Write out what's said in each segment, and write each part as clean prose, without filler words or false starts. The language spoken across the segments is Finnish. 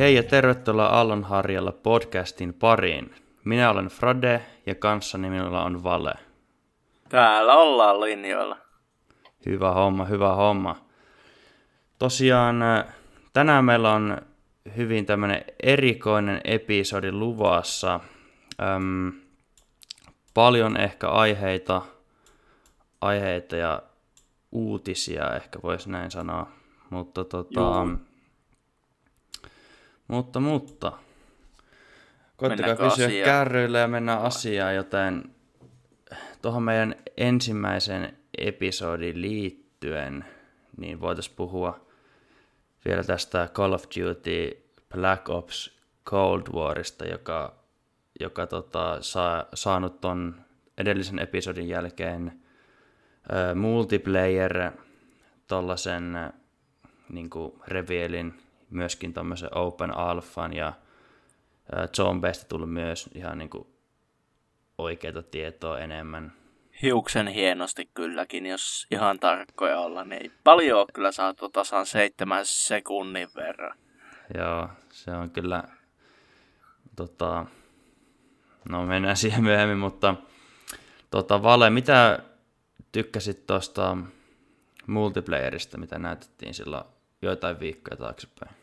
Hei ja tervetuloa Aallonharjalla podcastin pariin. Minä olen Frade ja kanssani minulla on Vale. Täällä ollaan linjoilla. Hyvä homma, hyvä homma. Tosiaan tänään meillä on hyvin tämmöinen erikoinen episodi luvassa. Paljon ehkä aiheita ja uutisia ehkä voisi näin sanoa. Mutta. Koittakaa pysyä kärryillä ja mennään asiaan, joten tuohon meidän ensimmäisen episodiin liittyen, niin voitaisiin puhua vielä tästä Call of Duty Black Ops Cold Warista, joka saanut ton edellisen episodin jälkeen multiplayer tollasen niinku revealin, myöskin tämmöisen open alphan ja zombeista tullut myös ihan niinku oikeaa tietoa enemmän. Hiuksen hienosti kylläkin, jos ihan tarkkoja olla, niin ei paljon ole kyllä saatu tasan 7 sekunnin verran. Joo, se on kyllä, no mennään siihen myöhemmin, mutta Vale, mitä tykkäsit tuosta multiplayerista, mitä näytettiin silloin joitain viikkoja taaksepäin?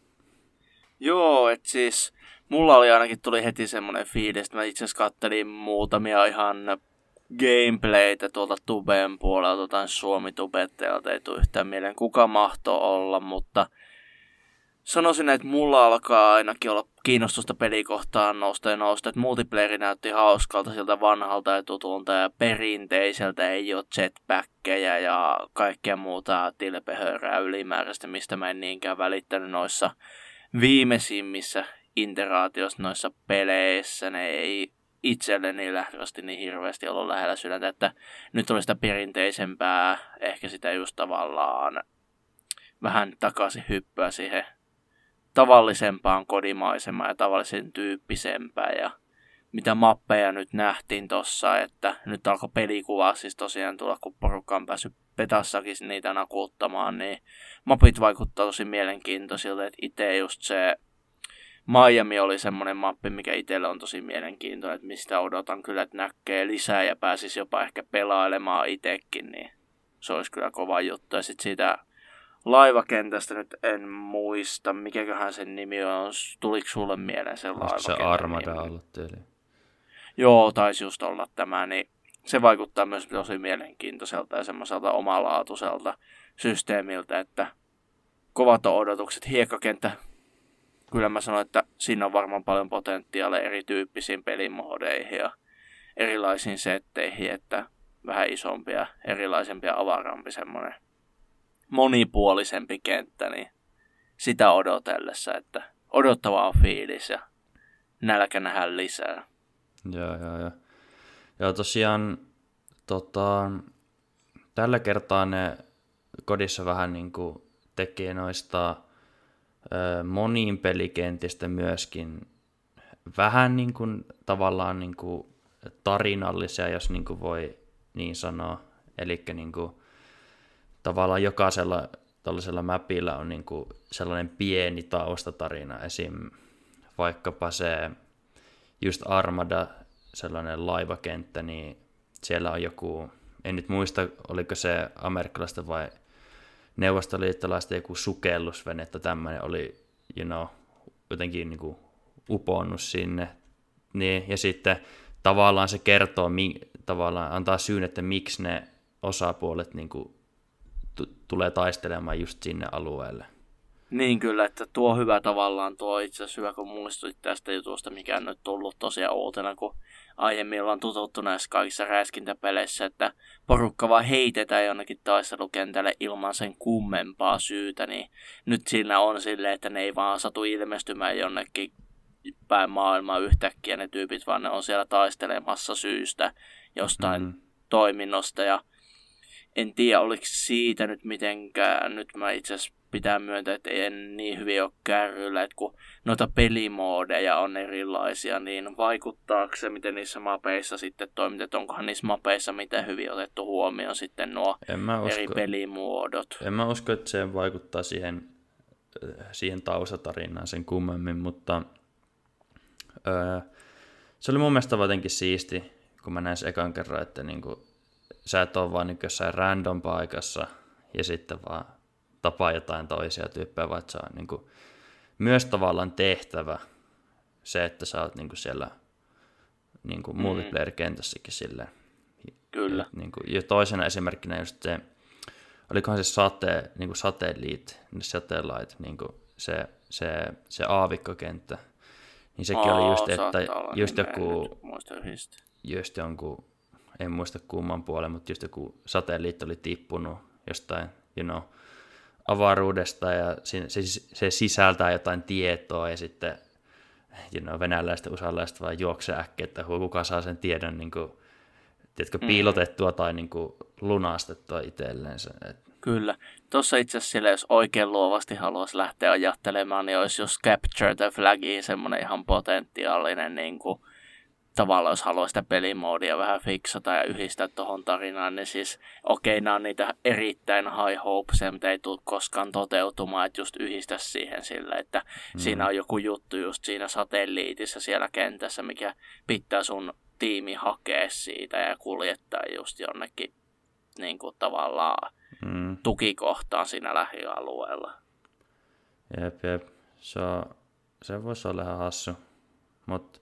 Joo, et siis mulla tuli heti semmoinen fiilis, että mä itse asiassa kattelin muutamia ihan gameplaytä tuolta Tuben puolelta, jotain Suomi-tubetteilta, ei tule yhtään mieleen kuka mahtoo olla, mutta sanoisin, että mulla alkaa ainakin olla kiinnostusta pelikohtaan nousta, että multiplayeri näytti hauskalta siltä vanhalta ja tutulta ja perinteiseltä, ei ole jetpackkejä ja kaikkea muuta tilpehörää ylimääräistä, mistä mä en niinkään välittänyt noissa viimeisimmissä interaatioissa noissa peleissä. Ne ei itselleni lähdösti niin hirveästi ollut lähellä sydäntä, että nyt oli sitä perinteisempää, ehkä sitä just tavallaan vähän takaisin hyppyä siihen tavallisempaan kodimaisemaan ja tavallisen tyyppisempään ja mitä mappeja nyt nähtiin tossa, että nyt alkoi pelikuva siis tosiaan tulla, kun porukka on päässyt petassakin niitä nakuuttamaan, niin mapit vaikuttaa tosi mielenkiintoisilta, että itse just se Miami oli semmoinen mappi, mikä itselle on tosi mielenkiintoinen, että mistä odotan kyllä, että näkee lisää ja pääsisi jopa ehkä pelailemaan itsekin, niin se olisi kyllä kova juttu. Ja sitten siitä laivakentästä nyt en muista, mikäköhän sen nimi on, tuliko sulle mieleen sen laivakentän se Armada ollut tyyli? Joo, taisi just olla tämä, niin se vaikuttaa myös tosi mielenkiintoiselta ja semmoiselta omalaatuiselta systeemiltä, että kovat on odotukset. Hiekkakenttä, kyllä mä sanoin, että siinä on varmaan paljon potentiaalia erityyppisiin pelimoodeihin ja erilaisiin setteihin, että vähän isompia, erilaisempia, avarampi semmoinen monipuolisempi kenttä, niin sitä odotellessa, että odottavaa on fiilis ja nälkä nähdään lisää. Joo, tosiaan tällä kertaa ne kodissa vähän niinku tekee noista moniin pelikentistä myöskin vähän niinku tavallaan niinku tarinallisia, jos niinku voi niin sanoa. Elikkä niinku tavallaan jokaisella tällaisella mapilla on niinku sellainen pieni taustatarina, esim. Vaikkapa se just Armada, sellainen laivakenttä, niin siellä on joku, en nyt muista, oliko se amerikkalaista vai neuvostoliittolaista joku sukellusvene, että tämmöinen oli, jotenkin niinku uponnut sinne. Niin, ja sitten tavallaan se kertoo, tavallaan antaa syyn, että miksi ne osapuolet niinku tulee taistelemaan just sinne alueelle. Niin kyllä, että tuo hyvä tavallaan, tuo itse asiassa hyvä, kun muistutit tästä jutusta, mikä on nyt tullut tosiaan uutena, kun aiemmin ollaan tututtu näissä kaikissa räiskintäpeleissä, että porukka vaan heitetään jonnekin taistelukentälle ilman sen kummempaa syytä, niin nyt siinä on silleen, että ne ei vaan satu ilmestymään jonnekin päin maailmaa yhtäkkiä ne tyypit, vaan ne on siellä taistelemassa syystä jostain toiminnosta, ja en tiedä, oliko siitä nyt mitenkään, nyt mä itse asiassa pitää myöntää, että en niin hyvin ole kärryillä, että kun noita pelimoodeja on erilaisia, niin vaikuttaako se, miten niissä mapeissa sitten toimitetaan, onkohan niissä mapeissa miten hyvin otettu huomioon sitten nuo eri pelimuodot? En mä usko, että se vaikuttaa siihen siihen taustatarinaan sen kummemmin, mutta se oli mun mielestä jotenkin siisti, kun mä näin ekan kerran, että niinku, sä et ole vaan niinku jossain random paikassa ja sitten vaan tapaa jotain toisia tyyppejä, vaan se on niinku, myös tavallaan tehtävä se, että sä oot niinku siellä niinku multiplayer-kentässäkin silleen. Kyllä. Niinku, ja toisena esimerkkinä just se, olikohan se niinku satelliit, satellite, niinku se aavikkokenttä, niin sekin oli just, että just jonkun, en muista kumman puolen, mutta just joku satelliitti oli tippunut jostain, avaruudesta ja se sisältää jotain tietoa ja sitten venäläiset ja usalaiset vaan juoksee äkkiä, että kuka saa sen tiedon niin kuin, tiedätkö, piilotettua tai niin kuin, lunastettua itselleen. Kyllä. Tuossa itse asiassa siellä, jos oikein luovasti haluaisi lähteä ajattelemaan, niin olisi just Capture the Flagiin semmoinen ihan potentiaalinen, niin kuin, tavallaan jos haluaa sitä pelimoodia vähän fiksata ja yhdistää tuohon tarinaan, niin siis okei, nämä on niitä erittäin high hopesia, mitä ei tule koskaan toteutumaan, että just yhdistä siihen sillä, että siinä on joku juttu just siinä satelliitissa siellä kentässä, mikä pitää sun tiimi hakea siitä ja kuljettaa just jonnekin niin kuin tavallaan tukikohtaan siinä lähialueella. Jep. Se voisi olla ihan hassu. Mutta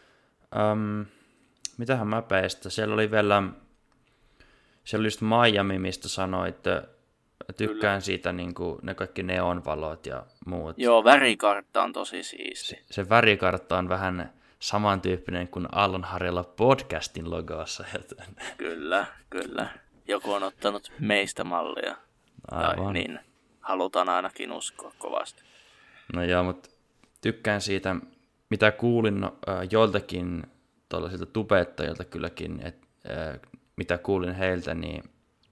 mitähän mäpeistä? Siellä oli just Miami, mistä sanoit, että tykkään siitä niin kuin, ne kaikki neonvalot ja muut. Joo, värikartta on tosi siisti. Se värikartta on vähän samantyyppinen kuin Aallon Harjalla podcastin logossa. Kyllä. Joku on ottanut meistä mallia. Aivan. Tai niin, halutaan ainakin uskoa kovasti. No joo, mutta tykkään siitä, mitä kuulin joiltakin tuollaisilta tubettajilta kylläkin, että mitä kuulin heiltä, niin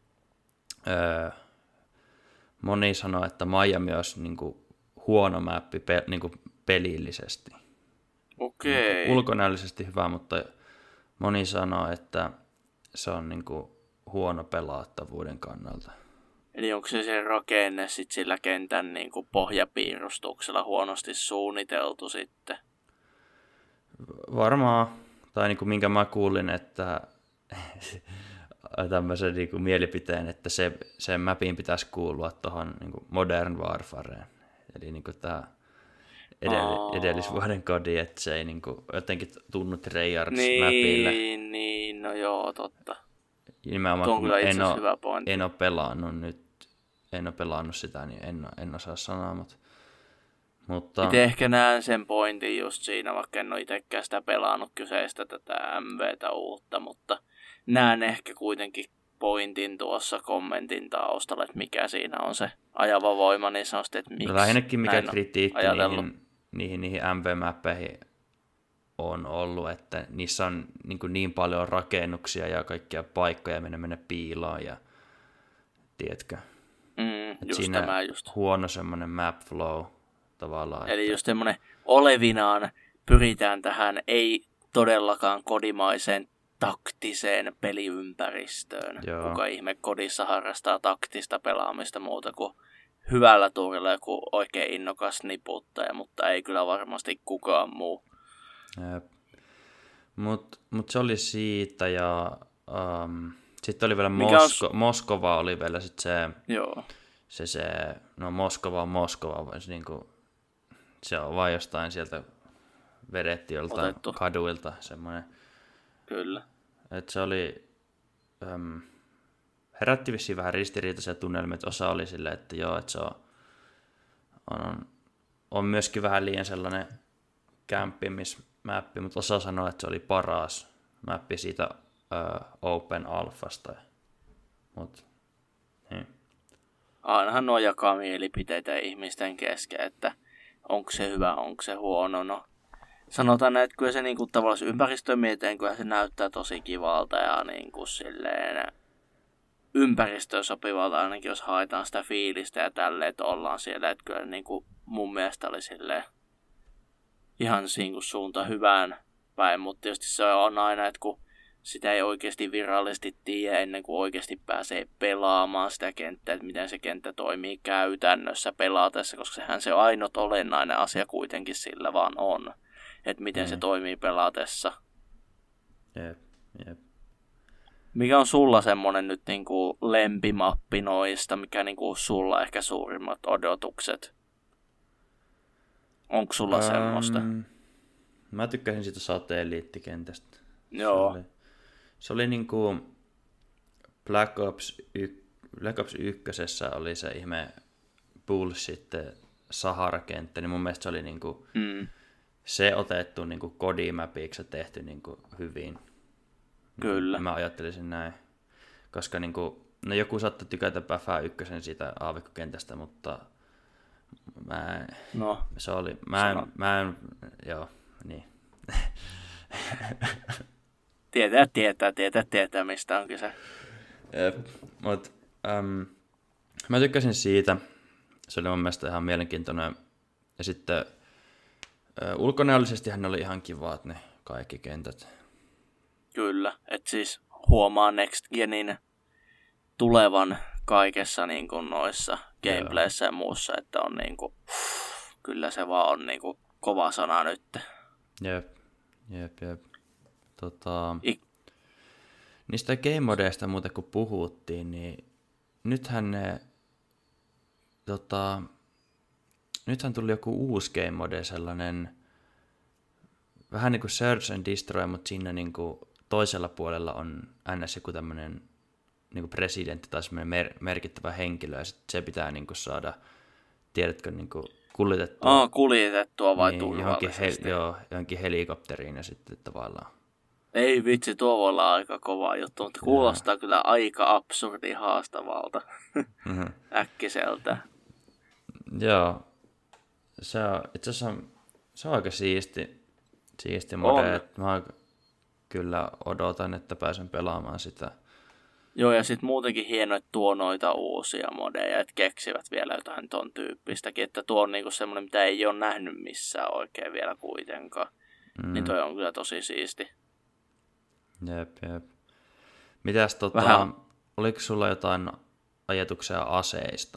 moni sanoi, että Miami olisi niinku huono mappi niinku pelillisesti. Okei. Niinku ulkonäöllisesti hyvä, mutta moni sanoi, että se on niinku huono pelaattavuuden kannalta. Eli onko se rakenne sit sillä kentän niinku pohjapiirustuksella huonosti suunniteltu sitten? Varmaan, tai niin kuin minkä mä kuulin, että tämmöisen niin kuin mielipiteen, että se mapin pitäisi kuulua tuohon niin kuin Modern Warfareen. Eli niin kuin tämä edellisvuoden kodi, että se ei niin kuin jotenkin tunnu Treyarch-mapille. Niin, no joo, totta. Nimenomaan kun en ole pelannut sitä, niin en osaa sanoa, mutta itse ehkä näen sen pointin just siinä, vaikka en ole itsekään sitä pelannut kyseistä tätä MVtä uutta, mutta näen ehkä kuitenkin pointin tuossa kommentin taustalla, että mikä siinä on se ajava voima, niin sanoisin, että miksi lähinnäkin mikä kritiikki niihin MV-mäppeihin on ollut, että niissä on niin paljon rakennuksia ja kaikkia paikkoja mennä piiloon ja tiedätkö, just siinä tämä just. Huono semmoinen map flow tavallaan. Eli just semmoinen olevinaan pyritään tähän ei todellakaan kodimaiseen taktiseen peliympäristöön. Joo. Kuka ihme kodissa harrastaa taktista pelaamista muuta kuin hyvällä tuurilla joku oikein innokas niputtaja, mutta ei kyllä varmasti kukaan muu. Mut se oli siitä ja sitten oli vielä Moskova oli vielä sit se. Joo. Moskova on Moskova, niinku, se on vain jostain sieltä vedetty joltain kaduilta semmoinen. Kyllä. Että se oli, herätti vissiin vähän ristiriitaisia tunnelmia, että osa oli silleen, että joo, että se on myöskin vähän liian sellainen kämppimismäppi, mutta osa sanoi, että se oli paras mäppi siitä Open Alphasta. Niin. Ainahan nuo jakaa mielipiteitä ihmisten kesken, että onko se hyvä, onko se huono. No, sanotaan, että kyllä se niinku tavallaan ympäristöön mieteen, kyllä se näyttää tosi kivalta ja niinku silleen ympäristöön sopivalta ainakin, jos haetaan sitä fiilistä ja tälleen, että ollaan siellä. Että kyllä niinku mun mielestä oli silleen ihan niinku suunta hyvään päin, mutta tietysti se on aina, että kun sitä ei oikeasti virallisesti tiedä ennen kuin oikeasti pääsee pelaamaan sitä kenttää, että miten se kenttä toimii käytännössä pelaatessa, koska sehän se ainut olennainen asia kuitenkin sillä vaan on, että miten se toimii pelaatessa. Jep. Mikä on sulla semmonen nyt niinku lempimappi noista, mikä niinku sulla ehkä suurimmat odotukset? Onko sulla semmoista? Mä tykkäsin siitä satelliittikentästä. Joo. Se oli niinku Black Ops 1 oli se ihme bullshit Sahara-kenttä, niin mun mielestä se oli niinku se otettu niinku kodimapiksi ja tehty niinku hyvin. Kyllä. Mä ajattelisin näin. Koska niinku, no joku saattaa tykätä Päfää 1 siitä aavikkokentästä, mutta joo, niin. Tietää, mistä on kyse. Mut, mä tykkäsin siitä. Se oli mun mielestä ihan mielenkiintoinen. Ja sitten ulkonäöllisesti hän oli ihan kivaat ne kaikki kentät. Kyllä, että siis huomaa Next Genin tulevan kaikessa niin kuin noissa gameplayssä ja muussa, että on niin kuin, kyllä se vaan on niin kuin kova sana nyt. Jep. Niistä game-modeista muuten kun puhuttiin, niin nythän tuli joku uusi game-mode, sellainen vähän niin kuin Search and Destroy, mutta siinä niin kuin toisella puolella on ns. Joku tämmöinen niin kuin presidentti tai semmoinen merkittävä henkilö, ja sit se pitää niin kuin saada, tiedätkö, niin kuin kuljetettua. Kuljetettua vai niin, turvallisesti? Johonkin helikopteriin ja sitten tavallaan. Ei vitsi, tuo voi olla aika kova juttu, mutta kuulostaa kyllä aika absurdi haastavalta äkkiseltä. Joo, se on itse asiassa se on aika siisti mode. Mä kyllä odotan, että pääsen pelaamaan sitä. Joo, ja sitten muutenkin hienoa, että tuo noita uusia modeja, että keksivät vielä jotain ton tyyppistäkin, että tuo on niinku semmoinen, mitä ei ole nähnyt missään oikein vielä kuitenkaan. Niin toi on kyllä tosi siisti. Jep. Mitäs oliko sulla jotain ajatuksia aseista?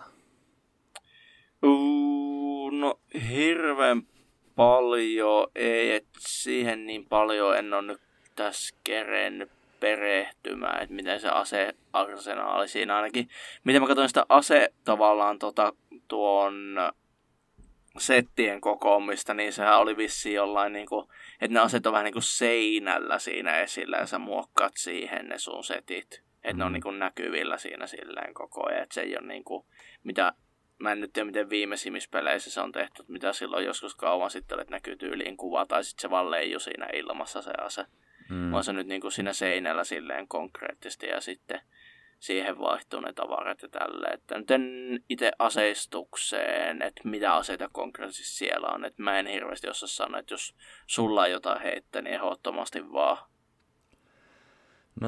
No hirveän paljon ei, että siihen niin paljon en ole nyt tässä kerennyt perehtymään, että miten se asearsenaali siinä ainakin. Miten mä katsoin sitä tavallaan tuon settien kokoamista, niin sehän oli vissiin jollain niinku, että ne aseet on vähän niinku seinällä siinä esillä ja sä muokkaat siihen ne sun setit. Että ne on niinku näkyvillä siinä silleen koko ajan, että se ei ole niinku, mitä, mä en nyt tiedä miten viimeisimmissä peleissä se on tehty, mitä silloin joskus kauan sitten, että näkyy tyyliin kuva tai sitten se vaan leijuu siinä ilmassa se ase. Vaan se nyt niinku siinä seinällä silleen konkreettisesti ja sitten siihen vaihtuu ne tavarat ja tälleen. Että nyt en itse aseistukseen, että mitä aseita konkreettisesti siellä on. Että mä en hirveästi osaa sanoa, että jos sulla on jotain heittää, niin ehdottomasti vaan. No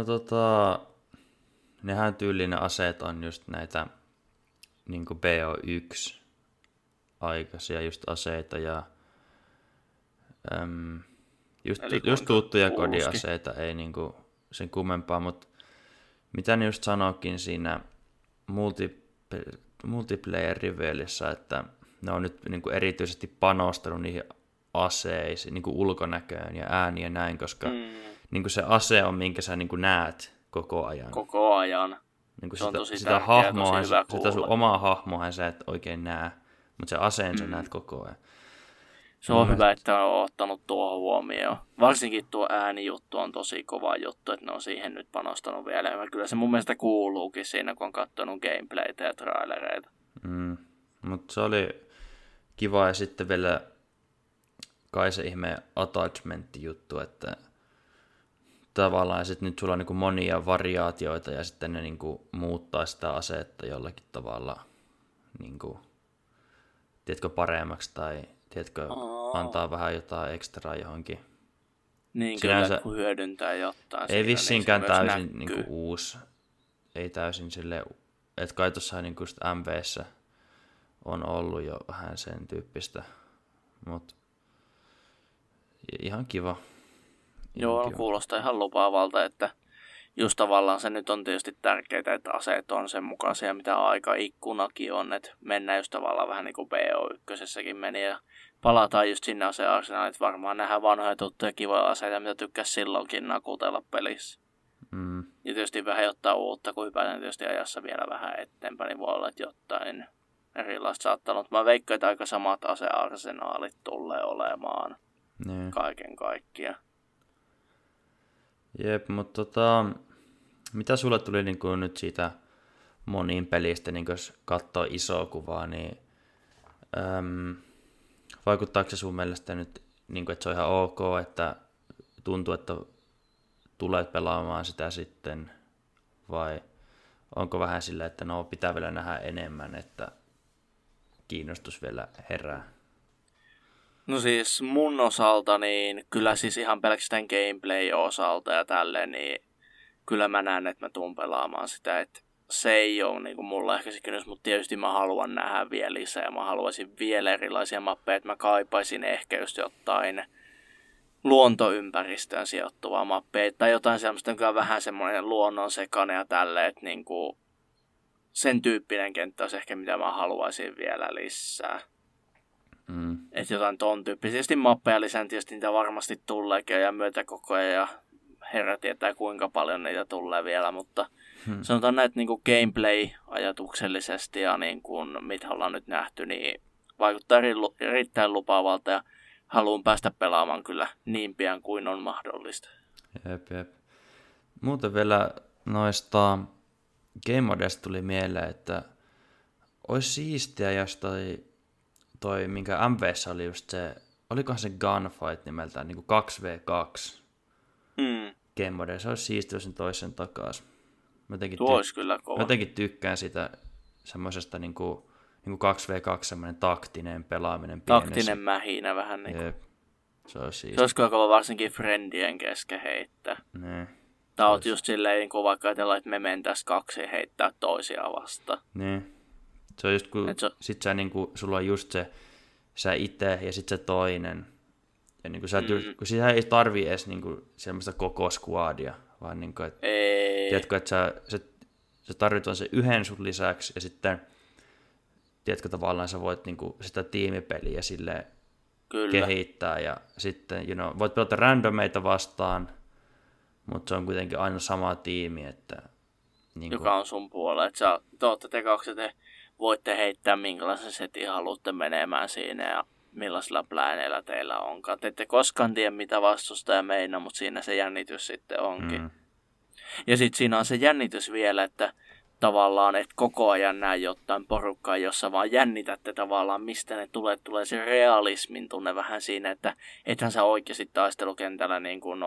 nehän tyylinen aseet on just näitä niinku BO1 aikaisia just aseita ja just tuttuja kodiaseita, ei niinku sen kummempaa, mutta mitä ne just sanoikin siinä multiplayer-rivelissä, että ne on nyt niinku erityisesti panostanut niihin aseisiin, niinku ulkonäköön ja ääniin ja näin, koska niinku se ase on, minkä sä niinku näet koko ajan. Koko ajan. Niinku sitä hahmoa, sitä sun omaa hahmoa sä et oikein näe, mutta se aseen sä näet koko ajan. Se on hyvä, että on ottanut tuohon huomioon. Varsinkin tuo äänijuttu on tosi kova juttu, että ne on siihen nyt panostanut vielä. Ja kyllä se mun mielestä kuuluukin siinä, kun on katsonut gameplaytä ja trailereita. Mutta se oli kiva ja sitten vielä kai se ihme attachment-juttu, että tavallaan sit nyt sulla on niinku monia variaatioita ja sitten ne niinku muuttaa sitä asetta jollakin tavalla niinku, tiedätkö, paremmaksi tai tiedätkö, antaa vähän jotain ekstraa johonkin. Niin kyllä, kun hyödyntää jotain. Ei vissiinkään niin täysin niinku uusi. Ei täysin silleen, että kai tuossa niinku just MV:ssä on ollut jo vähän sen tyyppistä. Mut ihan kiva. Joo, no, kuulostaa ihan lupaavalta, että just tavallaan se nyt on tietysti tärkeää, että aseet on sen mukaisia, mitä aikaikkunakin on, että mennään just tavallaan vähän niin kuin BO1 meni ja palataan just sinne asearsenaaliin, että varmaan nähdään vanhoja tuttuja kivoja aseita, mitä tykkäisi silloinkin nakutella pelissä. Ja tietysti vähän jotain uutta, kun hypätään tietysti ajassa vielä vähän eteenpäin, niin voi olla, että jotain erilaista saattaa olla. Mä veikkaan, että aika samat asearsenaalit tulee olemaan kaiken kaikkiaan. Jep, mutta mitä sulle tuli niin kuin nyt siitä moniin pelistä, niin jos katsoo isoa kuvaa, niin vaikuttaako se sun mielestä nyt, niin kuin, että se on ihan ok, että tuntuu, että tulet pelaamaan sitä sitten, vai onko vähän sillä, että no pitää vielä nähdä enemmän, että kiinnostus vielä herää? No siis mun osalta, niin kyllä siis ihan pelkästään gameplay-osalta ja tälleen, niin kyllä mä näen, että mä tuun pelaamaan sitä, että se ei ole niin kuin mulla ehkä se kynnys, mutta tietysti mä haluan nähdä vielä lisää ja mä haluaisin vielä erilaisia mappeja, että mä kaipaisin ehkä just jotain luontoympäristöön sijoittuvaa mappeja tai jotain semmoista, joka on vähän semmoinen luonnon sekainen ja tälleen, että niin kuin sen tyyppinen kenttä olisi ehkä mitä mä haluaisin vielä lisää. Että jotain ton tyyppisesti mappeja lisään, tietysti niitä varmasti tuleekin ja myötä koko ajan ja herra tietää kuinka paljon niitä tulee vielä, mutta sanotaan näin, että niinku gameplay-ajatuksellisesti ja niin kuin, mitä ollaan nyt nähty, niin vaikuttaa erittäin lupaavalta ja haluan päästä pelaamaan kyllä niin pian kuin on mahdollista. Jep. Muuten vielä noista Game Modesta tuli mieleen, että olisi siistiä, jos toi minkä MV:ssä oli just se, olikohan se Gunfight nimeltään, niin kuin 2v2 Game Mode, se olisi siistiä, jos sen toisen takaisin. Tuo olisi kyllä kova. Mä jotenkin tykkään sitä semmoisesta niin kuin 2v2 semmoinen taktinen pelaaminen pienessä. Taktinen mähinä vähän niin kuin. Se olisi siistiä. Se olisi kyllä kova varsinkin friendien kesken heittää. Ne. Tää oot just silleen, kun vaikka ajatellaan, että me mentäisiin kaksi heittää toisia vastaan. Niin. Se on just kun sit sä niinku, sulla on just se, sä itse ja sit se toinen. Ja niinku sä kun siihen ei tarvii edes niinku semmoista koko squadia, vaan niinku, että tiedätkö, että sä tarvit se yhden sun lisäksi ja sitten tiedätkö tavallaan sä voit niinku sitä tiimipeliä silleen kehittää ja sitten voit pelata randomeita vastaan, mutta se on kuitenkin aina sama tiimi, että niinku, joka on sun puolella, että te kaksi te voitte heittää minkälaisen setin haluatte menemään siinä ja millaisilla plääneillä teillä onkaan. Te ette koskaan tiedä mitä vastustaja meinaa, mutta siinä se jännitys sitten onkin. Ja sitten siinä on se jännitys vielä, että tavallaan et koko ajan näe jotain porukkaa, jossa vaan jännitätte tavallaan mistä ne tulee se realismin tunne vähän siinä, että ethän sä oikeasti taistelukentällä niin kuin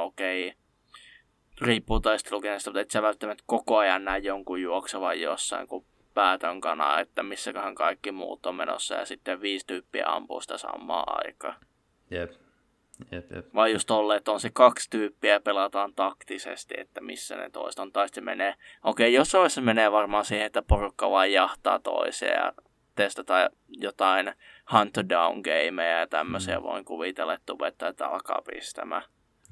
riippuu taistelukentästä, mutta et sä välttämättä koko ajan näe jonkun juoksevan jossain, kun päätön kana, että missäköhän kaikki muut on menossa ja sitten 5 tyyppiä ampuu sitä samaa aikaa. Jep. Vai just tolle, että on se 2 tyyppiä ja pelataan taktisesti, että missä ne toista on. Tai sitten menee, jossain vaiheessa menee varmaan siihen, että porukka vaan jahtaa toisia ja testataan jotain hunter down gameja ja tämmöisiä voin kuvitella, että tubettajat alkaa pistämään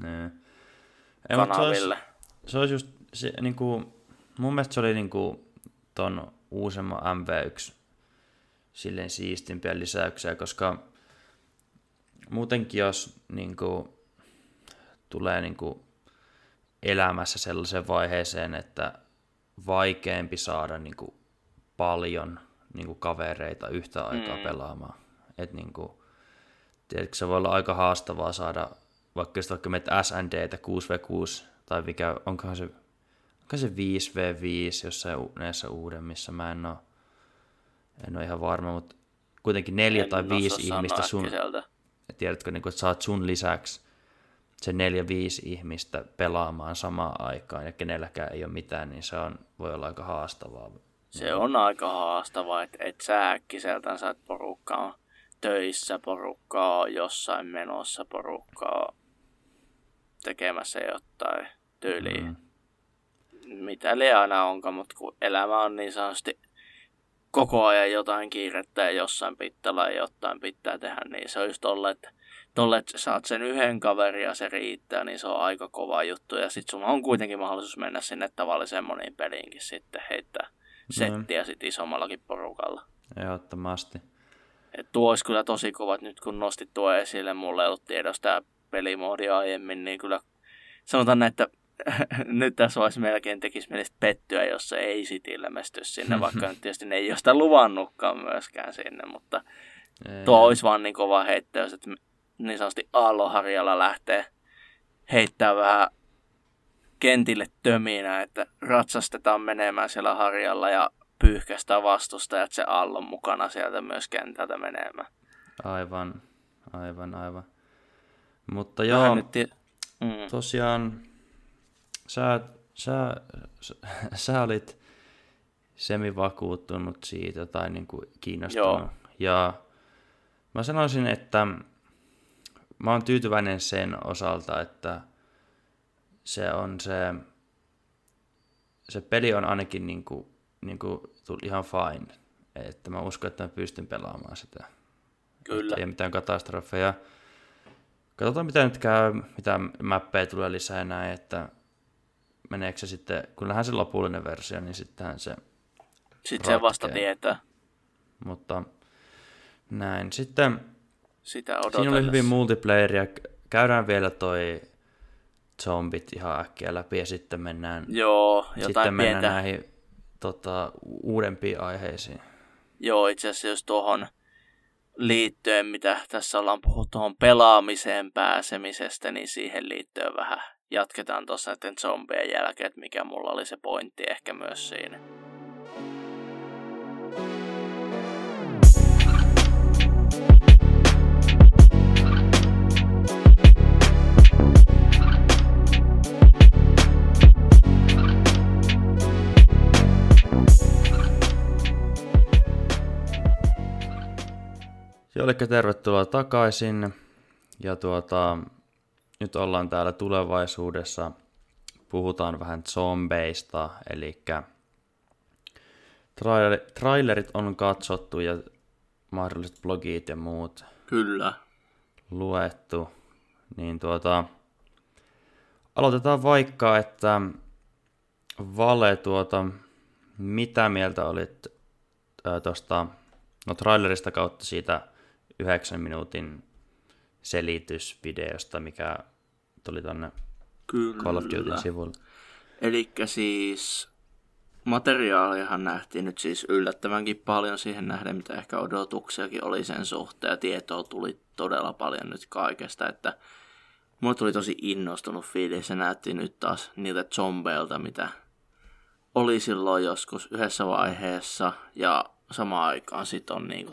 kanaville. Se olisi just, se, niinku, mun mielestä se oli niinku ton uusemman MV1 silleen siistimpiä lisäyksiä, koska muutenkin jos niinku, tulee niinku, elämässä sellaiseen vaiheeseen, että vaikeampi saada niinku, paljon niinku, kavereita yhtä aikaa pelaamaan. Et, niinku, tiedätkö, se voi olla aika haastavaa saada vaikka meitä SNDtä 6v6 tai onkohan se 5v5 jossain näissä uudemmissa, mä en ole ihan varma, mutta kuitenkin 4 tai 5 ihmistä sun, tiedätkö, niin kun, että saat sun lisäksi se 4-5 ihmistä pelaamaan samaan aikaan ja kenelläkään ei ole mitään, niin voi olla aika haastavaa. Se on aika haastavaa, että et sä äkkiseltään saat porukkaa töissä, porukkaa jossain menossa, porukkaa tekemässä jotain tyyliä. Mitä liian aina onkaan, mutta kun elämä on niin sanotusti koko ajan jotain kiirettä ja jossain pitää olla ja jotain pitää tehdä, niin se on just ollut, että tolle, että sä saat sen yhden kaverin ja se riittää, niin se on aika kova juttu. Ja sit sulla on kuitenkin mahdollisuus mennä sinne tavalliseen moniin peliinkin sitten heittää settiä sit isommallakin porukalla. Ehdottomasti. Et tuo olisi kyllä tosi kova, nyt kun nostit tuo esille, mulla ei ollut tiedossa tämä pelimoodi aiemmin, niin kyllä sanotaan näin, että nyt tässä vaiheessa melkein tekisi mielestä pettyä, jos se ei sit ilmesty sinne, vaikka nyt tietysti ne ei ole sitä luvannutkaan myöskään sinne, mutta tuo olisi vaan niin kova heittäys, että niin sanotusti aallonharjalla lähtee heittää vähän kentille töminä, että ratsastetaan menemään siellä harjalla ja pyyhkästään vastustajat se aallon mukana sieltä myös kentältä menemään. Aivan. Mutta joo, tosiaan sä olit semivakuuttunut siitä tai niinku kiinnostunut. Joo. Ja mä sanoisin, että mä oon tyytyväinen sen osalta, että se peli on ainakin niinku tuli ihan fine. Että mä uskon, että mä pystyn pelaamaan sitä. Kyllä. Ei mitään katastrofeja. Katsotaan mitä nyt käy, mitä mappeja tulee lisää näin, että meneekö se sitten, kun nähdään se lopullinen versio, niin sittenhän se sitten se vasta tietää. Mutta näin. Sitten sitä odotellessa. Siinä oli hyvin multiplayeria. Käydään vielä toi zombit ihan äkkiä läpi ja sitten mennään, mennään näihin uudempiin aiheisiin. Joo, itse asiassa jos tuohon liittyen, mitä tässä ollaan puhuttu tuohon pelaamiseen pääsemisestä, niin siihen liittyen vähän jatketaan tuossa näiden zombien jälkeen, että mikä mulla oli se pointti ehkä myös siinä. Jollekka tervetuloa takaisin. Ja nyt ollaan täällä tulevaisuudessa. Puhutaan vähän zombeista, eli trailerit on katsottu ja mahdolliset blogit ja muut kyllä luettu. Niin aloitetaan vaikka, että Vale, mitä mieltä olit tuosta trailerista kautta siitä 9 minuutin selitysvideosta, mikä tuli tonne Call of Dutyn sivulle. Elikkä siis materiaaliahan nähtiin nyt siis yllättävänkin paljon siihen nähden, mitä ehkä odotuksiakin oli sen suhteen, ja tietoa tuli todella paljon nyt kaikesta, että mulle tuli tosi innostunut fiilis, se näytti nyt taas niiltä zombeilta, mitä oli silloin joskus yhdessä vaiheessa, ja samaan aikaan sit on niinku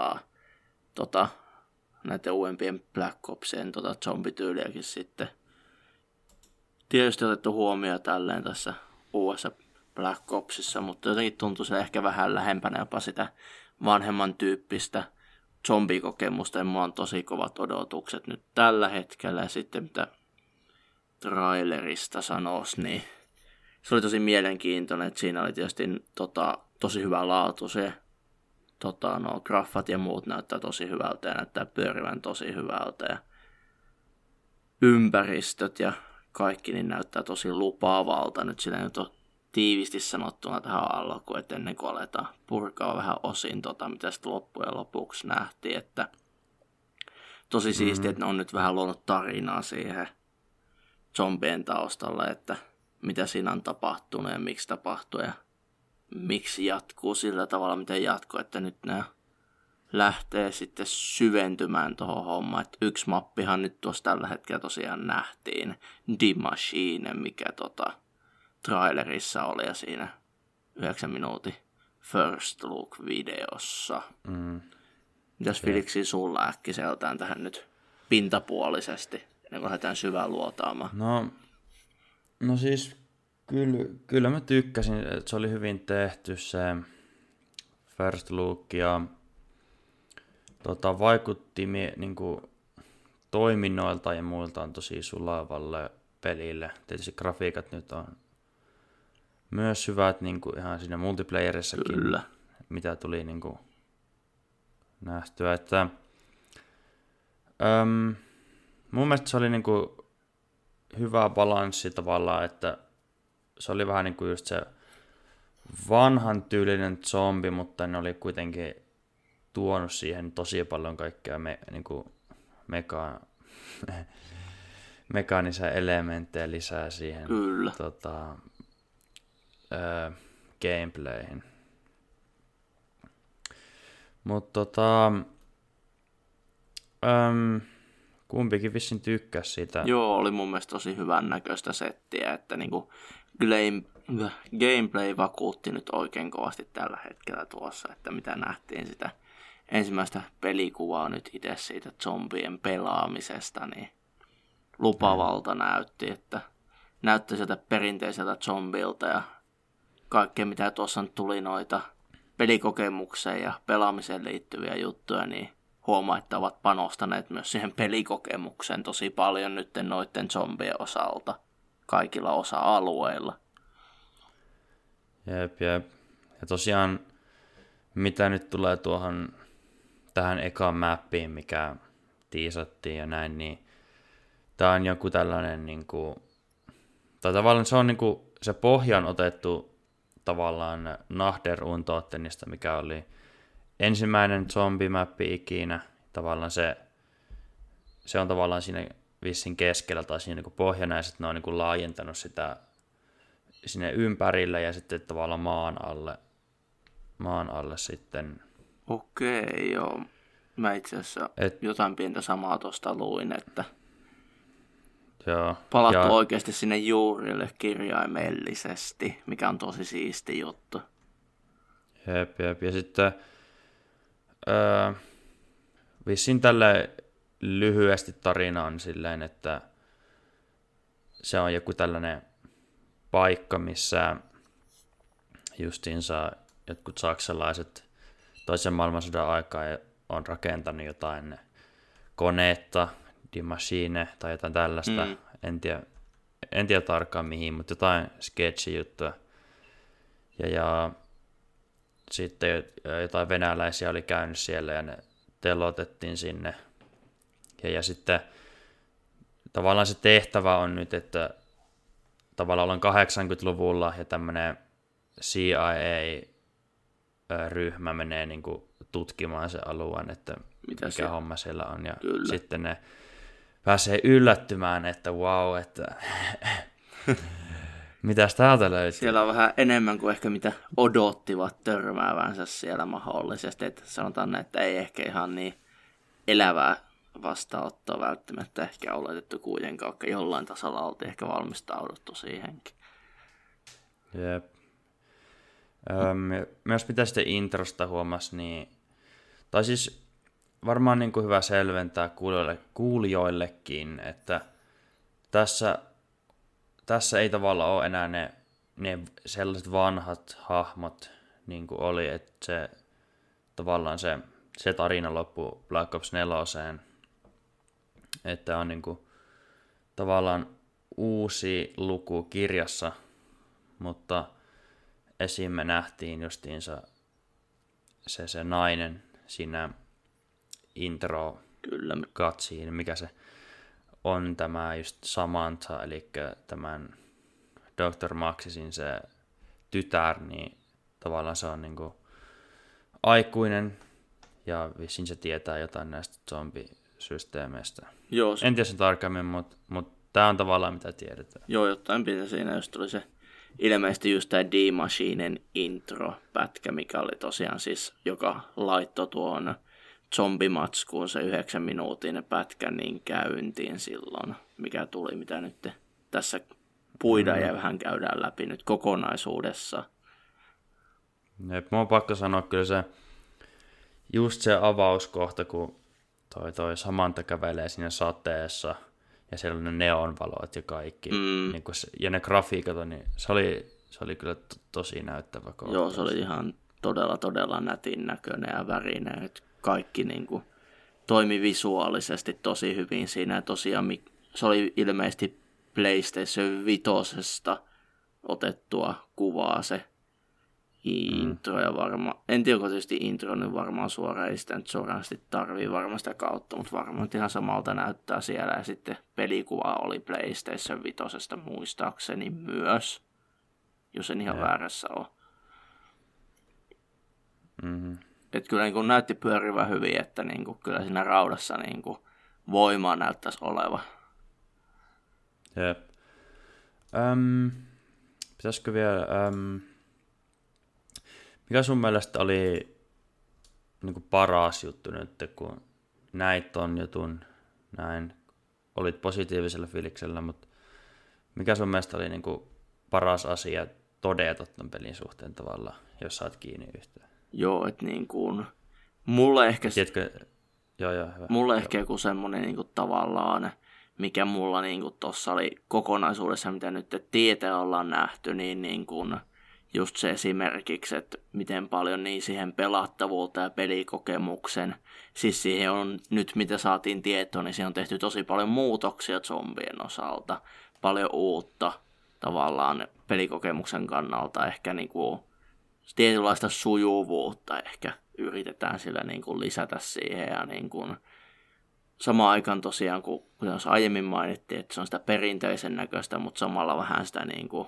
näiden uudempien Black Opsien zombityyliäkin sitten tietysti otettu huomioon tälleen tässä uudessa Black Opsissa, mutta jotenkin tuntui se ehkä vähän lähempänä jopa sitä vanhemman tyyppistä zombikokemusta, ja mulla on tosi kovat odotukset nyt tällä hetkellä, ja sitten mitä trailerista sanoisi, niin se oli tosi mielenkiintoinen, että siinä oli tietysti tosi hyvä laatu se, graffat ja muut näyttää tosi hyvältä ja näyttää pyörivän tosi hyvältä ja ympäristöt ja kaikki niin näyttää tosi lupaavalta nyt sillä nyt on tiivisti sanottuna tähän alkuun, että ennen kuin aletaan purkaa vähän osin mitä sitten loppujen lopuksi nähtiin, että tosi siistiä, että ne on nyt vähän luonut tarinaa siihen zombien taustalle, että mitä siinä on tapahtunut ja miksi tapahtuu ja miksi jatkuu sillä tavalla, miten jatkuu, että nyt ne lähtee sitten syventymään tuohon hommaan. Että yksi mappihan nyt tuossa tällä hetkellä tosiaan nähtiin, The Machine, mikä trailerissa oli ja siinä 9 minuutin first look-videossa. Mitäs fiiliksi sulla äkkiseltään tähän nyt pintapuolisesti, ennen kuin lähdetään syvään luotaamaan? No siis kyllä mä tykkäsin, että se oli hyvin tehty se first look ja vaikutti niinku toiminnoilta ja muiltaan tosi sulavalle pelille. Tietysti grafiikat nyt on myös hyvät niinku ihan siinä multiplayerissakin, kyllä, mitä tuli niinku nähtyä, että mun mielestä se oli niinku hyvä balanssi tavallaan, että se oli vähän niinku just se vanhan tyylinen zombi, mutta ne oli kuitenkin tuonut siihen tosi paljon kaikkea niinku mekaanisia elementtejä lisää siihen Kyllä. Gameplayhin. Mutta kumpikin vissiin tykkäsi siitä. Joo, oli mun mielestä tosi hyvän näköistä settiä, että niinku gameplay vakuutti nyt oikein kovasti tällä hetkellä tuossa, että mitä nähtiin sitä ensimmäistä pelikuvaa nyt itse siitä zombien pelaamisesta, niin lupavalta näytti, että näytti sieltä perinteiseltä zombilta ja kaikkea mitä tuossa tuli noita pelikokemukseen ja pelaamiseen liittyviä juttuja, niin huomaa, että ovat panostaneet myös siihen pelikokemukseen tosi paljon nyt noiden zombien osalta kaikilla osa-alueilla. Jep. Ja tosiaan, mitä nyt tulee tähän ekaan mappiin, mikä tiisattiin ja näin, niin tää on joku tällainen niinku, tai tavallaan se on niinku, se pohja on otettu tavallaan Nahder Untottenista, mikä oli ensimmäinen zombimappi ikinä. Tavallaan se on tavallaan siinä vissin keskellä tai siinä niinku pohjana, ja sitten ne on niinku laajentanut sitä sinne ympärille ja sitten tavallaan maan alle sitten. Okei, joo. Mä itse asiassa jotain pientä samaa tuosta luin, että joo, palattu oikeasti sinne juurille kirjaimellisesti, mikä on tosi siisti juttu. Jep. Ja sitten vissiin tälle lyhyesti tarina on silleen, että se on joku tällainen paikka, missä justiinsa jotkut saksalaiset toisen maailmansodan aikaa on rakentanut jotain koneetta, Die Maschine tai jotain tällaista. En tiedä tarkkaan mihin, mutta jotain sketsi-juttua. Ja sitten jotain venäläisiä oli käynyt siellä ja ne telotettiin sinne. Ja sitten tavallaan se tehtävä on nyt, että tavallaan ollaan 80-luvulla ja tämmöinen CIA-ryhmä menee niinku tutkimaan sen alueen, että mikä homma siellä on. Ja kyllä. Sitten ne pääsee yllättymään, että wow, että mitäs täältä löytyy. Siellä on vähän enemmän kuin ehkä mitä odottivat törmäävänsä siellä mahdollisesti. Että sanotaan, että ei ehkä ihan niin elävää vastaanottoa välttämättä ehkä oletettu kuitenkaan, vaikka jollain tasolla oltiin ehkä valmistauduttu siihenkin. Jep. Myös mitä sitten introsta huomasi, niin, tai siis varmaan niin kuin hyvä selventää kuulijoillekin, että tässä ei tavallaan ole enää ne sellaiset vanhat hahmot, niin kuin oli, että se tavallaan se tarina loppui Black Ops 4:een, että on niin kuin tavallaan uusi luku kirjassa, mutta esim. Me nähtiin justiinsa se nainen siinä intro cutscene, mikä se on tämä just Samantha, eli tämän Dr. Maxisin se tytär, niin tavallaan se on niinku aikuinen ja vissiin se tietää jotain näistä zombisysteemeistä. Joo, en tiedä sen tarkemmin, mutta tämä on tavallaan mitä tiedetään. Joo, jotain pientä siinä just tuli se ilmeisesti just tämä D-Machinen intro-pätkä, mikä oli tosiaan siis, joka laittoi tuon zombimatskuun se 9 minuutin pätkä niin käyntiin silloin, mikä tuli, mitä nyt tässä puidaan ja vähän käydään läpi nyt kokonaisuudessa. Mä oon pakko sanoa kyllä just se avauskohta, kun toi Samantha kävelee siinä sateessa ja siellä on ne neonvalot ja kaikki. Niin ja ne grafiikat, niin se oli kyllä tosi näyttävä kohta. Joo, se oli ihan todella nätin näköinen ja värinen. Kaikki niin kuin toimi visuaalisesti tosi hyvin siinä. Tosiaan se oli ilmeisesti PlayStation 5:sta otettua kuvaa se introja varmaan. En tiedä, kun tietysti intro nyt varmaan suoraan, ei sitä nyt suorasti tarvii varmaan sitä kautta, mutta varmaan ihan samalta näyttää siellä. Ja sitten pelikuva oli PlayStation 5 muistaakseni myös, jos en ihan väärässä ole. Mm-hmm. Että kyllä niin näytti pyörivän hyvin, että niin kuin, kyllä siinä raudassa niin kuin, voimaa näyttäisi olevan. Jep. Pitäisikö vielä... mikä sun mielestä oli niin kuin paras juttu nyt, kun näit ton jutun, näin, olit positiivisella fiiliksellä, mutta mikä sun mielestä oli niin kuin paras asia todeta ton pelin suhteen tavallaan, jos saat kiinni yhtään? Joo, että niin kuin, mulle ehkä... Tiedätkö? Joo, hyvä. Mulle ehkä joku semmoinen niin kuin tavallaan, mikä mulla niin kuin tossa oli kokonaisuudessa, mitä nyt tietä ollaan nähty, niin kuin just se esimerkiksi, että miten paljon niin siihen pelattavuutta ja pelikokemuksen, siis siihen on nyt mitä saatiin tietoa, niin siihen on tehty tosi paljon muutoksia zombien osalta, paljon uutta tavallaan pelikokemuksen kannalta, ehkä niin kuin tietynlaista sujuvuutta ehkä yritetään sillä niin kuin lisätä siihen ja niin kuin samaan aikaan tosiaan, kuten aiemmin mainittiin, että se on sitä perinteisen näköistä, mutta samalla vähän sitä niin kuin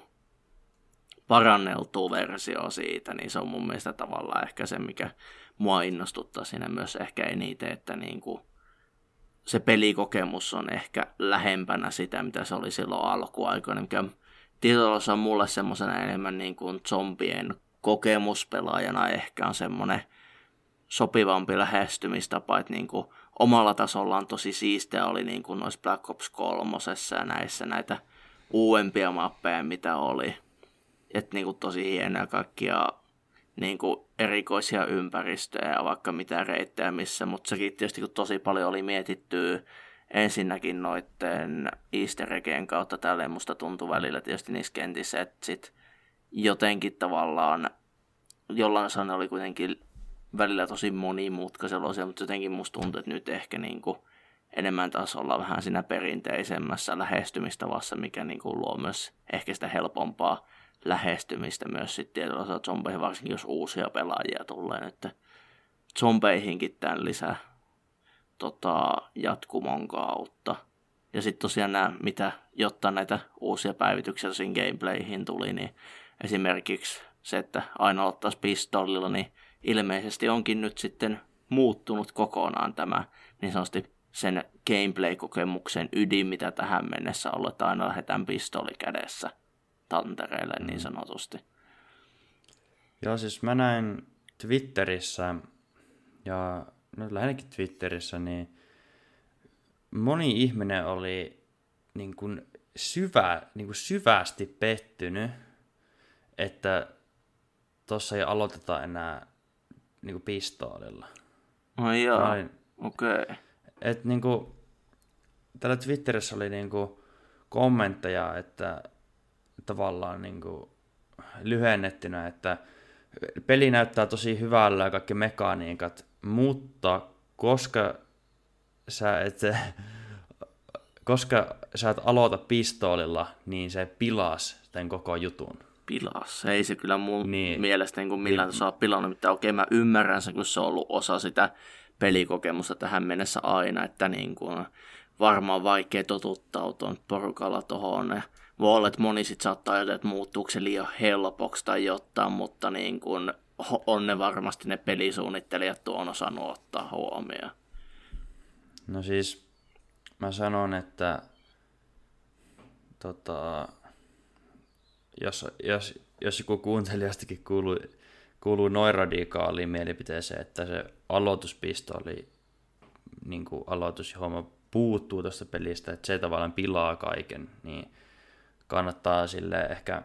paranneltua versio siitä, niin se on mun mielestä tavallaan ehkä se, mikä mua innostuttaa siinä myös ehkä eniten, että niin kuin se pelikokemus on ehkä lähempänä sitä, mitä se oli silloin alkuaikoina, mikä tietysti on mulle semmoisena enemmän niin kuin zombien kokemuspelaajana ehkä on semmoinen sopivampi lähestymistapa, että niin kuin omalla tasollaan tosi siistiä oli niin kuin noissa Black Ops 3 ja näissä näitä uudempia mappeja, mitä oli. Että niin kuin tosi hienoja kaikkia niin kuin erikoisia ympäristöjä ja vaikka mitä reittejä missä, mutta sekin tietysti kun tosi paljon oli mietittyä ensinnäkin noitten easter eggien kautta tälleen musta tuntui välillä tietysti niissä kentissä, että sit jotenkin tavallaan jollain sana oli kuitenkin välillä tosi monimutkaisella osia, mutta jotenkin musta tuntuu, että nyt ehkä niin kuin enemmän taas ollaan vähän siinä perinteisemmässä lähestymistavassa, mikä niin kuin luo myös ehkä sitä helpompaa lähestymistä myös sitten tietyllä osalta zombeihin, varsinkin jos uusia pelaajia tulee nyt zombeihinkin tämän lisää jatkumon kautta. Ja sitten tosiaan nämä, jotta näitä uusia päivityksiä tosin gameplayhin tuli, niin esimerkiksi se, että aina ottaisi pistollilla, niin ilmeisesti onkin nyt sitten muuttunut kokonaan tämä niin sanotusti sen gameplay-kokemuksen ydin, mitä tähän mennessä on ollut, että aina lähdetään pistoli kädessä tantereille niin sanotusti. Joo, siis mä näin Twitterissä, ja nyt lähinnäkin Twitterissä, niin moni ihminen oli niin kuin syvästi pettynyt, että tossa ei aloiteta enää niin kuin pistoolilla. Ai joo, okei. Että niin kuin, täällä Twitterissä oli niin kuin kommentteja, että tavallaan niin kuin lyhennettynä, että peli näyttää tosi hyvällä ja kaikki mekaniikat, mutta koska sä et aloita pistoolilla, niin se pilas tämän koko jutun. Pilas. Ei se kyllä mun mielestä niin millään saa pilannut, mutta okei, mä ymmärrän sen, kun se on ollut osa sitä pelikokemusta tähän mennessä aina, että niin kuin varmaan vaikea totuttautua porukalla tuohon. Voi olla, että moni sit saattaa ajatella, että muuttuuko se liian helpoksi tai jotain, mutta niin kuin on ne varmasti ne pelisuunnittelijat tuon osannut ottaa huomioon. No siis mä sanon, että jos joku kuuntelijastakin kuuluu noin radikaaliin mielipiteeseen, että se aloituspistooli, niin kuin aloitushomma puuttuu tuosta pelistä, että se tavallaan pilaa kaiken, niin kannattaa sille ehkä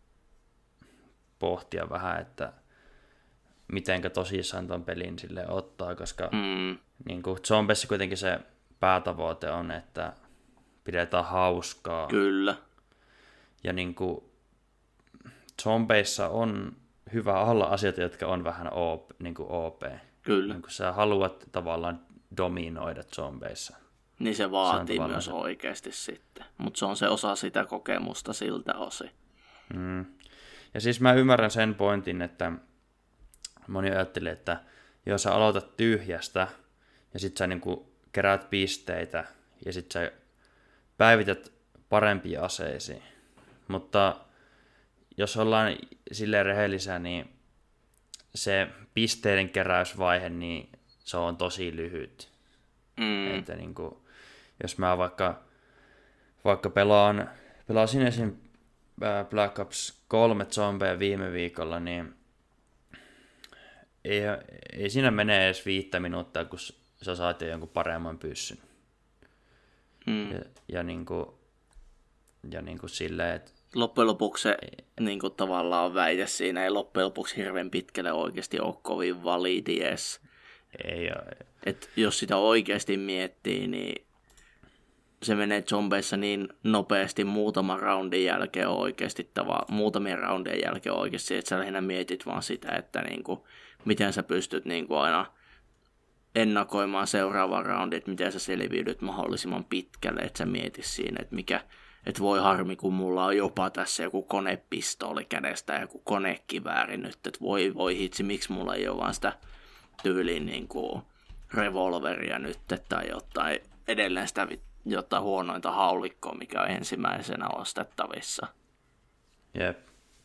pohtia vähän, että mitenkä tosissaan ton pelin sille ottaa, koska niin kuin zombeissa kuitenkin se päätavoite on, että pidetään hauskaa. Kyllä. Ja niin kuin zombeissa on hyvä olla asioita, jotka on vähän niin kuin OP. Kyllä. Niin kuin sä haluat tavallaan dominoida zombeissa. Niin se vaatii se myös oikeasti sitten. Mutta se on se osa sitä kokemusta siltä osin. Ja siis mä ymmärrän sen pointin, että moni ajattelee, että jos sä aloitat tyhjästä ja sit sä niinku keräät pisteitä ja sit sä päivität parempia aseisiin. Mutta jos ollaan silleen rehellisiä, niin se pisteiden keräysvaihe, niin se on tosi lyhyt. Että niinku, jos mä vaikka pelasin esim. Black Ops 3 zombie viime viikolla, niin ei siinä mene edes 5 minuuttia, kun sä saat jo jonkun paremman pyssyn. Ja niinku silleen, että loppujen lopuksi se niin kuin tavallaan väite siinä ei loppujen lopuksi hirveän pitkälle oikeasti ole kovin validi edes. ei ole. Et jos sitä oikeasti miettii, niin se menee zombeissa niin nopeasti muutamien roundien jälkeen oikeasti, että sä lähinnä mietit vaan sitä, että niinku, miten sä pystyt niinku aina ennakoimaan seuraavaa roundia, että miten sä selviydyt mahdollisimman pitkälle, että sä mietit siinä, että voi harmi, kun mulla on jopa tässä joku konepistooli kädestä ja joku konekivääri nyt, että voi hitsi, miksi mulla ei ole vaan sitä tyyliin niinku revolveria nyt tai jotain edelleen sitä jotain huonointa haulikkoa, mikä on ensimmäisenä ostettavissa. Jep.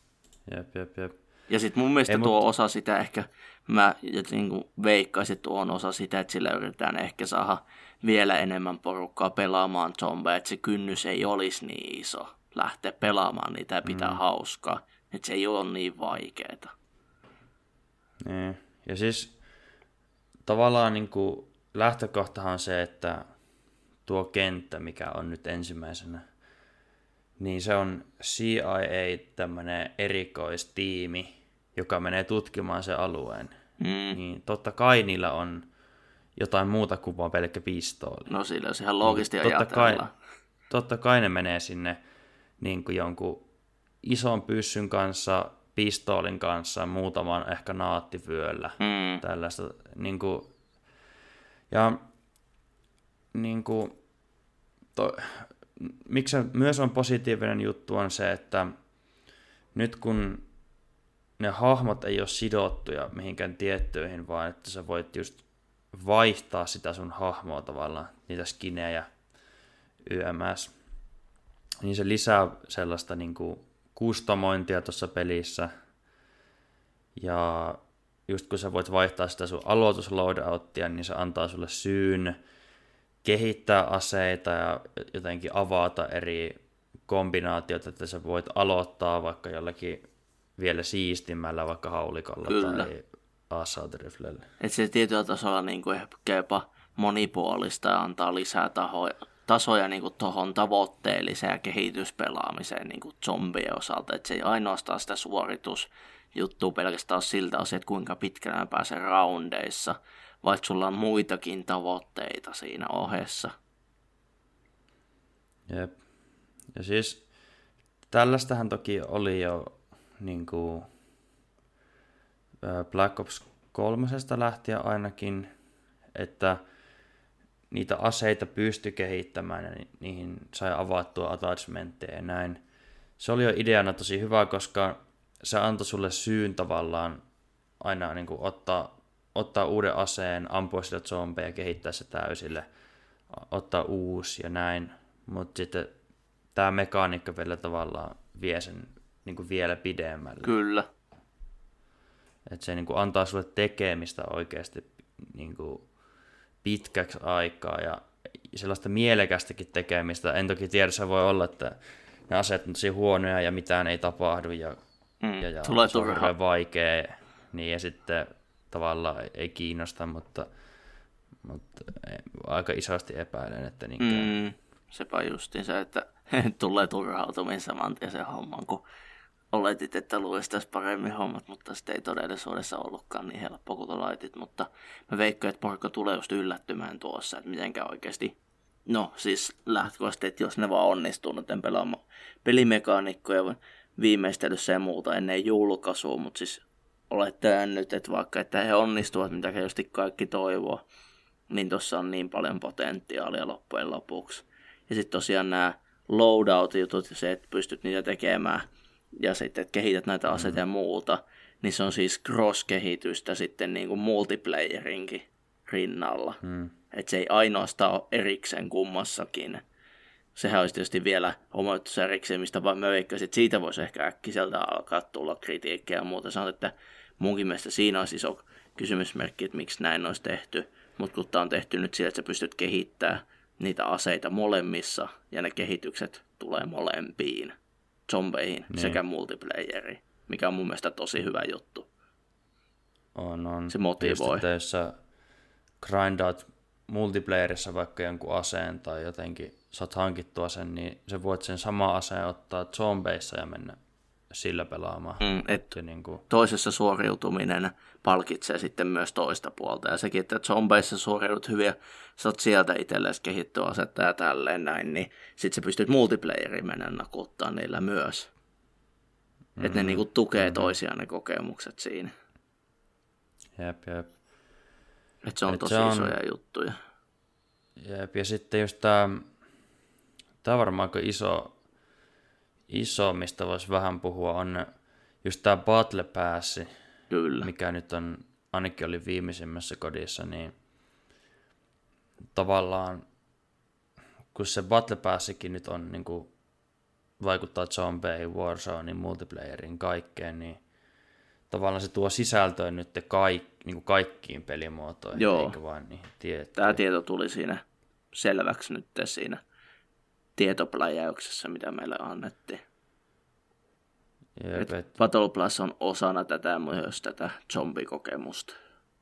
Ja sitten mun mielestä tuo osa sitä ehkä, mä niin veikkaisin, että tuo on osa sitä, että sillä yritetään ehkä saada vielä enemmän porukkaa pelaamaan zombeja, että se kynnys ei olisi niin iso lähteä pelaamaan niitä ja pitää hauskaa, että se ei ole niin vaikeeta. Niin. Ja siis tavallaan niin kuin lähtökohtahan on se, että tuo kenttä, mikä on nyt ensimmäisenä, niin se on CIA, tämmöinen erikoistiimi, joka menee tutkimaan sen alueen. Niin totta kai niillä on jotain muuta kuin vaan pelkkä pistooli. No sillä on ihan loogisesti ajatella. Totta kai ne menee sinne niin kuin jonkun ison pyssyn kanssa, pistoolin kanssa, muutaman ehkä naattivyöllä. Tällaista. Niin kuin, ja niin kuin, miksi myös on positiivinen juttu on se, että nyt kun ne hahmot ei ole sidottuja mihinkään tiettyihin, vaan että sä voit just vaihtaa sitä sun hahmoa tavallaan, niitä skinejä YMS, niin se lisää sellaista niinku kustomointia tuossa pelissä. Ja just kun sä voit vaihtaa sitä sun aloitusloadouttia, niin se antaa sulle syyn kehittää aseita ja jotenkin avata eri kombinaatiot, että sä voit aloittaa vaikka jollakin vielä siistimmällä, vaikka haulikolla tai assault riflellä. Että se tietyllä tasolla niinku ehkä jopa monipuolista ja antaa lisää tasoja niinku tuohon tavoitteelliseen ja kehityspelaamiseen niinku zombien osalta. Että se ei ainoastaan sitä suoritusjuttua pelkästään ole siltä osin, että kuinka pitkälle mä pääsen roundeissa, vaikka sulla on muitakin tavoitteita siinä ohessa. Jep. Ja siis tällaistähän toki oli jo niin kuin Black Ops 3 lähtien ainakin, että niitä aseita pystyi kehittämään ja niihin sai avattua attachmentteja ja näin. Se oli jo ideana tosi hyvä, koska se antoi sulle syyn tavallaan aina niin kuin ottaa uuden aseen, ampua sitä zombeja ja kehittää se täysille, ottaa uusi ja näin. Mutta sitten tämä mekaniikka vielä tavallaan vie sen niin kuin vielä pidemmälle. Kyllä. Että se niin kuin antaa sulle tekemistä oikeasti niin kuin pitkäksi aikaa ja sellaista mielekästäkin tekemistä. En toki tiedä, se voi olla, että ne aseet on tosi huonoja ja mitään ei tapahdu ja se on hirveän vaikea. Niin, ja sitten tavallaan ei kiinnosta, mutta aika isosti epäilen, että niinkään. Sepä justiin se, että tulee turhautuminen saman tien sen homman, kun oletit, että luistaisi paremmin hommat, mutta sitten ei todellisuudessa ollutkaan niin helppo kuin olaitit, mutta mä veikkaan, että porukka tulee just yllättymään tuossa, että mitenkään oikeasti, no siis lähtökohtaisesti, että jos ne vaan onnistuu noiden pelaamaan pelimekaanikkoja viimeistelyssä ja muuta ennen julkaisua, mutta siis olettaen nyt, että vaikka että he onnistuvat, mitä just kaikki toivoo, niin tuossa on niin paljon potentiaalia loppujen lopuksi. Ja sitten tosiaan nämä loadout-jutut ja se, että pystyt niitä tekemään ja sitten, että kehität näitä aseita ja muuta, niin se on siis cross-kehitystä sitten niin kuin multiplayerinkin rinnalla. Että se ei ainoastaan ole erikseen kummassakin. Sehän olisi tietysti vielä omoitus erikseen, mistä vaan mä veikkasin, että siitä voisi ehkä äkkiseltä alkaa tulla kritiikkiä ja muuta. Sanoin, että munkin mielestä siinä on iso kysymysmerkki, että miksi näin olisi tehty. Mutta kun tämä on tehty nyt sillä, että sä pystyt kehittämään niitä aseita molemmissa, ja ne kehitykset tulee molempiin, zombeihin sekä multiplayeriin, mikä on mun mielestä tosi hyvä juttu. On. Se motivoi. Just, jos sä grindaat multiplayerissa vaikka jonkun aseen tai jotenkin saat hankittua sen, niin sä voit sen sama aseen ottaa zombeissa ja mennä sillä pelaamaan. Toisessa suoriutuminen palkitsee sitten myös toista puolta. Ja sekin, että zombeissa suoriudut hyviä, saat sieltä itsellesi kehittyä asetta ja tälleen näin, niin sit sä pystyt multiplayeriin mennä nakuttaa niillä myös. Että ne niinku tukee toisiaan ne kokemukset siinä. Jep. Että se on tosi isoja juttuja. Jep, ja sitten just tää varmaan iso, mistä voisi vähän puhua, on just tää Battle Pass, Kyllä. mikä nyt on, ainakin oli viimeisimmässä kodissa, niin tavallaan, kun se Battle Passikin nyt on, niin kuin, vaikuttaa zombeihin, Warzonein, multiplayerin, kaikkeen, niin tavallaan se tuo sisältöön nyt niin kuin kaikkiin pelimuotoihin, eikä vain niihin tiettyihin. Tämä tieto tuli siinä selväksi nyt siinä tietopläjäyksessä, mitä meille annettiin. Battle Plus on osana tätä myös tätä zombikokemusta.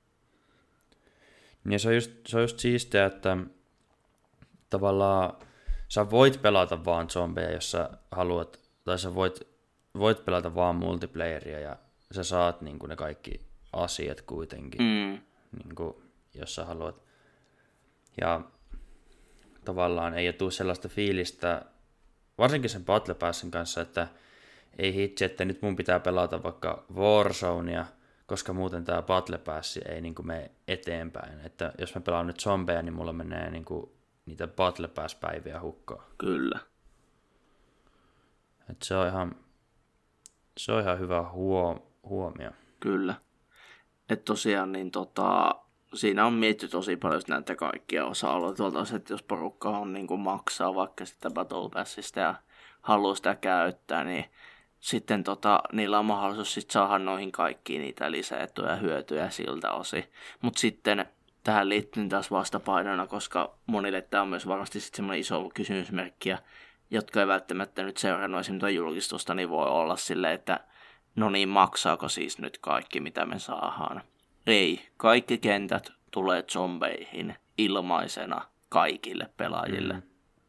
Niin se on just siistiä, että tavallaan sä voit pelata vaan zombeja, jos sä haluat, tai sä voit pelata vaan multiplayeria ja sä saat niin kuin ne kaikki asiat kuitenkin, niin kuin, jos sä haluat. Ja tavallaan ei tule sellaista fiilistä, varsinkin sen Battle Passin kanssa, että ei hitsi, että nyt mun pitää pelata vaikka Warzonea, koska muuten tämä Battle Pass ei niin kuin mene eteenpäin. Että jos mä pelaan nyt zombeja, niin mulla menee niin kuin niitä Battle Pass-päiviä hukkaan. Kyllä. Että se on ihan hyvä huomio. Kyllä. Että tosiaan niin siinä on mietitty tosi paljon näitä kaikkia osa-alueita, että jos porukka on niin kuin maksaa vaikka sitä Battle Passista ja haluaa sitä käyttää, niin sitten niillä on mahdollisuus sit saada noihin kaikkiin niitä lisäetuja ja hyötyjä siltä osin. Mutta sitten tähän liittyy taas vastapainona, koska monille tämä on myös varmasti sitten semmoinen iso kysymysmerkki, jotka ei välttämättä nyt seurannut esimerkiksi julkistusta, niin voi olla silleen, että no niin, maksaako siis nyt kaikki, mitä me saadaan? Ei, kaikki kentät tulee zombeihin ilmaisena kaikille pelaajille.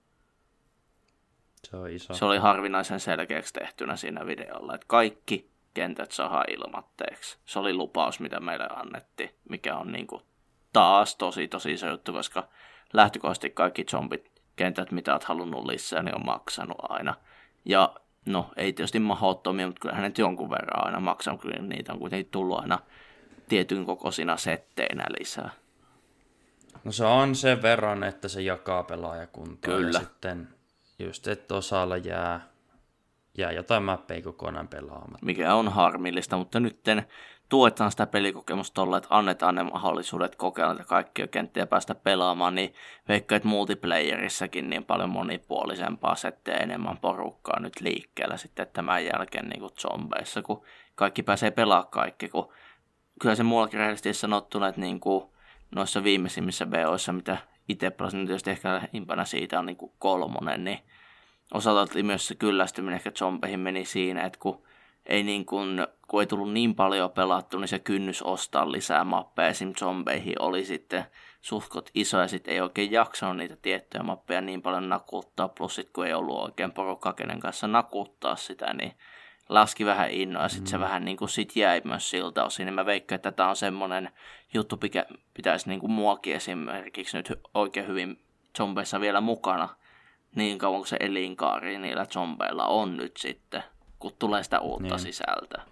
Se on iso. Se oli harvinaisen selkeäksi tehtynä siinä videolla, että kaikki kentät saadaan ilmatteeksi. Se oli lupaus, mitä meille annettiin, mikä on niinku taas tosi iso juttu, koska lähtökohtaisesti kaikki zombikentät, mitä olet halunnut lisää, niin on maksanut aina. Ja no, ei tietysti mahdottomia, mutta kyllä hänet jonkun verran aina maksanut, kyllä niitä on kuitenkin tullut aina tietyn kokoisina setteinä lisää. No se on sen verran, että se jakaa pelaajakuntaa. Kyllä. Ja sitten just, että osalla jää jotain mappeja kokonaan pelaamatta. Mikä on harmillista, mutta nyt tuetaan sitä pelikokemusta tolla, että annetaan ne mahdollisuudet kokeilla näitä kaikkia kenttiä ja päästä pelaamaan, niin veikkaan, että multiplayerissakin niin paljon monipuolisempaa settiä enemmän porukkaa nyt liikkeellä sitten tämän jälkeen niin kuin zombeissa, kun kaikki pääsee pelaamaan kaikki, kun kyllä se muuallakin rehellisesti sanottuna, että niin kuin noissa viimeisimmissä BOissa, mitä itse pelasin, tietysti ehkä lähimpänä siitä on niin kuin 3, niin osalta myös se kyllästyminen ehkä zombeihin meni siinä, että kun ei tullut niin paljon pelattu, niin se kynnys ostaa lisää mappeja esim. Zombeihin oli sitten suhkot iso ja sitten ei oikein jaksanut niitä tiettyjä mappeja niin paljon nakuttaa, plus sitten kun ei ollut oikein porukkaa kenen kanssa nakuttaa sitä, niin laski vähän innoa ja sitten se vähän niin kuin sit jäi myös siltä osin, niin mä veikkaan, että tämä on semmoinen juttu, mikä pitäisi niin kuin muakin esimerkiksi nyt oikein hyvin zombeissa vielä mukana, niin kauan kuin se elinkaari niillä zombeilla on nyt sitten, kun tulee sitä uutta sisältöä.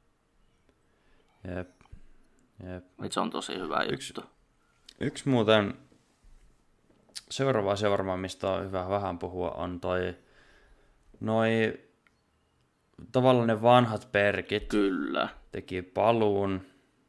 Jep. Se on tosi hyvä juttu. Yksi muuten seuraava asia varmaan, mistä on hyvä vähän puhua, on noi tavallaan ne vanhat perkit Kyllä. teki paluun.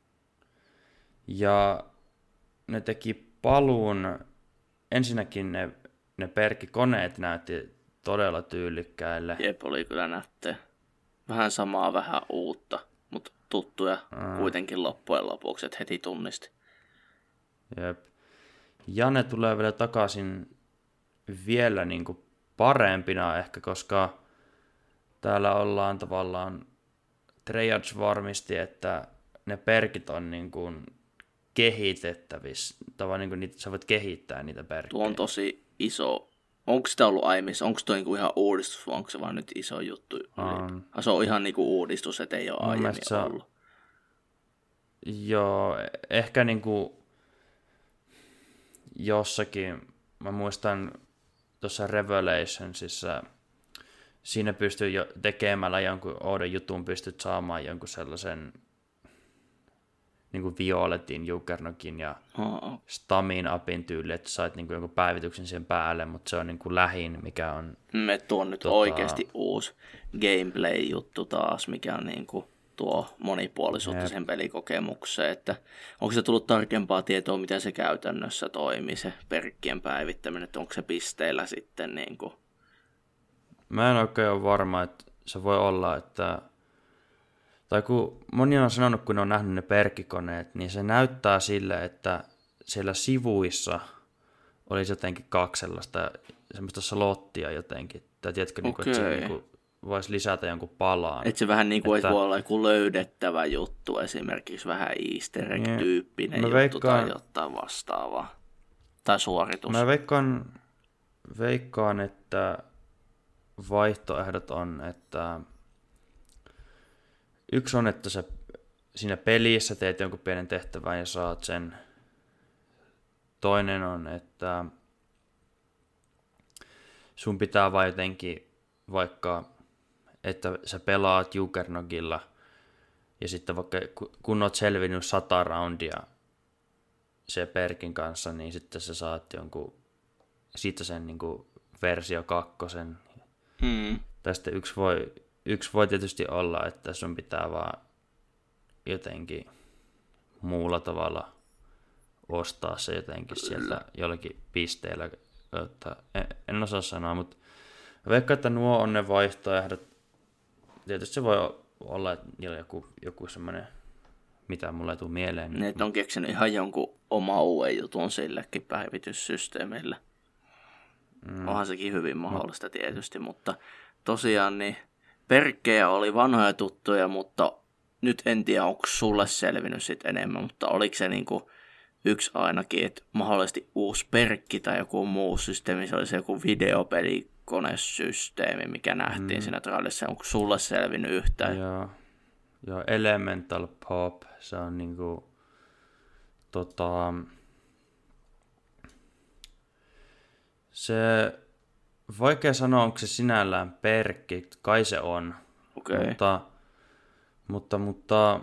Ja ne teki paluun, ensinnäkin ne perkkikoneet näytti todella tyylikkäille. Jep, oli kyllä nättejä. Vähän samaa, vähän uutta, mutta tuttuja kuitenkin loppujen lopuksi, että heti tunnisti. Jep. Ja ne tulee vielä takaisin vielä niin kuin parempina ehkä, koska täällä ollaan tavallaan Treyarch varmisti, että ne perkit on niin kuin kehitettävissä. Tavallaan niin kuin sä voit kehittää niitä perkkejä. Tuo on tosi iso. Onko sitä ollut aiemmissa? Onko tuo niinku ihan uudistus vai onko se vaan nyt iso juttu? Se on ihan niinku uudistus, että ei ole aiemmin ollut. Joo, ehkä niinku jossakin, mä muistan tuossa Revelationsissa, siinä pystyy jo tekemällä jonkun oudon jutun, pystyt saamaan jonkun sellaisen niinku Violetin, Juggernautin ja Stamin upin tyyli, että sait niinku jonkun päivityksen siihen päälle, mutta se on niinku lähin, mikä on... Me tuon nyt oikeasti uusi gameplay-juttu taas, mikä on niinku tuo monipuolisuutta sen pelikokemukseen, että onko se tullut tarkempaa tietoa, miten se käytännössä toimii, se perkkien päivittäminen, että onko se pisteillä sitten niinku... Mä en oikein ole varma, että se voi olla, että... Tai kun moni on sanonut, kun ne on nähnyt ne perkkikoneet, niin se näyttää sille, että siellä sivuissa olisi jotenkin kaksi sellaista semmoista slottia jotenkin. Tai tiedätkö, okay. Että se niin voisi lisätä jonkun palaan. Että se vähän niin kuin voi olla joku löydettävä juttu, esimerkiksi vähän easter egg-tyyppinen juttu tai jotain vastaavaa. Tai suoritus. Mä veikkaan, että vaihtoehdot on, että yksi on, että sä siinä pelissä teet jonkun pienen tehtävän ja saat sen. Toinen on, että sun pitää vaan jotenkin vaikka, että sä pelaat Juggernautilla ja sitten vaikka kun oot selvinnyt 100 roundia se perkin kanssa, niin sitten sä saat jonkun, siitä sen niin kuin versio 2. Tästä yksi voi tietysti olla, että sun pitää vaan jotenkin muulla tavalla ostaa se jotenkin sieltä jollakin pisteellä. En osaa sanoa, mutta vaikka että nuo on ne vaihtoehdot. Tietysti se voi olla, että niillä on joku semmoinen, mitä mulle ei tule mieleen. Ne on keksinyt ihan jonkun oma uuden jutun sillekin päivityssysteemille. Onhan sekin hyvin mahdollista tietysti, mutta tosiaan niin perkkejä oli vanhoja tuttuja, mutta nyt en tiedä, onko sulle selvinnyt sit enemmän, mutta oliko se niinku yksi ainakin, että mahdollisesti uusi perkki tai joku muu systeemi, se olisi joku videopelikonesysteemi, mikä nähtiin siinä trailerissa. Onko sulle selvinnyt yhtään? Joo, Elemental Pop, se on niinku se vaikea sanoa, onko se sinällään perkki, kai se on. Okay. Mutta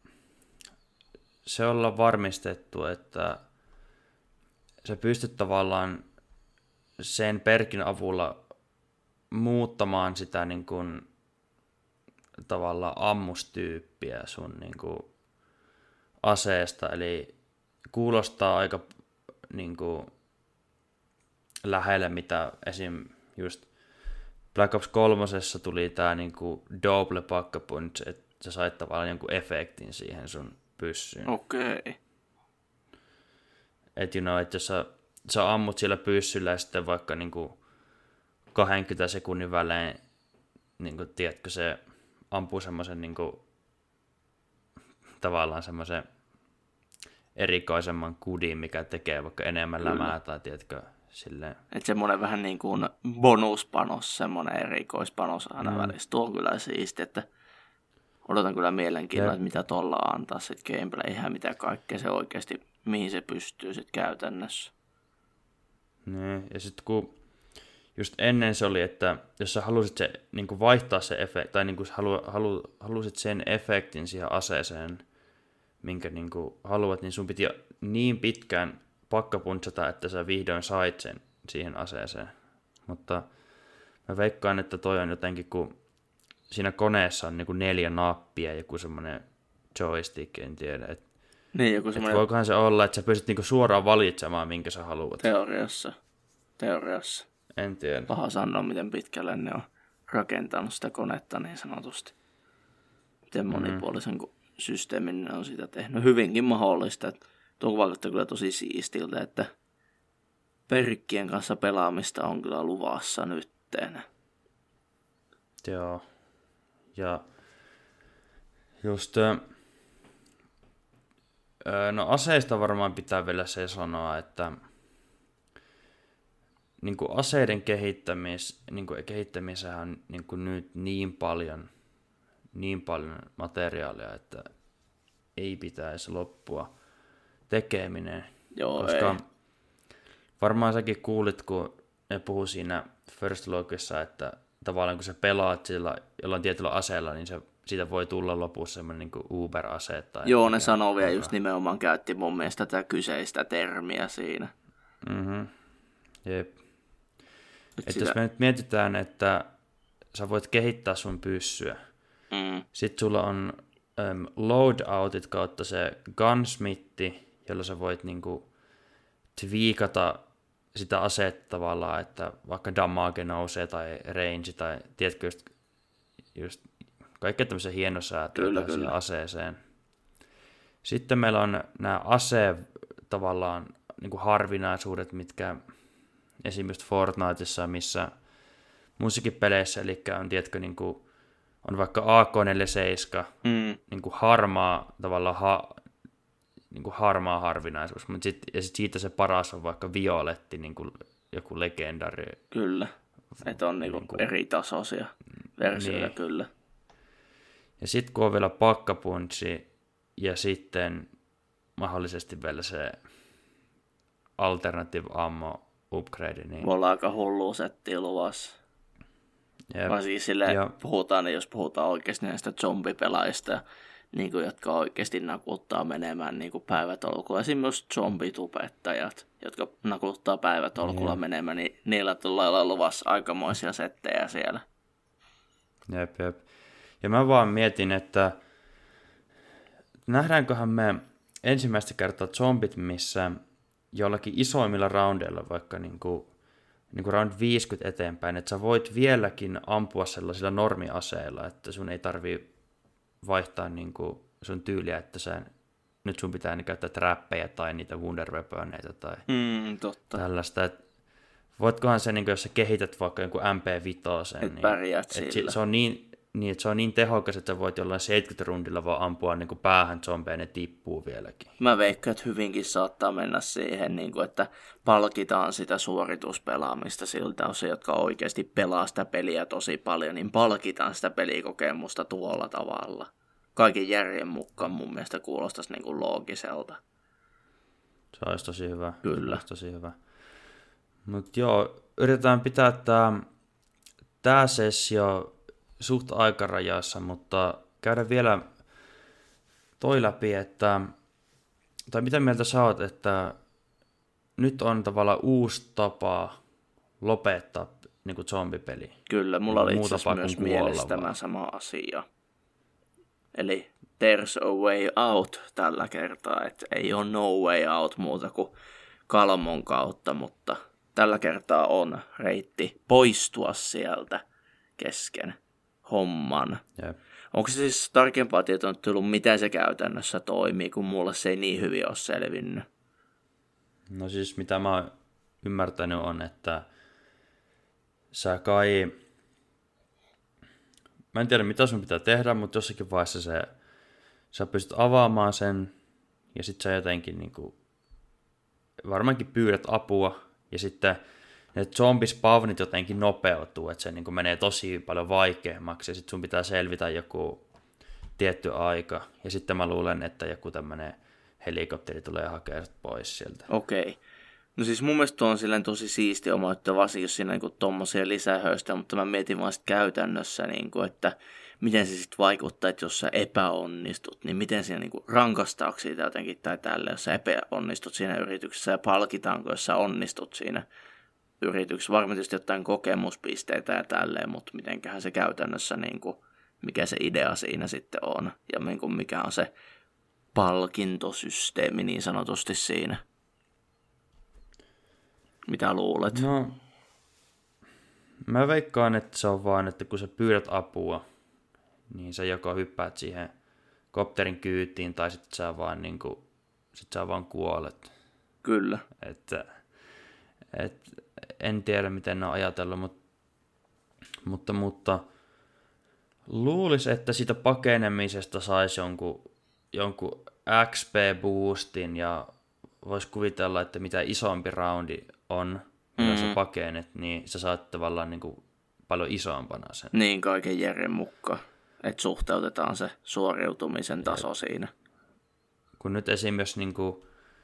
se ollaan varmistettu, että sä pystyt tavallaan sen perkin avulla muuttamaan sitä niin kuin, tavallaan ammustyyppiä sun niin kuin, aseesta. Eli kuulostaa aika niin kuin, lähelle, mitä esim. Just Black Ops 3 tuli tää niin kuin double pack-a-punch, että sä sait tavallaan jonkun efektin siihen sun pyssyyn. Okei. Että että jos sä ammut sillä pyssyllä ja sitten vaikka niinku 20 sekunnin välein, niinku, tiedätkö, se ampuu semmoisen niinku, tavallaan semmoisen erikoisemman kudin, mikä tekee vaikka enemmän lämää tai tiedätkö, silleen. Että semmoinen vähän niin kuin bonuspanos, semmoinen erikoispanos aina välissä. Tuo on kyllä siisti, että odotan kyllä mielenkiinnolla, että mitä tuolla antaa sitten gameplayhän, mitä kaikkea se oikeasti, mihin se pystyy sitten käytännössä. Niin, ja sitten kun just ennen se oli, että jos sä halusit se, niin kuin vaihtaa se efekti, tai niin kuin halusit sen efektin siihen aseeseen, minkä niin kuin haluat, niin sun piti niin pitkään pakkapuntsata, että sä vihdoin sait sen siihen aseeseen. Mutta mä veikkaan, että toi on jotenkin, kun siinä koneessa on niin kuin 4 nappia ja joku semmoinen joystick, en tiedä. Niin, joku semmoinen... Voikohan se olla, että sä pystyt niinku suoraan valitsemaan, minkä sä haluat. Teoriassa. En tiedä. Paha sanoa, miten pitkälle ne on rakentanut sitä konetta niin sanotusti. Miten monipuolisen systeemin ne on sitä tehnyt. Hyvinkin mahdollista. Tuo vaikuttaa kyllä tosi siistiltä, että perkkien kanssa pelaamista on kyllä luvassa nytteen. Joo. Ja just... No aseista varmaan pitää vielä se sanoa, että niin kuin aseiden kehittämisessä on niin kuin nyt niin paljon materiaalia, että ei pitäisi loppua tekeminen. Joo, koska ei. Varmaan säkin kuulit, kun ne puhui siinä First Lookissa, että tavallaan kun sä pelaat sillä jollain tietyllä aseella, niin siitä voi tulla lopussa semmoinen niin kuin Uber-ase. Joo, ne sanoo vielä just nimenomaan käytti mun mielestä tätä kyseistä termiä siinä. Jep. Että jos me nyt mietitään, että sä voit kehittää sun pyssyä, sit sulla on loadoutit kautta se gunsmithi, jolla sä voit niinku twiikata sitä asetta tavallaan, että vaikka damage nousee tai range tai tiedätkö just kaikkea tämmöisiä hienosäätöjä siihen aseeseen. Sitten meillä on nämä tavallaan niinku harvinaisuudet, mitkä esimerkiksi Fortniteissa, missä muissakin peleissä, eli on, tiedätkö, niinku, on vaikka AK-47, niinku harmaa tavallaan niinku harmaa harvinaisuus, mutta sit siitä se paras on vaikka violetti, niinku joku legendari. Kyllä, että on niinku eri tasoisia versioita, niin. Kyllä. Ja sitten kun on vielä pakkapunchi ja sitten mahdollisesti vielä se alternative ammo upgrade. Niin... Me ollaan aika hullua settiä luvassa. Varsinkin silleen puhutaan, niin jos puhutaan oikeasti näistä zombipelaajista, niin kuin, jotka oikeasti nakuttaa menemään niin kuin päivätolkulla. Esimerkiksi zombitubettajat, jotka nakuttaa päivätolkulla menemään, niin niillä tulee olla luvassa aikamoisia settejä siellä. Jep. Ja mä vaan mietin, että nähdäänköhän me ensimmäistä kertaa zombit, missä jollakin isoimmilla roundeilla, vaikka niinku round 50 eteenpäin, että sä voit vieläkin ampua sellaisilla normiaseilla, että sun ei tarvii vaihtaa niinku sun tyyliä, että nyt sun pitää käyttää trappeja tai niitä wonder weaponeita tai tällaista. Et voitkohan se, jos sä kehität vaikka jonkun MP5, niin pärjäät sillä. Se on niin tehokas, että sä voit jollain 70 rundilla vaan ampua niin kuin päähän zombeen, ne tippuu vieläkin. Mä veikkaan, että hyvinkin saattaa mennä siihen, niin kuin, että palkitaan sitä suorituspelaamista siltä osin, jotka oikeasti pelaa sitä peliä tosi paljon, niin palkitaan sitä pelikokemusta tuolla tavalla. Kaiken järjen mukaan mun mielestä kuulostaisi niin kuin loogiselta. Se olisi tosi hyvä. Kyllä. Tosi hyvä. Mutta joo, yritetään pitää tämä sessio suht aikarajassa, mutta käydään vielä toi läpi, tai mitä mieltä sä oot, että nyt on tavallaan uusi tapa lopettaa niin kuin zombipeli. Kyllä, mulla oli itse asiassa myös mielessä tämä sama asia. Eli there's a way out tällä kertaa, että ei ole no way out muuta kuin kalmon kautta, mutta tällä kertaa on reitti poistua sieltä kesken homman. Jep. Onko se siis tarkempaa tietoa tullut, miten se käytännössä toimii, kun mulle se ei niin hyvin ole selvinnyt? No siis mitä mä oon ymmärtänyt on, että sä kai... Mä en tiedä mitä sun pitää tehdä, mutta jossakin vaiheessa sä pystyt avaamaan sen ja sit sä jotenkin niinku varmaankin pyydät apua ja sitten ne zombispawnit jotenkin nopeutuu, että se niin kuin menee tosi paljon vaikeammaksi ja sitten sun pitää selvitä joku tietty aika ja sitten mä luulen, että joku tämmöinen helikopteri tulee hakemaan pois sieltä. Okei. No siis mun mielestä on silleen tosi siisti oma, että varsinkin jos siinä on tommosia lisähöistä, mutta mä mietin vaan käytännössä, niin kuin, että miten se sitten vaikuttaa, että jos sä epäonnistut, niin miten siinä niin rankastaako siitä jotenkin tai tälle, jos sä epäonnistut siinä yrityksessä ja palkitaanko, jos sä onnistut siinä yrityksessä. Varmaan tietysti jotain kokemuspisteitä ja tälleen, mutta mitenköhän se käytännössä niin kuin mikä se idea siinä sitten on. Ja niin kuin mikä on se palkintosysteemi niin sanotusti siinä. Mitä luulet? No, mä veikkaan, että se on vaan, että kun sä pyydät apua, niin sä joko hyppäät siihen kopterin kyytiin, tai sitten sä vaan kuolet. Kyllä. En tiedä, miten ne on ajatellut, mutta luulisi, että siitä pakenemisesta saisi jonkun XP-boostin, ja voisi kuvitella, että mitä isompi roundi on, mitä sä pakenet, niin sä saat tavallaan niin kuin paljon isompana sen. Niin, kaiken järjen mukaan. Että suhteutetaan se suoriutumisen taso siinä. Kun nyt esimerkiksi niin kuin,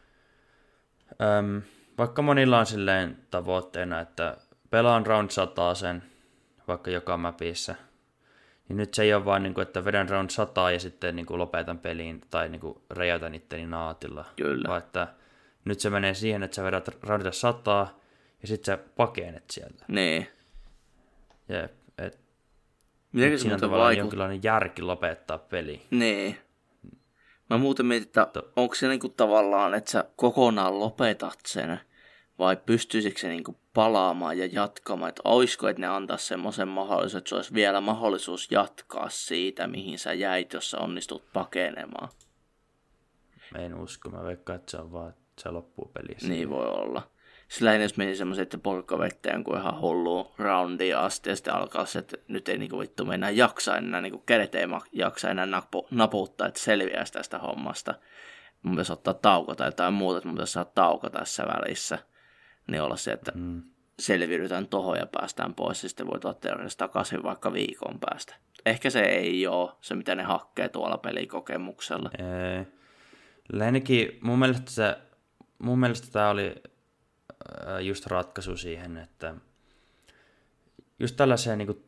vaikka monilla on silleen tavoitteena, että pelaan round 100 sen, vaikka joka mapissa, niin nyt se ei ole vaan, niin kuin, että vedän round 100 ja sitten niin kuin lopetan peliin tai niin kuin räjäytän itteni naatilla. Kyllä. Vaan että nyt se menee siihen, että sä vedät roundita 100 ja sitten sä pakenet sieltä. Niin. Jep, Miten se siinä on tavallaan jonkinlainen järki lopettaa peli. Niin. Mä muuten mietin, että onko se niinku tavallaan, että sä kokonaan lopetat sen, vai pystyisikö se niinku palaamaan ja jatkamaan, että olisiko, että ne antaa semmoisen mahdollisuuden, että se olisi vielä mahdollisuus jatkaa siitä, mihin sä jäit, jos sä onnistut pakenemaan. En usko, mä veikkaan, että se on vaan, että se loppuu pelissä. Niin voi olla. Siis lähinnä jos meni semmoisen, että porukka vetää jonkun ihan hulluun roundiin asti ja sitten alkaa se, että nyt ei niinku vittu me enää jaksa enää, niinku kädet ei jaksa enää naputtaa, että selviäisi tästä hommasta. Mun pitäisi ottaa tauko tai jotain muuta, että mun pitäisi saada tauko tässä välissä. Niin olla se, että selviydytään tohon ja päästään pois ja sitten voi tulla teoriassa takaisin vaikka viikon päästä. Ehkä se ei ole se, mitä ne hakkee tuolla pelikokemuksella. Ei. Lähinnäkin mun mielestä tämä oli just ratkaisu siihen, että just tällaiseen niin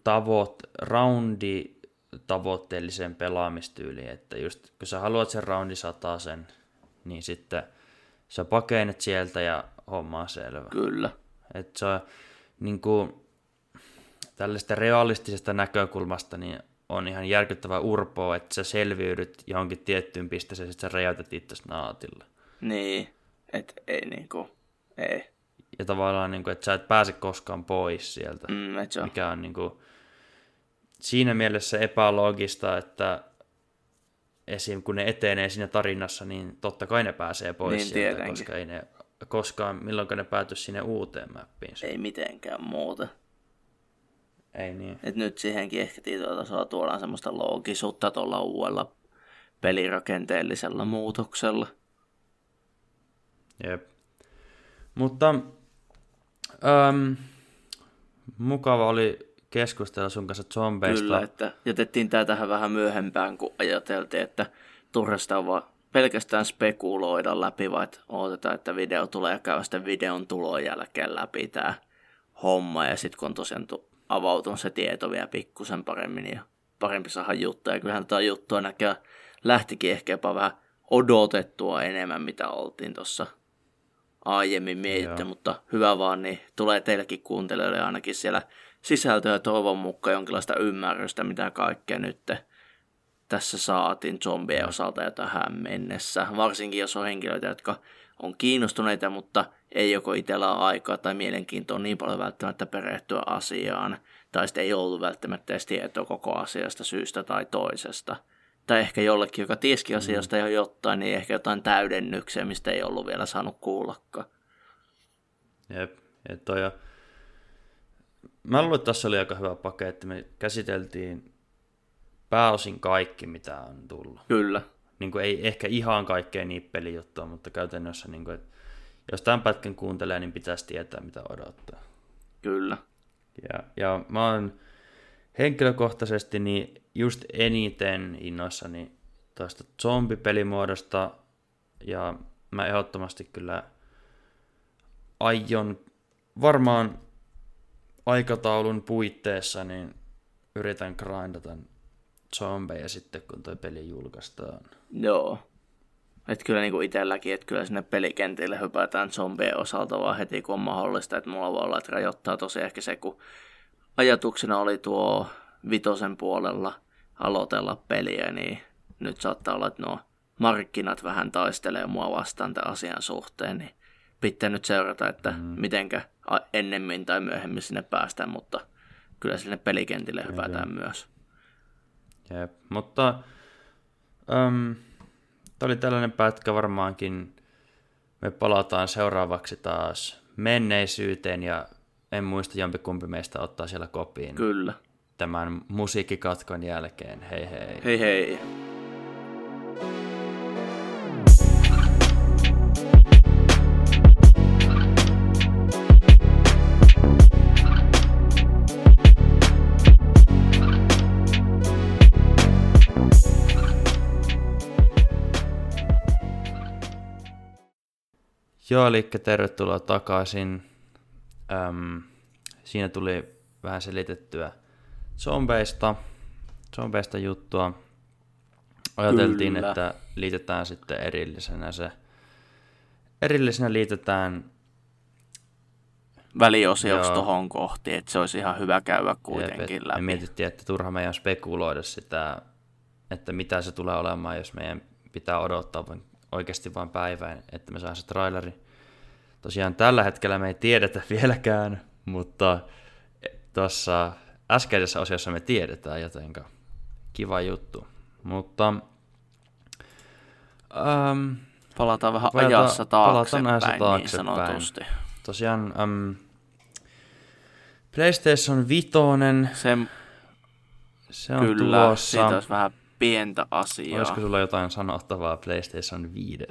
roundi-tavoitteelliseen pelaamistyyliin, että just kun sä haluat sen roundi 100 sen, niin sitten sä pakenet sieltä ja homma on selvä. Kyllä. Että se on niin kuin, tällaista realistisesta näkökulmasta niin on ihan järkyttävä urpoa, että sä selviydyt johonkin tiettyyn pisteeseen ja sitten sä räjäytät itsesi naatilla. Niin, että ei niinku, ei. Ja tavallaan, niin kuin, että sä et pääse koskaan pois sieltä, on. mikä on niin kuin, siinä mielessä epäloogista, että esim. Kun ne etenee siinä tarinassa, niin totta kai ne pääsee pois niin, sieltä, tietenkin. koska ei ne koskaan, milloinkaan ne päätyisi sinne uuteen mappiin. Ei mitenkään muuta. Ei niin. Et nyt siihenkin ehkä tietyllä tasolla tuodaan semmoista loogisuutta tuolla uudella pelirakenteellisella muutoksella. Jep. Mutta mukava oli keskustella sun kanssa zombeista. Kyllä, että jätettiin tää tähän vähän myöhempään, kun ajateltiin, että turhasta on vaan pelkästään spekuloida läpi, vai että odotetaan, että video tulee ja käy sitten videon tulon jälkeen läpi tää homma. Ja sitten kun tosiaan avautunut se tieto vielä pikkusen paremmin ja parempi saada juttuja. Ja kyllähän tämä juttua näköjään lähtikin ehkä jopa vähän odotettua enemmän, mitä oltiin tuossa aiemmin mietitty, mutta hyvä vaan, niin tulee teillekin kuuntelijoille ainakin siellä sisältöä toivon mukaan jonkinlaista ymmärrystä, mitä kaikkea nyt tässä saatiin zombien osalta jo tähän mennessä. Varsinkin jos on henkilöitä, jotka on kiinnostuneita, mutta ei joko itsellä ole aikaa tai mielenkiintoa niin paljon välttämättä perehtyä asiaan, tai sitten ei ollut välttämättä edes tietoa koko asiasta syystä tai toisesta. Tai ehkä jollekin, joka tieski asiasta jo jotain, niin ehkä jotain täydennyksiä, mistä ei ollut vielä saanut kuullakaan. Jep, mä luulen, että tässä oli aika hyvä paketti. Me käsiteltiin pääosin kaikki, mitä on tullut. Kyllä. Niin kuin ei ehkä ihan kaikkea nippelijuttua, mutta käytännössä, niin kuin, että jos tämän pätkän kuuntelee, niin pitäisi tietää, mitä odottaa. Kyllä. Ja mä oon henkilökohtaisesti niin just eniten innoissani tuosta zombipelimuodosta, ja mä ehdottomasti kyllä aion varmaan aikataulun puitteissa, niin yritän grindata zombeja sitten, kun toi peli julkaistaan. Joo. Että kyllä niinku itselläkin, että kyllä sinne pelikentille hypätään zombien osalta vaan heti, kun on mahdollista. Että mulla voi olla, että rajoittaa tosi ehkä se, kun ajatuksena oli tuo 5 puolella aloitella peliä, niin nyt saattaa olla, että nuo markkinat vähän taistelee mua vastaan tämän asian suhteen, niin pitää nyt seurata, että mitenkä ennemmin tai myöhemmin sinne päästään, mutta kyllä sinne pelikentille hypätään myös. Jep, mutta tämä oli tällainen pätkä varmaankin. Me palataan seuraavaksi taas menneisyyteen ja en muista jompikumpi meistä ottaa siellä kopiin. Kyllä. Tämän musiikkikatkon jälkeen. Hei hei. Hei hei. Joo, eli tervetuloa takaisin. Siinä tuli vähän selitettyä zombeista juttua. Ajateltiin, Kyllä. että liitetään sitten erillisenä liitetään Väliosioksi tohon kohti, että se olisi ihan hyvä käydä kuitenkin läpi. Me mietittiin, että turha meidän spekuloida sitä, että mitä se tulee olemaan, jos meidän pitää odottaa oikeasti vain päivään, että me saadaan se traileri. Tosiaan tällä hetkellä me ei tiedetä vieläkään, mutta tuossa äskeisessä osiossa me tiedetään, jotenka kiva juttu. Mutta palataan vähän ajassa taaksepäin, niin sanotusti. Tosiaan PlayStation 5, se on kyllä, tulossa. siitä olisi vähän pientä asiaa. Olisiko sulla jotain sanottavaa PlayStation 5?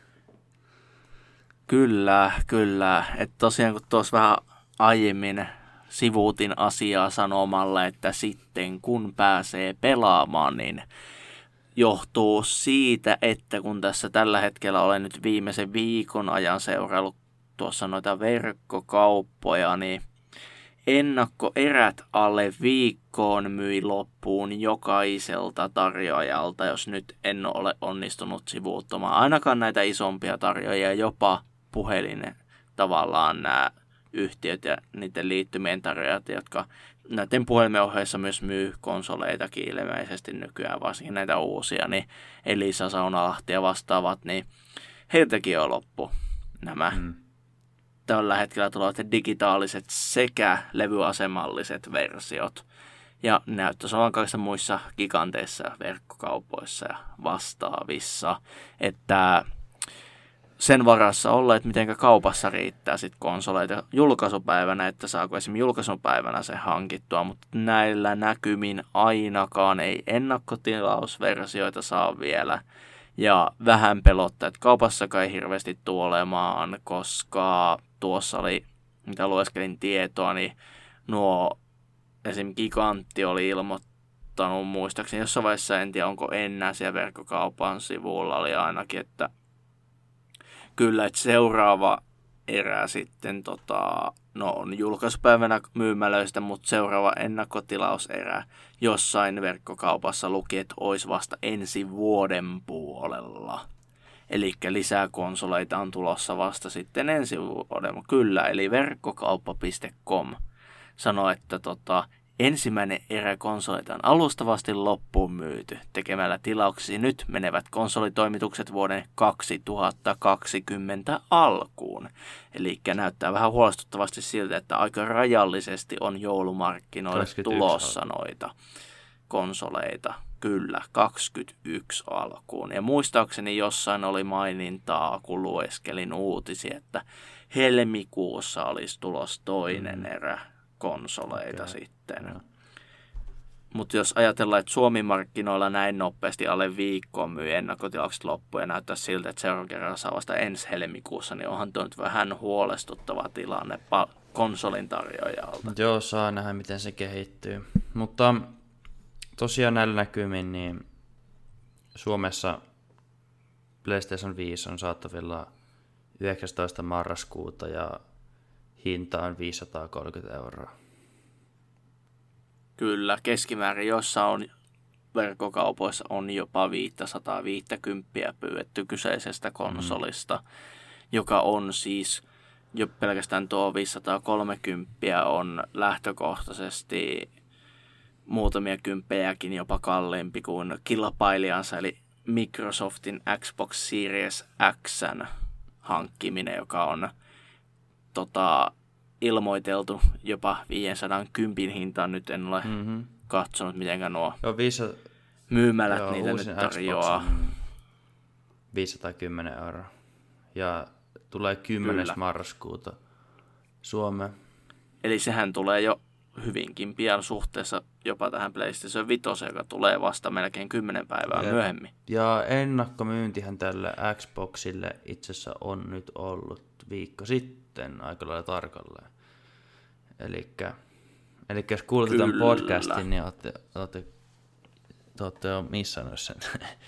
Kyllä. Että tosiaan kun tuossa vähän aiemmin sivuutin asiaa sanomalla, että sitten kun pääsee pelaamaan, niin johtuu siitä, että kun tässä tällä hetkellä olen nyt viimeisen viikon ajan seuraillut tuossa noita verkkokauppoja, niin ennakkoerät alle viikkoon myi loppuun jokaiselta tarjoajalta, jos nyt en ole onnistunut sivuuttamaan. Ainakaan näitä isompia tarjoajia, jopa puhelin tavallaan nämä yhtiöt ja niiden liittymien tarjoajat, jotka näiden puhelimen ohjeissa myös myy konsoleitakin ilmeisesti nykyään, varsinkin näitä uusia, niin Elisa, Saunalahti ja vastaavat, niin heiltäkin on loppu nämä. Tällä hetkellä tulevat digitaaliset sekä levyasemalliset versiot. Ja näyttäisi olevan kaikissa muissa giganteissa ja verkkokaupoissa ja vastaavissa. Että sen varassa olla, että miten kaupassa riittää sit konsoleita julkaisupäivänä, että saako esimerkiksi julkaisupäivänä se hankittua, mutta näillä näkymin ainakaan ei ennakkotilausversioita saa vielä. Ja vähän pelottaa, että kaupassakaan ei hirveästi tule olemaan, koska tuossa oli, mitä lueskelin tietoa, niin nuo esimerkiksi Gigantti oli ilmoittanut muistaakseni jossain vaiheessa, en tiedä onko enää siellä verkkokaupan sivulla, oli ainakin, että kyllä, että seuraava erä sitten on julkaisupäivänä myymälöistä, mutta seuraava ennakkotilauserä jossain verkkokaupassa luki, että olisi vasta ensi vuoden puolella. Eli lisää konsoleita on tulossa vasta sitten ensi vuoden. Kyllä, eli verkkokauppa.com sanoi, että ensimmäinen erä konsoleita on alustavasti loppuun myyty. Tekemällä tilauksesi nyt menevät konsolitoimitukset vuoden 2020 alkuun. Eli näyttää vähän huolestuttavasti siltä, että aika rajallisesti on joulumarkkinoille tulossa noita konsoleita. Kyllä, 21 alkuun. Ja muistaakseni jossain oli mainintaa, kun lueskelin uutisia, että helmikuussa olisi tulossa toinen erä konsoleita sitten. Mutta jos ajatellaan, että Suomi-markkinoilla näin nopeasti alle viikkoon myy ennakkotilaukset loppuun ja näyttää siltä, että seuraavan kerran saa vasta ensi helmikuussa, niin onhan tuo nyt vähän huolestuttava tilanne konsolin tarjoajalta. Joo, saa nähdä miten se kehittyy. Mutta tosiaan näillä näkymin, niin Suomessa PlayStation 5 on saatavilla 19. marraskuuta ja hinta on 530 €. Kyllä, keskimäärin jossa on verkkokaupoissa on jopa 550 pyydetty kyseisestä konsolista, joka on siis jo pelkästään tuo 530 on lähtökohtaisesti muutamia kymppejäkin jopa kalliimpi kuin kilpailijansa, eli Microsoftin Xbox Series X:n hankkiminen, joka on ilmoiteltu jopa 510 hintaan. Nyt en ole katsonut, miten nuo myymälät niitä nyt tarjoaa. 510 €. Ja tulee 10. marraskuuta Suomeen. Eli sehän tulee jo hyvinkin pian suhteessa jopa tähän PlayStation 5, joka tulee vasta melkein 10 päivää myöhemmin. Ja ennakkomyyntihän tälle Xboxille itse asiassa on nyt ollut viikko sitten aika lailla tarkalleen. Elikkä jos kuulette tämän podcastin, niin olette jo missannut sen.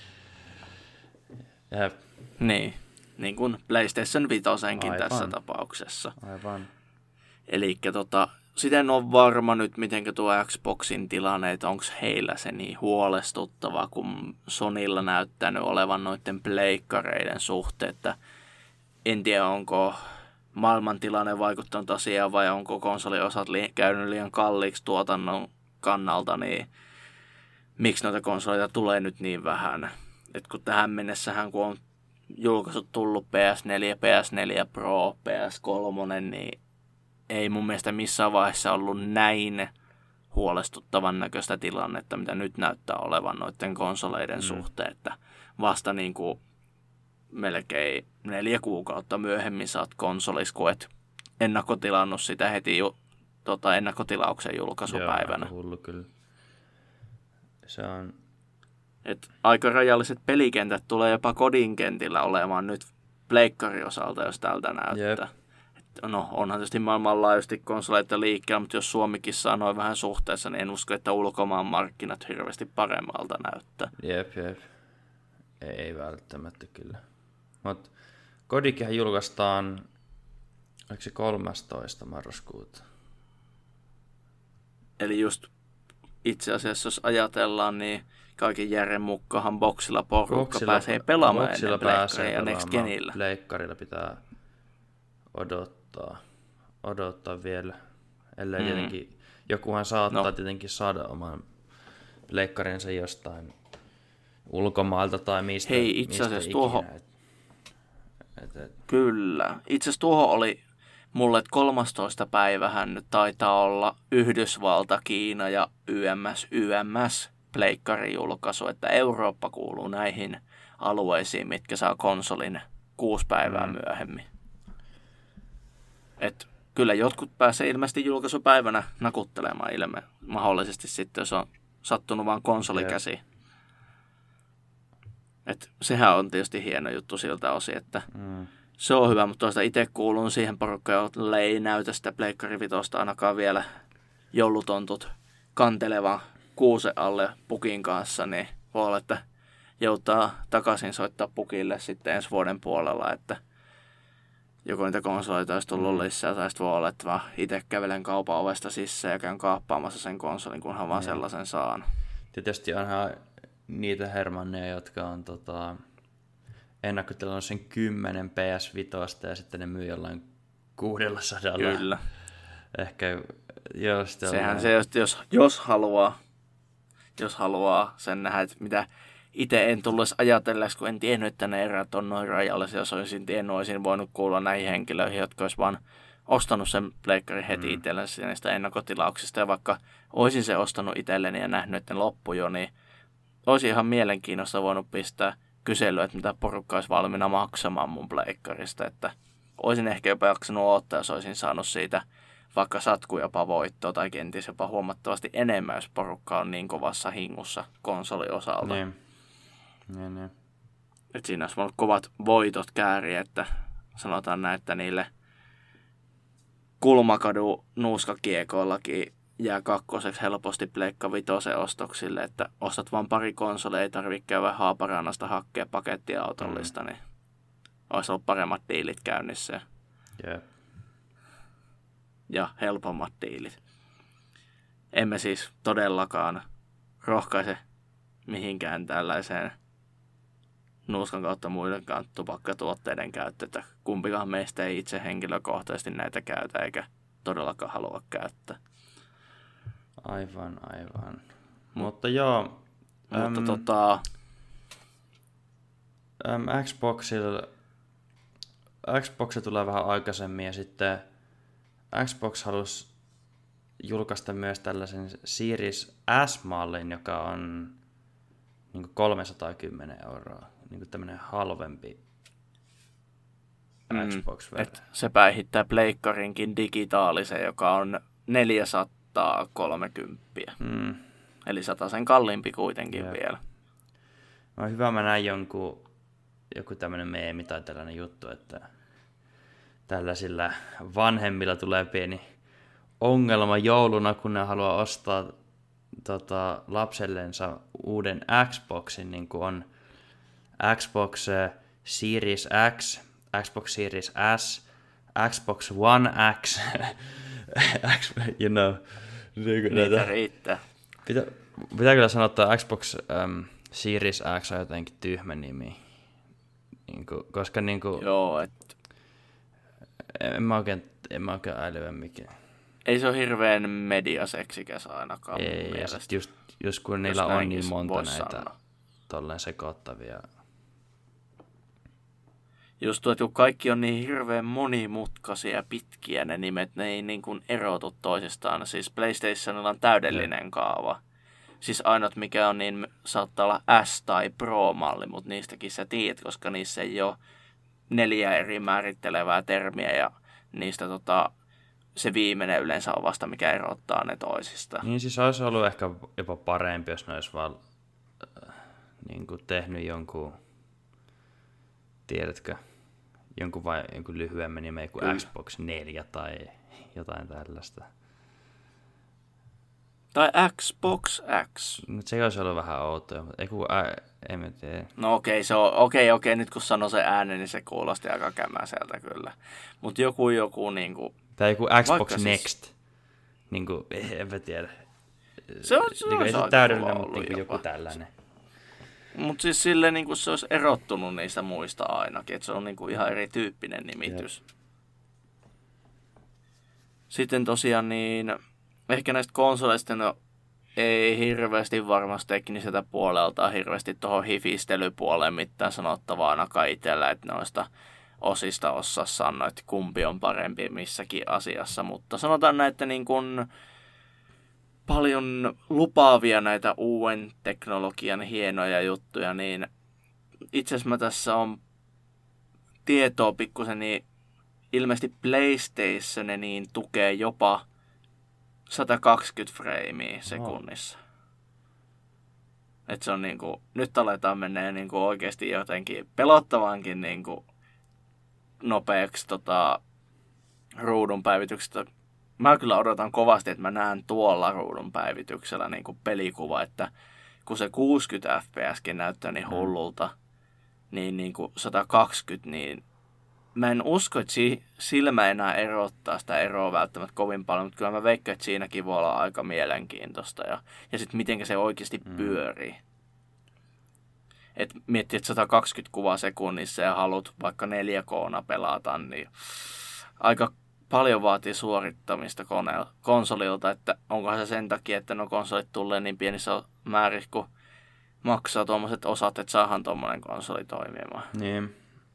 Niin kuin PlayStation 5:nkin tässä tapauksessa. Aivan. Elikkä sitä en ole varma nyt, miten tuo Xboxin tilanne, että onko heillä se niin huolestuttava, kun Sonylla näyttänyt olevan noiden pleikkareiden suhteen, että en tiedä, onko maailmantilanne vaikuttanut asiaan vai onko konsoliosat käynyt liian kalliiksi tuotannon kannalta, niin miksi noita konsoleita tulee nyt niin vähän. Et kun tähän mennessähän, kun on julkaisut tullut PS4, PS4 Pro, PS3, niin ei mun mielestä missään vaiheessa ollut näin huolestuttavan näköistä tilannetta, mitä nyt näyttää olevan noiden konsoleiden suhteen, että vasta niin kuin melkein 4 kuukautta myöhemmin saat konsolis, kun et ennakkotilannut sitä heti ennakkotilauksen julkaisupäivänä. Joo, hullu kyllä. Se on... aika rajalliset pelikentät tulee jopa kodinkentillä olemaan nyt pleikkari osalta, jos tältä näyttää. No, onhan tietysti maailmanlaajuisesti konsoleita liikkeellä, mutta jos Suomikin saa noin vähän suhteessa, niin en usko, että ulkomaan markkinat hirveästi paremmalta näyttää. Jep. Ei välttämättä kyllä. Mutta kodikinhan julkaistaan, oliko se 13. marraskuuta? Eli just itse asiassa, jos ajatellaan, niin kaiken järjen mukaan boksilla porukka pääsee pelaamaan ennen pleikkaria ja Next Genillä. Pleikkarilla pitää odottaa vielä, ellei tietenkin, jokuhan saattaa tietenkin saada oman pleikkarinsa jostain ulkomailta tai mistä. Hei, itse asiassa tuohon, kyllä, itse asiassa tuohon oli mulle 13. päivähän nyt taitaa olla Yhdysvalta, Kiina ja YMS pleikkarijulkaisu, että Eurooppa kuuluu näihin alueisiin, mitkä saa konsolin 6 päivää myöhemmin. Et kyllä jotkut pääsee ilmeisesti julkaisupäivänä nakuttelemaan mahdollisesti sitten, jos on sattunut vaan konsolikäsi. Et sehän on tietysti hieno juttu siltä osin, että se on hyvä, mutta toista itse kuulun siihen porukkaan, jolle ei näytä sitä Pleikkari Vitosta ainakaan vielä joulutontut kantelevan kuusen alle pukin kanssa, niin voi olla, että joutaa takaisin soittaa pukille sitten ensi vuoden puolella, että joko niitä konsoleita olisi tullut lisää, tai sitten voi olla, että vaan itse kävelen kaupan ovesta sisään ja käyn kaappaamassa sen konsolin, kunhan vaan sellaisen saan. Tietysti onhan niitä hermanneja, jotka on ennakkotilannut sen 10 PS5 ja sitten ne myy jollain 600. Kyllä. Ehkä jos sehän se, jos haluaa sen nähdä, että mitä itse en tullut edes ajatelleeksi, kun en tiennyt, että ne erät on noin rajallisia. Jos olisin tiennyt, olisin voinut kuulla näihin henkilöihin, jotka olisi vaan ostanut sen pleikkarin heti itsellensä niistä ennakkotilauksista. Ja vaikka olisin se ostanut itselleni ja nähnyt, että ne loppui jo, niin olisi ihan mielenkiinnosta voinut pistää kyselyä, että mitä porukka olisi valmiina maksamaan mun pleikkarista. Että olisin ehkä jopa jaksanut odottaa, jos olisin saanut siitä vaikka satku jopa voittoa tai kenties jopa huomattavasti enemmän, jos porukka on niin kovassa hingussa konsoliosalta. Niin. Et siinä olisi ollut kovat voitot kääriä, että sanotaan näin, että niille kulmakadun nuuskakiekoillakin jää kakkoseksi helposti Pleikka Vitosen ostoksille, että ostat vaan pari konsoleja, ei tarvitse käydä Haaparannasta hakkea pakettiautollista, niin olisi ollut paremmat diilit käynnissä. Yeah. Ja helpommat diilit. Emme siis todellakaan rohkaise mihinkään tällaiseen nuuskan kautta muidenkaan tupakkatuotteiden käyttöä. Kumpikaan meistä ei itse henkilökohtaisesti näitä käytä eikä todellakaan halua käyttää. Aivan. Mutta joo. Mutta Xbox tulee vähän aikaisemmin ja sitten Xbox halusi julkaista myös tällaisen Series S-mallin, joka on niin 310 €. Niin tämmöinen halvempi Xbox-versio. Se päihittää pleikkarinkin digitaalisen, joka on 430. Eli 100 kalliimpi kuitenkin vielä. No hyvä, mä näin joku tämmöinen meemi tai tällainen juttu, että tällaisilla vanhemmilla tulee pieni ongelma jouluna, kun ne haluaa ostaa lapsellensa uuden Xboxin, niin kuin on Xbox Series X, Xbox Series S, Xbox One X, you know. Niitä riittää. Pitää kyllä sanoa, että Xbox Series X on jotenkin tyhmä nimi. Koska Joo, en mä oikein älyä mikään. Ei se ole hirveän mediaseksikäs ainakaan. Ei, ja sit just kun niillä on niin monta näitä tolleen sekoittavia. Just tuo, että kun kaikki on niin hirveän monimutkaisia ja pitkiä ne nimet, ne ei niin kuin erotu toisistaan. Siis PlayStationilla on täydellinen kaava. Siis ainut mikä on, niin saattaa olla S- tai Pro-malli, mutta niistäkin sä tiedät, koska niissä ei ole 4 eri määrittelevää termiä ja niistä se viimeinen yleensä on vasta, mikä erottaa ne toisista. Niin siis olisi ollut ehkä jopa parempi, jos ne olisi vaan niin kuin tehnyt jonkun, tiedätkö, jonkun lyhyemmän nimen kuin Xbox 4 tai jotain tällaista. Tai Xbox X. Mutta se olisi ollut vähän outoa, mutta en mä tiedä. No okei, nyt kun sanoo se äänen, niin se kuulosti aika kämäseltä kyllä. Mutta joku niinku... Tai joku Xbox Next. Siis... Niinku, en mä tiedä. Se on ei se täydellinen, mutta niinku joku tällainen. Mutta siis silleen niinku se olisi erottunut niistä muista ainakin, että se on niinku ihan erityyppinen nimitys. Jep. Sitten tosiaan niin... Ehkä näistä konsoleista ei hirveästi varmasti tekniseltä puolelta hirveästi tuohon hifistelypuoleen mitään sanottavaa ainakaan itsellä, että noista osista osaa sanoa, että kumpi on parempi missäkin asiassa, mutta sanotaan näitä niin kuin paljon lupaavia näitä uuden teknologian hienoja juttuja, niin itse asiassa mä tässä on tietoa pikkusen, niin ilmeisesti PlayStation niin tukee jopa 120 freimiä sekunnissa. Et se on niinku, nyt aletaan mennä niinku oikeasti jotenkin pelottavankin niinku nopeaksi ruudun päivityksestä. Mä kyllä odotan kovasti, että mä näen tuolla ruudun päivityksellä niinku pelikuva, että kun se 60 fpskin näyttää niin hullulta, niin niinku 120, niin mä en usko, että silmä enää erottaa sitä eroa välttämättä kovin paljon, mutta kyllä mä veikkaan, että siinäkin voi olla aika mielenkiintoista. Ja sitten miten se oikeasti pyörii. Et miettii, että 120 kuvaa sekunnissa ja haluat vaikka 4K:na pelata, niin aika paljon vaatii suorittamista konsolilta, että onkohan se sen takia, että no konsolit tulee niin pienissä määrissä, kun maksaa tuommoiset osat, että saadaan tuommoinen konsoli toimimaan. Niin,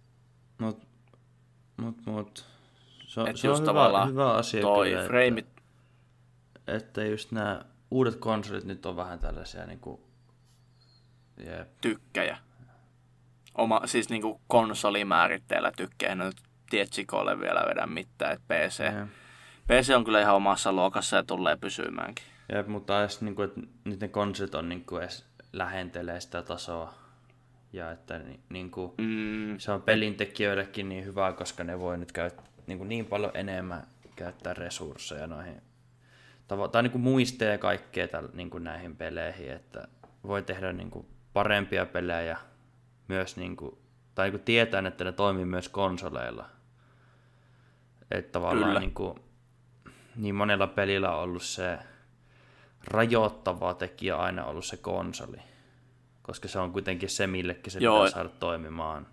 Mut. Se on hyvä asia kyllä, että just nämä uudet konsolit nyt on vähän tällaisia niinku... Tykkäjä. Siis niinku konsolimääritteellä tykkäjä. No Tietsikolle vielä vedä mitään, että PC on kyllä ihan omassa luokassa ja tulee pysymäänkin. Jep, mutta edes niinku, että nyt ne konsolit on niinku edes lähentelee sitä tasoa. Ja että niinku, se on pelintekijöillekin niin hyvä, koska ne voi nyt niin paljon enemmän käyttää resursseja noihin. Tai niinku muisteja ja kaikkea niinku näihin peleihin, että voi tehdä niinku parempia pelejä myös niinku, tai niinku tietää, että ne toimii myös konsoleilla. Että tavallaan niinku, niin monella pelillä on ollut se rajoittava tekijä aina ollut se konsoli. Koska se on kuitenkin se, millekin se pitää saada toimimaan.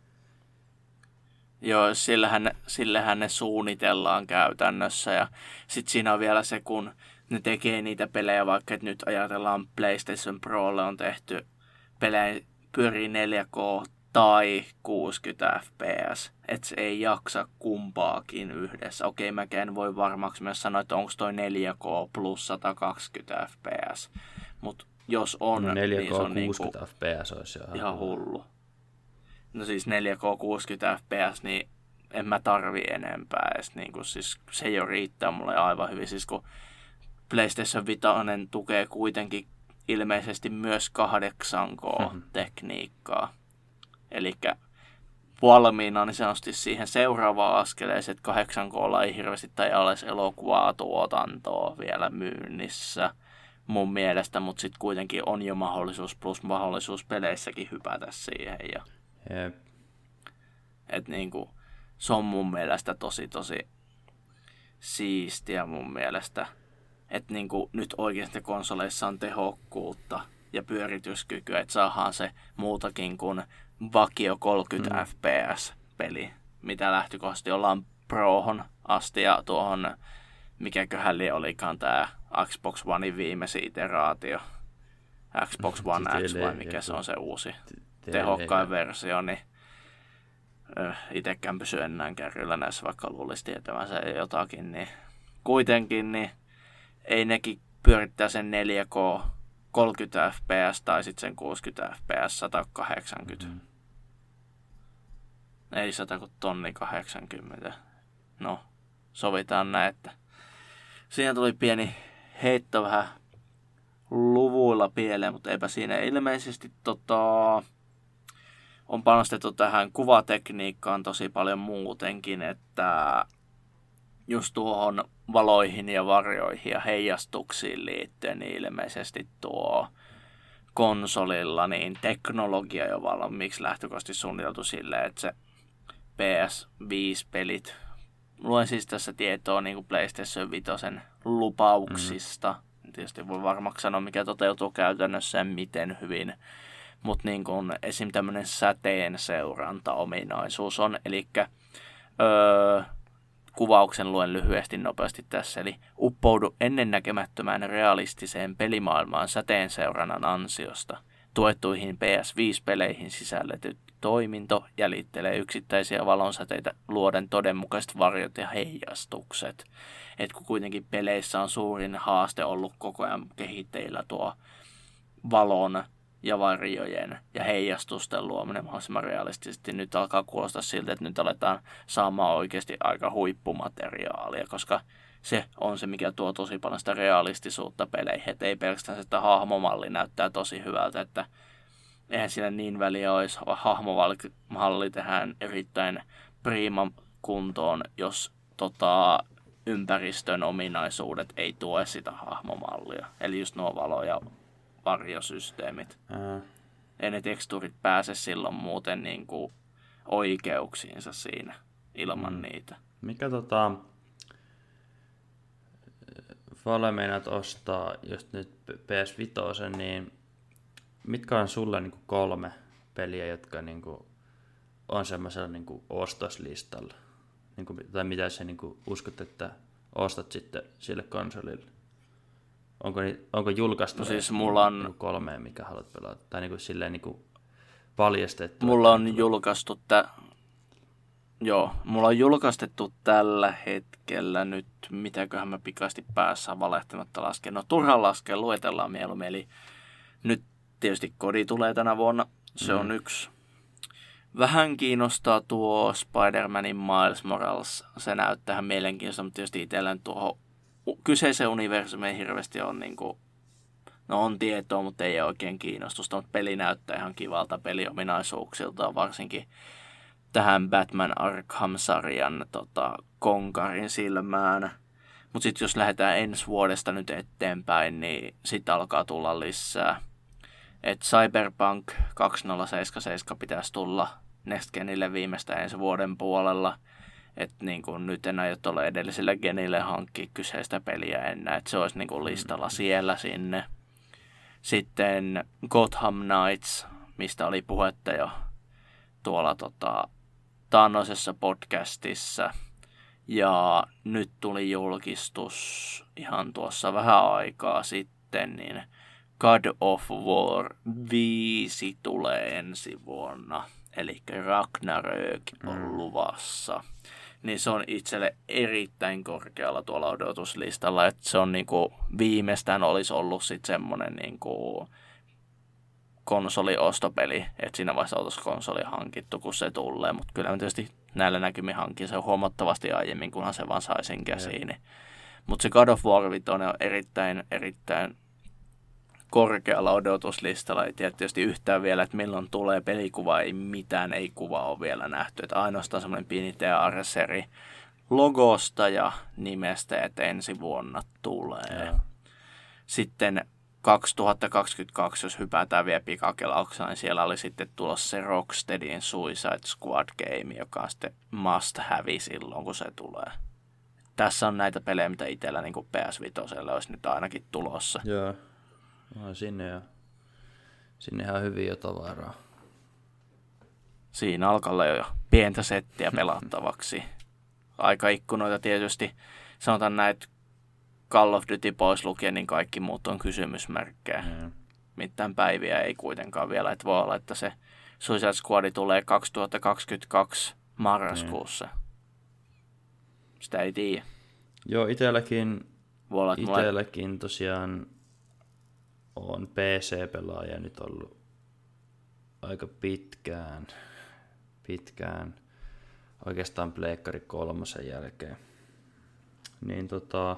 Joo, sillähän ne suunnitellaan käytännössä. Ja sitten siinä on vielä se, kun ne tekee niitä pelejä, vaikka että nyt ajatellaan PlayStation Prolle on tehty pelejä pyörii 4K tai 60 fps, että se ei jaksa kumpaakin yhdessä. Okei, mäkään voi varmaksi myös sanoa, että onko toi 4K plus 120 fps, mutta jos on, 4K niin se on 60 fps olisi ihan hullu. No siis 4K 60 fps, niin en mä tarvi enempää edes. Niinku, siis se jo riittää mulle aivan hyvin. Siis kun PlayStation 5 tukee kuitenkin ilmeisesti myös 8K-tekniikkaa. Elikkä valmiina niin sanotusti siihen seuraavaan askeleeseen, että 8K:lla ei hirveästi tai alles elokuvaa tuotantoa vielä myynnissä mun mielestä, mutta sitten kuitenkin on jo mahdollisuus peleissäkin hypätä siihen. Ja Jep. et niinku, se on mun mielestä tosi siistiä mun mielestä. Että niinku, nyt oikeasti konsoleissa on tehokkuutta ja pyörityskykyä, että saadaan se muutakin kuin vakio 30 fps-peli, mitä lähtökohtaisesti ollaan Prohon asti ja tuohon, mikäköhän olikaan tämä Xbox Onein viimeisin iteraatio. Xbox One X vai mikä se on se uusi tehokkain versio, niin itsekään pysy enää kärryllä näissä, vaikka luulisi tietävänsä jotakin, niin kuitenkin niin ei nekin pyörittää sen 4K 30 fps tai sitten sen 60 fps 180. Ei 100 kuin tonni 80. No, sovitaan näin, että siinä tuli pieni heitto vähän luvuilla pieleen, mutta eipä siinä ilmeisesti on panostettu tähän kuvatekniikkaan tosi paljon muutenkin, että just tuohon valoihin ja varjoihin ja heijastuksiin liittyen, niin ilmeisesti tuo konsolilla niin teknologia jo valmiiksi lähtökohtaisesti suunniteltu silleen, että se PS5-pelit, luen siis tässä tietoa niin kuin PlayStation 5 lupauksista. Tietysti voi varmaksi sanoa, mikä toteutuu käytännössä ja miten hyvin, mutta niin kuin esim. Tämmöinen säteen seuranta-ominaisuus on, eli kuvauksen luen lyhyesti nopeasti tässä, eli uppoudu ennennäkemättömään realistiseen pelimaailmaan säteenseurannan ansiosta. Tuettuihin PS5-peleihin sisälletyt toiminto jäljittelee yksittäisiä valonsäteitä luoden todenmukaiset varjot ja heijastukset. Et kun kuitenkin peleissä on suurin haaste ollut koko ajan kehitteillä tuo valon ja varjojen ja heijastusten luominen mahdollisimman realistisesti. Nyt alkaa kuulostaa siltä, että nyt aletaan saamaan oikeasti aika huippumateriaalia, koska se on se, mikä tuo tosi paljon sitä realistisuutta peleihin. Et ei pelkästään se, että hahmomalli näyttää tosi hyvältä, että eihän siinä niin väliä olisi. Hahmomalli tehdään erittäin prima kuntoon, jos ympäristön ominaisuudet ei tue sitä hahmomallia. Eli just nuo valo- ja varjosysteemit. Ei ne tekstuurit pääse silloin muuten niin kuin oikeuksiinsa siinä ilman niitä. Mikä Vale meinaat ostaa just nyt PS5, niin mitkä on sulle niin kuin 3 peliä, jotka niin kuin on semmoisella niin kuin ostoslistalla? Niin kuin, tai mitä sä niin kuin uskot, että ostat sitten sille konsolille? Onko julkaistu siis mulla on niin 3, mikä haluat pelata? Tai niin kuin silleen niin kuin paljastettu? Mulla on julkaistu mulla on julkaistettu tällä hetkellä nyt, mitäköhän mä pikaisesti päässä valehtamatta lasken. No turhaan laskea, luetellaan mieluummin. Eli nyt tietysti kodi tulee tänä vuonna. Se on yksi. Vähän kiinnostaa tuo Spider-Manin Miles Morales. Se näyttää ihan mielenkiintoista, mutta tietysti itsellään tuohon kyseisen universumiin hirveästi on niinku, no on tietoa, mutta ei oikein kiinnostusta. Mutta peli näyttää ihan kivalta peliominaisuuksiltaan, varsinkin tähän Batman Arkham-sarjan konkarin silmään. Mutta sitten jos lähdetään ensi vuodesta nyt eteenpäin, niin sitten alkaa tulla lisää. Et Cyberpunk 2077 pitäisi tulla Next Genille viimeistään ensi vuoden puolella. Että niin nyt en aio tuolle edelliselle genille hankkia kyseistä peliä enää. Että se olisi niin listalla siellä sinne. Sitten Gotham Knights, mistä oli puhetta jo tuolla taannoisessa podcastissa. Ja nyt tuli julkistus ihan tuossa vähän aikaa sitten, niin God of War 5 tulee ensi vuonna. Eli Ragnarök on luvassa. Niin se on itselle erittäin korkealla tuolla odotuslistalla, että se on niinku viimeistään olisi ollut sitten semmoinen niinku konsoliostopeli, että siinä vaiheessa oltaisiin konsoli hankittu, kun se tulee, mutta kyllä mä tietysti näillä näkymin hankin se huomattavasti aiemmin, kunhan se vaan saisin käsiin. Mutta se God of War 5 on erittäin korkealla odotuslistalla. Ei tiedä tietysti yhtään vielä, että milloin tulee pelikuva, ei mitään, ei kuva ole vielä nähty. Että ainoastaan semmoinen pieni tearseri logosta ja nimestä, että ensi vuonna tulee. Joo. Sitten 2022, jos hypätään vielä pikakelauksena, niin siellä oli sitten tulossa se Rocksteadin Suicide Squad game, joka on sitten must have silloin, kun se tulee. Tässä on näitä pelejä, mitä itsellä niin kuin PS5 olisi nyt ainakin tulossa. Joo. No, sinne ihan hyvin jo tavaraa. Siinä alkaa olla jo pientä settiä pelattavaksi. Aikaikkunoita tietysti, sanotaan näitä Call of Duty pois lukien, niin kaikki muut on kysymysmerkkejä. Mitään päiviä ei kuitenkaan vielä, että voi olla, että se Suicide Squad tulee 2022 marraskuussa. Sitä ei tiedä. Joo, itselläkin Voi olla, että tosiaan on PC-pelaaja nyt ollut aika pitkään oikeastaan Pleikkari 3 jälkeen. Niin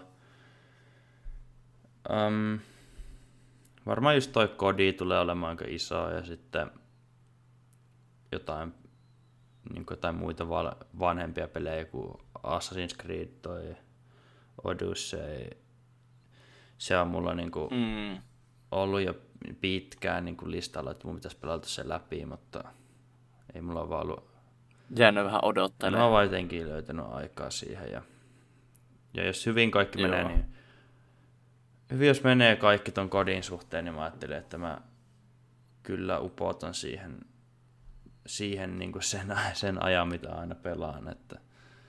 varmaan just toi kodi tulee olemaan aika iso ja sitten jotain muita vanhempia pelejä kuin Assassin's Creed, toi Odyssey. Se on mulla niinku ollut jo pitkään niinku listalla, että mun pitäisi pelata se läpi, mutta ei mulla vaan ollut... Jäänyt vähän odottelemaan. Mä oon vaan jotenkin löytänyt aikaa siihen. Ja jos hyvin kaikki menee, niin... Hyvin jos menee kaikki ton kodin suhteen, niin mä ajattelin, että mä kyllä upotan siihen niinku sen ajan, mitä aina pelaan. Että...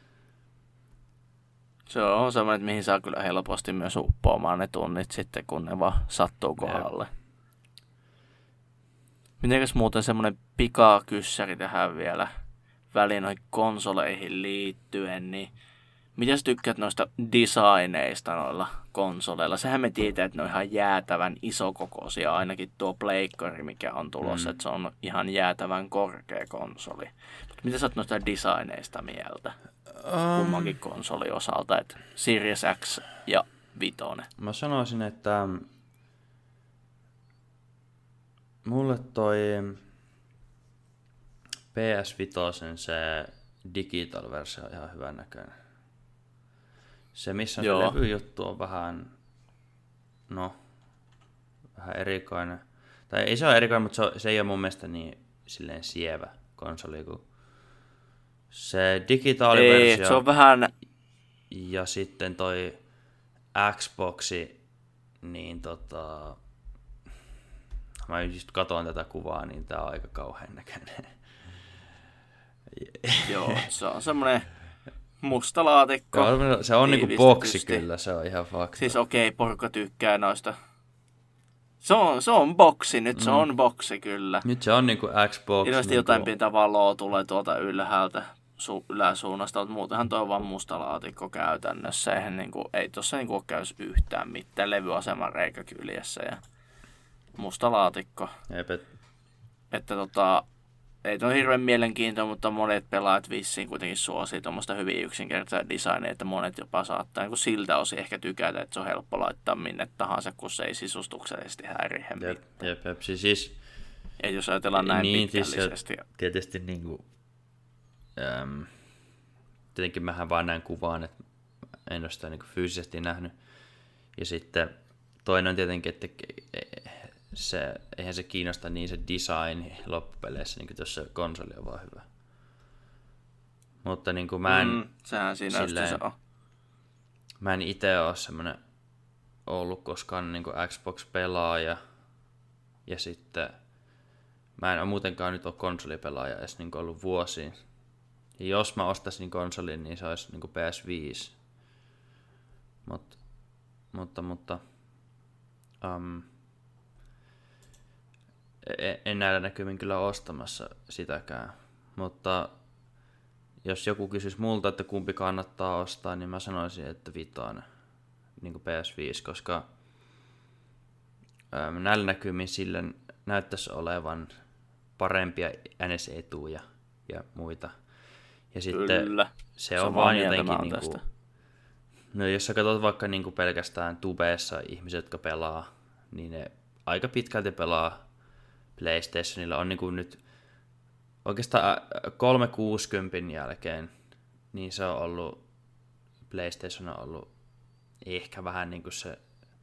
Se on semmoinen, että mihin saa kyllä helposti myös uppoamaan ne tunnit sitten, kun ne vaan sattuu kohdalle. Mitenkäs muuten semmoinen pikakyssäri tähän vielä väliin noihin konsoleihin liittyen, niin mitä sä tykkäät noista designeista noilla konsoleilla? Sehän me tiedetään, että ne on ihan jäätävän isokokoisia, ainakin tuo pleikkari, mikä on tulossa, että se on ihan jäätävän korkea konsoli. Mutta mitä sä oot noista designeista mieltä? Kummankin konsolin osalta, että Series X ja Vitoinen. Mä sanoisin, että mulle toi PS5 se digital-versio on ihan hyvän näköinen. Se, missä on se levyjuttu, on vähän erikoinen. Tai ei se ole erikoinen, mutta se ei ole mun mielestä niin silleen sievä konsoli kuin se digitaaliversio. Ei, se on vähän... Ja sitten toi Xboxi, niin mä just katson tätä kuvaa, niin tää on aika kauhean näköinen. Joo, se on semmoinen musta laatikko. Se on niinku boksi kyllä, se on ihan fakta. Siis okei, porukka tykkää noista. Se on boksi, nyt se on boksi kyllä. Nyt se on niinku Xbox. Ilmeisesti jotain pientä valoa tulee tuolta ylhäältä yläsuunnasta, mutta muutenhan toi on vaan musta laatikko käytännössä. Ei tossa ole käys yhtään mitään, levyaseman reikä kyljessä ja musta laatikko. Että ei toi hirveän mielenkiintoinen, mutta monet pelaajat vissiin kuitenkin suosii tuommoista hyvin yksinkertaista designia, että monet jopa saattaa niin siltä osin ehkä tykätä, että se on helppo laittaa minne tahansa, kun se ei sisustuksellisesti häirihe mitään. Jep. Siis, ja jos ajatellaan näin niin, pitkällisesti. Siis tietysti niinku, tietenkin mähän vaan näin kuvaan, että en ole sitä niinku fyysisesti nähnyt. Ja sitten toinen on tietenkin, että eihän se kiinnosta niin se design loppupeleissä, niin jos se konsoli on vaan hyvä. Mutta niin kuin sehän siinä se on. Mä en itse ole semmoinen ollut koskaan niin kuin Xbox-pelaaja. Ja sitten mä en muutenkaan nyt ole konsolipelaaja edes niin kuin ollut vuosiin. Ja jos mä ostaisin konsolin, niin se olisi niin kuin PS5. Mutta en näillä näkymin kyllä ostamassa sitäkään. Mutta jos joku kysyisi multa, että kumpi kannattaa ostaa, niin mä sanoisin, että vitonen, niin kuin PS5, koska näillä näkymin sille näyttäisi olevan parempia NS-etuja ja muita. Ja sitten Kyllä. se on vaan jotenkin niinku, no jos sä katsot vaikka niinku pelkästään tubeessa ihmiset, jotka pelaa, niin ne aika pitkälti pelaa PlayStationilla. On niinku nyt oikeastaan 360 jälkeen, niin se on ollut, PlayStation on ollut ehkä vähän niinku se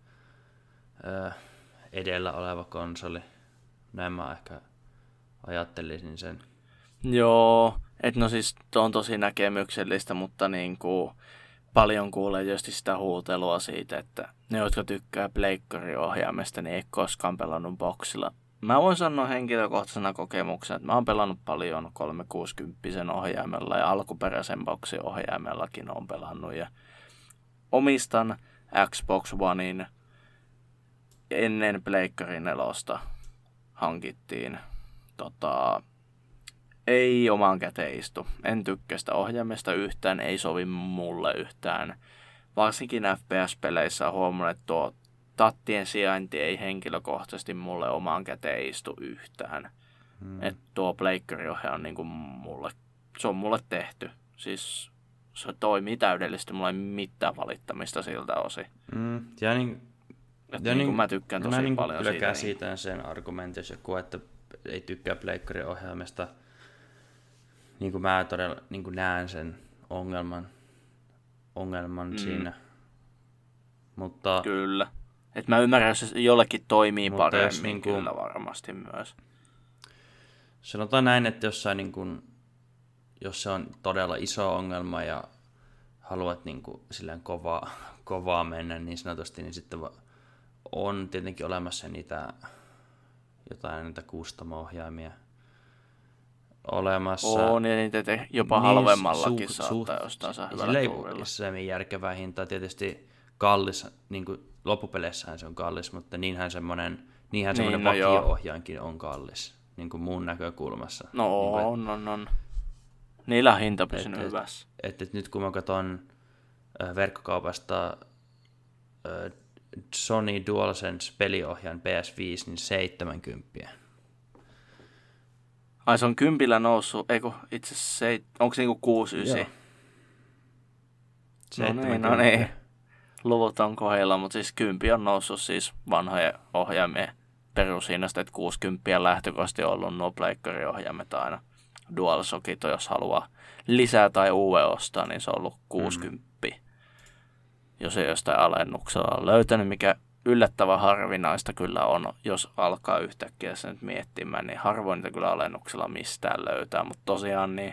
edellä oleva konsoli. Näin mä ehkä ajattelisin sen. Joo, että no siis on tosi näkemyksellistä, mutta niinku paljon kuulee just sitä huutelua siitä, että ne, jotka tykkää pleikkariohjaimesta, niin ei koskaan pelannut boksilla. Mä voin sanoa henkilökohtaisena kokemuksena, että mä oon pelannut paljon 360 ohjaimella ja alkuperäisen boksin ohjaimellakin oon pelannut. Ja omistan Xbox Onein ennen Pleikkari 4 hankittiin. Ei omaan käteen istu. En tykkää sitä ohjaimesta yhtään, ei sovi mulle yhtään. Varsinkin FPS-peleissä on huomannut, että tuo tattien sijainti ei henkilökohtaisesti mulle omaan käteen istu yhtään. Että tuo pleikkariohjaaja on niinku mulle, se on mulle tehty. Siis se toimii täydellisesti, mulla ei mitään valittamista siltä osin. Ja niin mä tykkään tosi mä paljon siitä. Mä Mä siitä sen argumentin, jos joku, että ei tykkää pleikkariohjaimesta. Niin kuin mä todella niin kuin näen sen ongelman siinä. Mutta kyllä. Et mä ymmärrän, jos se jollekin toimii paremmin, niin kuin, kyllä varmasti myös. Sanotaan näin, että jos se on todella iso ongelma ja haluat niin kuin silleen kovaa mennä niin sanotusti, niin sitten on tietenkin olemassa jotain custom-ohjaimia olemassa. On, ja niitä jopa niin, halvemmallakin saattaa jostain saa hyvällä tuurilla. Se ei järkevää hintaa. Tietysti kallis, niin kuin loppupeleissähän se on kallis, mutta niinhän semmoinen vakio-ohjainkin on kallis, niin kuin mun näkökulmassa. No niin on. Niillä on hinta pysynyt hyvässä. Et nyt kun mä katson verkkokaupasta Sony DualSense peliohjaan PS5, niin 70. Ai se on 10 noussut, eikö itse asiassa, onko se niinku 69? No niin. Luvut on kohdilla, mutta siis 10 on noussut siis vanhojen ohjaimien perushinnasta, että 60 lähtökohtaisesti on ollut nuo pleikkariohjaimet aina. DualShockit, jos haluaa lisää tai uuden ostaa, niin se on ollut 60. Jos ei jostain alennuksella ole löytänyt, mikä yllättävän harvinaista kyllä on, jos alkaa yhtäkkiä sen nyt miettimään, niin harvoin niitä kyllä alennuksella mistään löytää, mutta tosiaan niin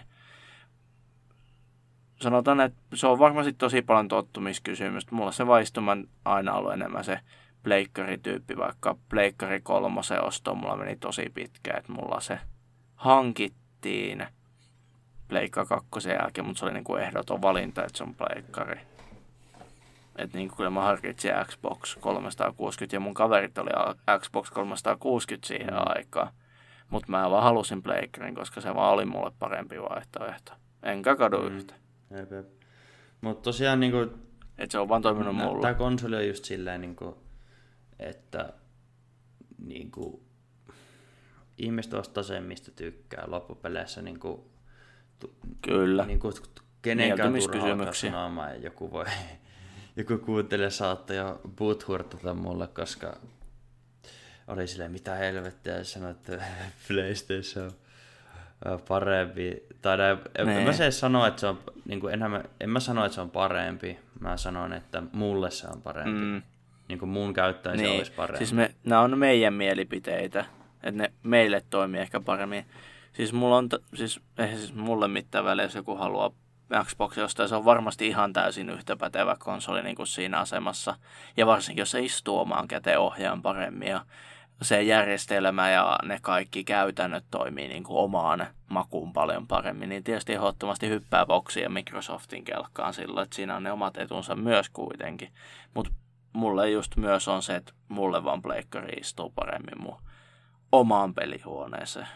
sanotaan, että se on varmasti tosi paljon tottumiskysymys. Mulla se vaistuma on aina ollut enemmän se pleikkarityyppi, vaikka pleikkari 3 ostoon mulla meni tosi pitkään, että mulla se hankittiin pleikka 2 jälkeen, mutta se oli niin kuin ehdoton valinta, että se on pleikkari. Että niin kyllä mä harkitsin Xbox 360 ja mun kaverit oli Xbox 360 siihen aikaan. Mutta mä vaan halusin pleikkarin, koska se vaan oli mulle parempi vaihtoehto. Enkä kadu yhtä. Mutta tosiaan niinku, että se on vaan toiminut mulle. Tää konsoli on just silleen niinku, että niinku ihmiset ostaa sen, mistä tykkää loppupeleissä niinku kyllä. Niinku kenenkään turha alkaa sanomaan ja joku kuuntelee saattaa jo buthurtata mulle, koska oli silleen mitä helvettiä ja sanoi, että PlayStation on parempi. Tai en mä se sano, että se on niinku en mä sano, että se on parempi. Mä sanon, että mulle se on parempi. Niinku mun käyttäjä se olisi parempi. Siis nämä on meidän mielipiteitä, että ne meille toimii ehkä paremmin. Siis mulla on eihän siis mulle mitään väliä, jos joku haluaa Xbox jostain, se on varmasti ihan täysin yhtä pätevä konsoli niin kuin siinä asemassa. Ja varsinkin, jos se istuu omaan käteen ohjaan paremmin. Ja se järjestelmä ja ne kaikki käytännöt toimii niin kuin omaan makuun paljon paremmin, niin tietysti ehdottomasti hyppää Boxin ja Microsoftin kelkkaan sillä, että siinä on ne omat etunsa myös kuitenkin. Mutta mulle just myös on se, että mulle vaan pleikkari istuu paremmin mun omaan pelihuoneeseen.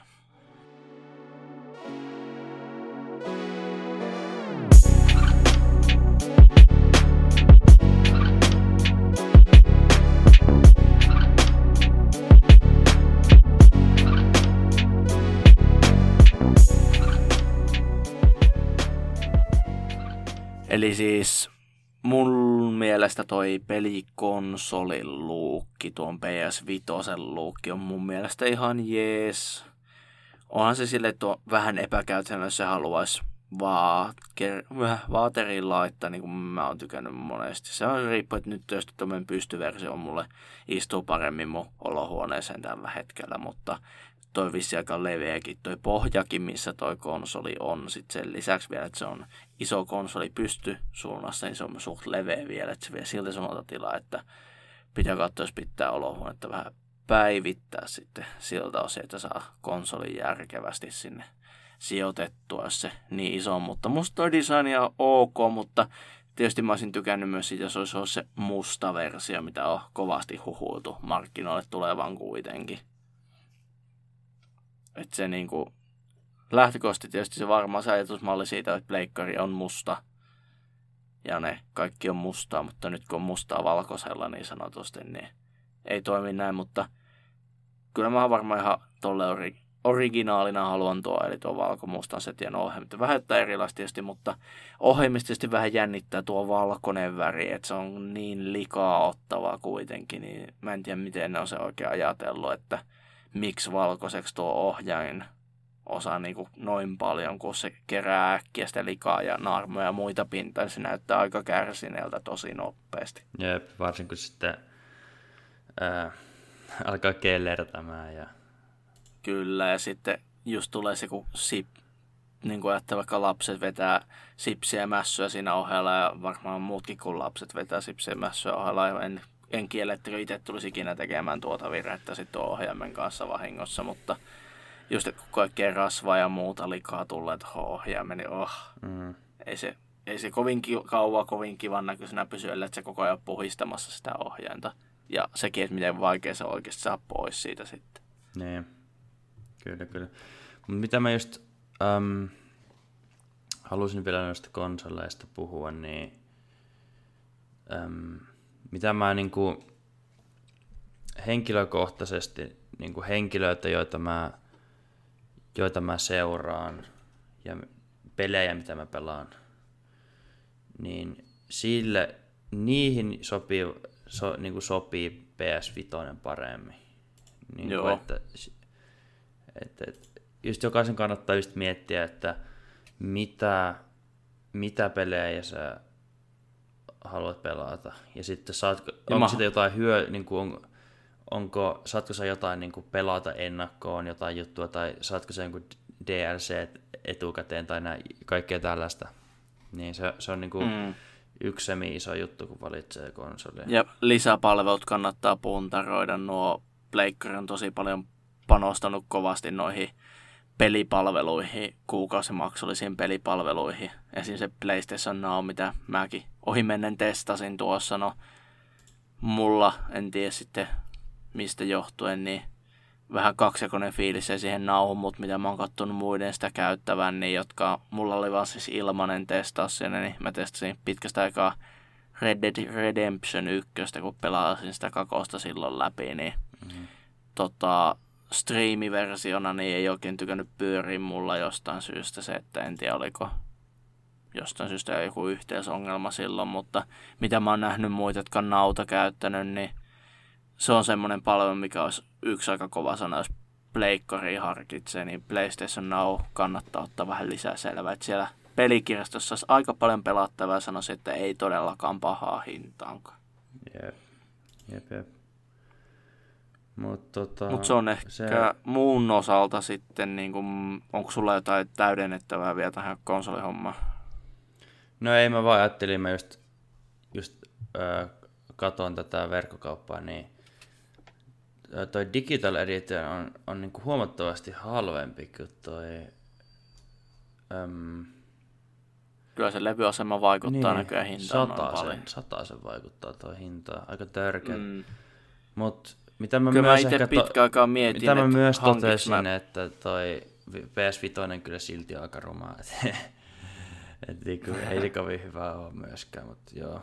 Eli siis mun mielestä toi pelikonsolin luukki, tuon PS5 luukki on mun mielestä ihan jees. Onhan se silleen, että vähän epäkäytännössä haluaisi vaateriin laittaa, niin kuin mä oon tykännyt monesti. Se on riippuu, että nyt tietysti tuommoinen pystyversio mulle istuu paremmin mun olohuoneeseen tällä hetkellä, mutta toi vissi aika leveäkin, toi pohjakin, missä toi konsoli on. Sitten sen lisäksi vielä, että se on iso konsoli pystysuunnassa, niin se on suht leveä vielä, että se vie silti semmoista tilaa, että pitää katsoa, jos pitää olohuonetta vähän päivittää sitten siltä osin, että saa konsolin järkevästi sinne sijoitettua, jos se niin iso on. Mutta musta toi design on ok, mutta tietysti mä olisin tykännyt myös siitä, jos olisi ollut se musta versio, mitä on kovasti huhuiltu markkinoille tulevan kuitenkin. Että se niinku, lähtökohtaisesti tietysti se varmaan se ajatusmalli siitä, että pleikkari on musta ja ne kaikki on mustaa, mutta nyt kun on mustaa valkoisella niin sanotusti, niin ei toimi näin, mutta kyllä mä varmaan ihan tolle originaalina haluan tuo, eli tuo valkomustan setien ohjelmista. Vähän jotain erilaista tietysti, mutta ohjelmista tietysti vähän jännittää tuo valkoinen väri, että se on niin likaa ottavaa kuitenkin, niin mä en tiedä miten ne on se oikein ajatellut, että miksi valkoiseksi tuo ohjain osaa niin kuin noin paljon, kun se kerää äkkiä sitä likaa ja naarmoja ja muita pintaa, niin se näyttää aika kärsineeltä tosi nopeasti. Jep, varsinkin kun sitten alkaa kellertämään. Ja... Kyllä, ja sitten just tulee se, kun niin kuin että vaikka lapset vetää sipsiä ja mässyä siinä ohella, ja varmaan muutkin kuin lapset vetää sipsiä ja mässyä ohella, en kiellä, että itse tulisi ikinä tekemään tuota virhettä sitten tuon ohjaimen kanssa vahingossa, mutta just kun kaikkea rasvaa ja muuta likaa tulee tuohon ohjaimeen, niin ei se kovin kauan kovin kivan näköisenä pysy, että se koko ajan puhistamassa sitä ohjainta. Ja sekin, että miten vaikea se oikeasti saa pois siitä sitten. Niin, kyllä. Mutta mitä mä just halusin vielä noista konsoleista puhua, niin mitä mä niinku henkilökohtaisesti niinku henkilöitä, joita mä seuraan ja pelejä, mitä mä pelaan, niin niihin sopii PS5 paremmin. Niin kuin, että just jokaisen kannattaa just miettiä, että mitä pelejä sä haluat pelata. Ja sitten onko sitä jotain saatko sä jotain niin kuin pelata ennakkoon, jotain juttua, tai saatko sä jonkun DLC etukäteen tai kaikkea tällaista. Niin se on niin kuin yksi semi-iso juttu, kun valitsee konsolia. Ja lisäpalvelut kannattaa puntaroida. Nuo pleikkari on tosi paljon panostanut kovasti noihin pelipalveluihin, kuukausimaksullisiin pelipalveluihin. Esimerkiksi se PlayStation Now, mitä mäkin ohimennen testasin tuossa. No, mulla, en tiedä sitten mistä johtuen, niin vähän kaksijakoinen fiilis ja siihen nauhun, mutta mitä mä oon kattonut muiden sitä käyttävän, niin jotka mulla oli vaan siis ilmanen testaus siinä, niin mä testasin pitkästä aikaa Red Dead Redemption 1, kun pelasin sitä kakosta silloin läpi, niin striimiversiona niin ei oikein tykännyt pyöriä mulla jostain syystä se, että en tiedä oliko jostain syystä joku yhteisongelma silloin, mutta mitä mä oon nähnyt muita, jotka on nauta käyttänyt, niin se on semmoinen palvelu, mikä olisi yksi aika kova sana, jos pleikkaria harkitsee, niin PlayStation Now kannattaa ottaa vähän lisää selvää, että siellä pelikirjastossa olisi aika paljon pelattavaa ja sanoisin, että ei todellakaan pahaa hintaankaan. Jep. Mutta se on ehkä muun osalta sitten, niin kun, onko sulla jotain täydennettävää vielä tähän konsolihommaan? No ei, mä vaan ajattelin, mä just katon tätä verkkokauppaa, niin toi Digital Edition on niinku huomattavasti halvempi kuin toi... Kyllä se levyasema vaikuttaa näköjään hintaan noin paljon. Satasen vaikuttaa tuo hinta. Aika tärkeä. Mut mitä mä kyllä myös mä itse pitkä aikaa mietin, mitä mä myös totesin, että toi PS5 kyllä silti on aika rumaa. Ei se kovin hyvä ole myöskään, mutta joo.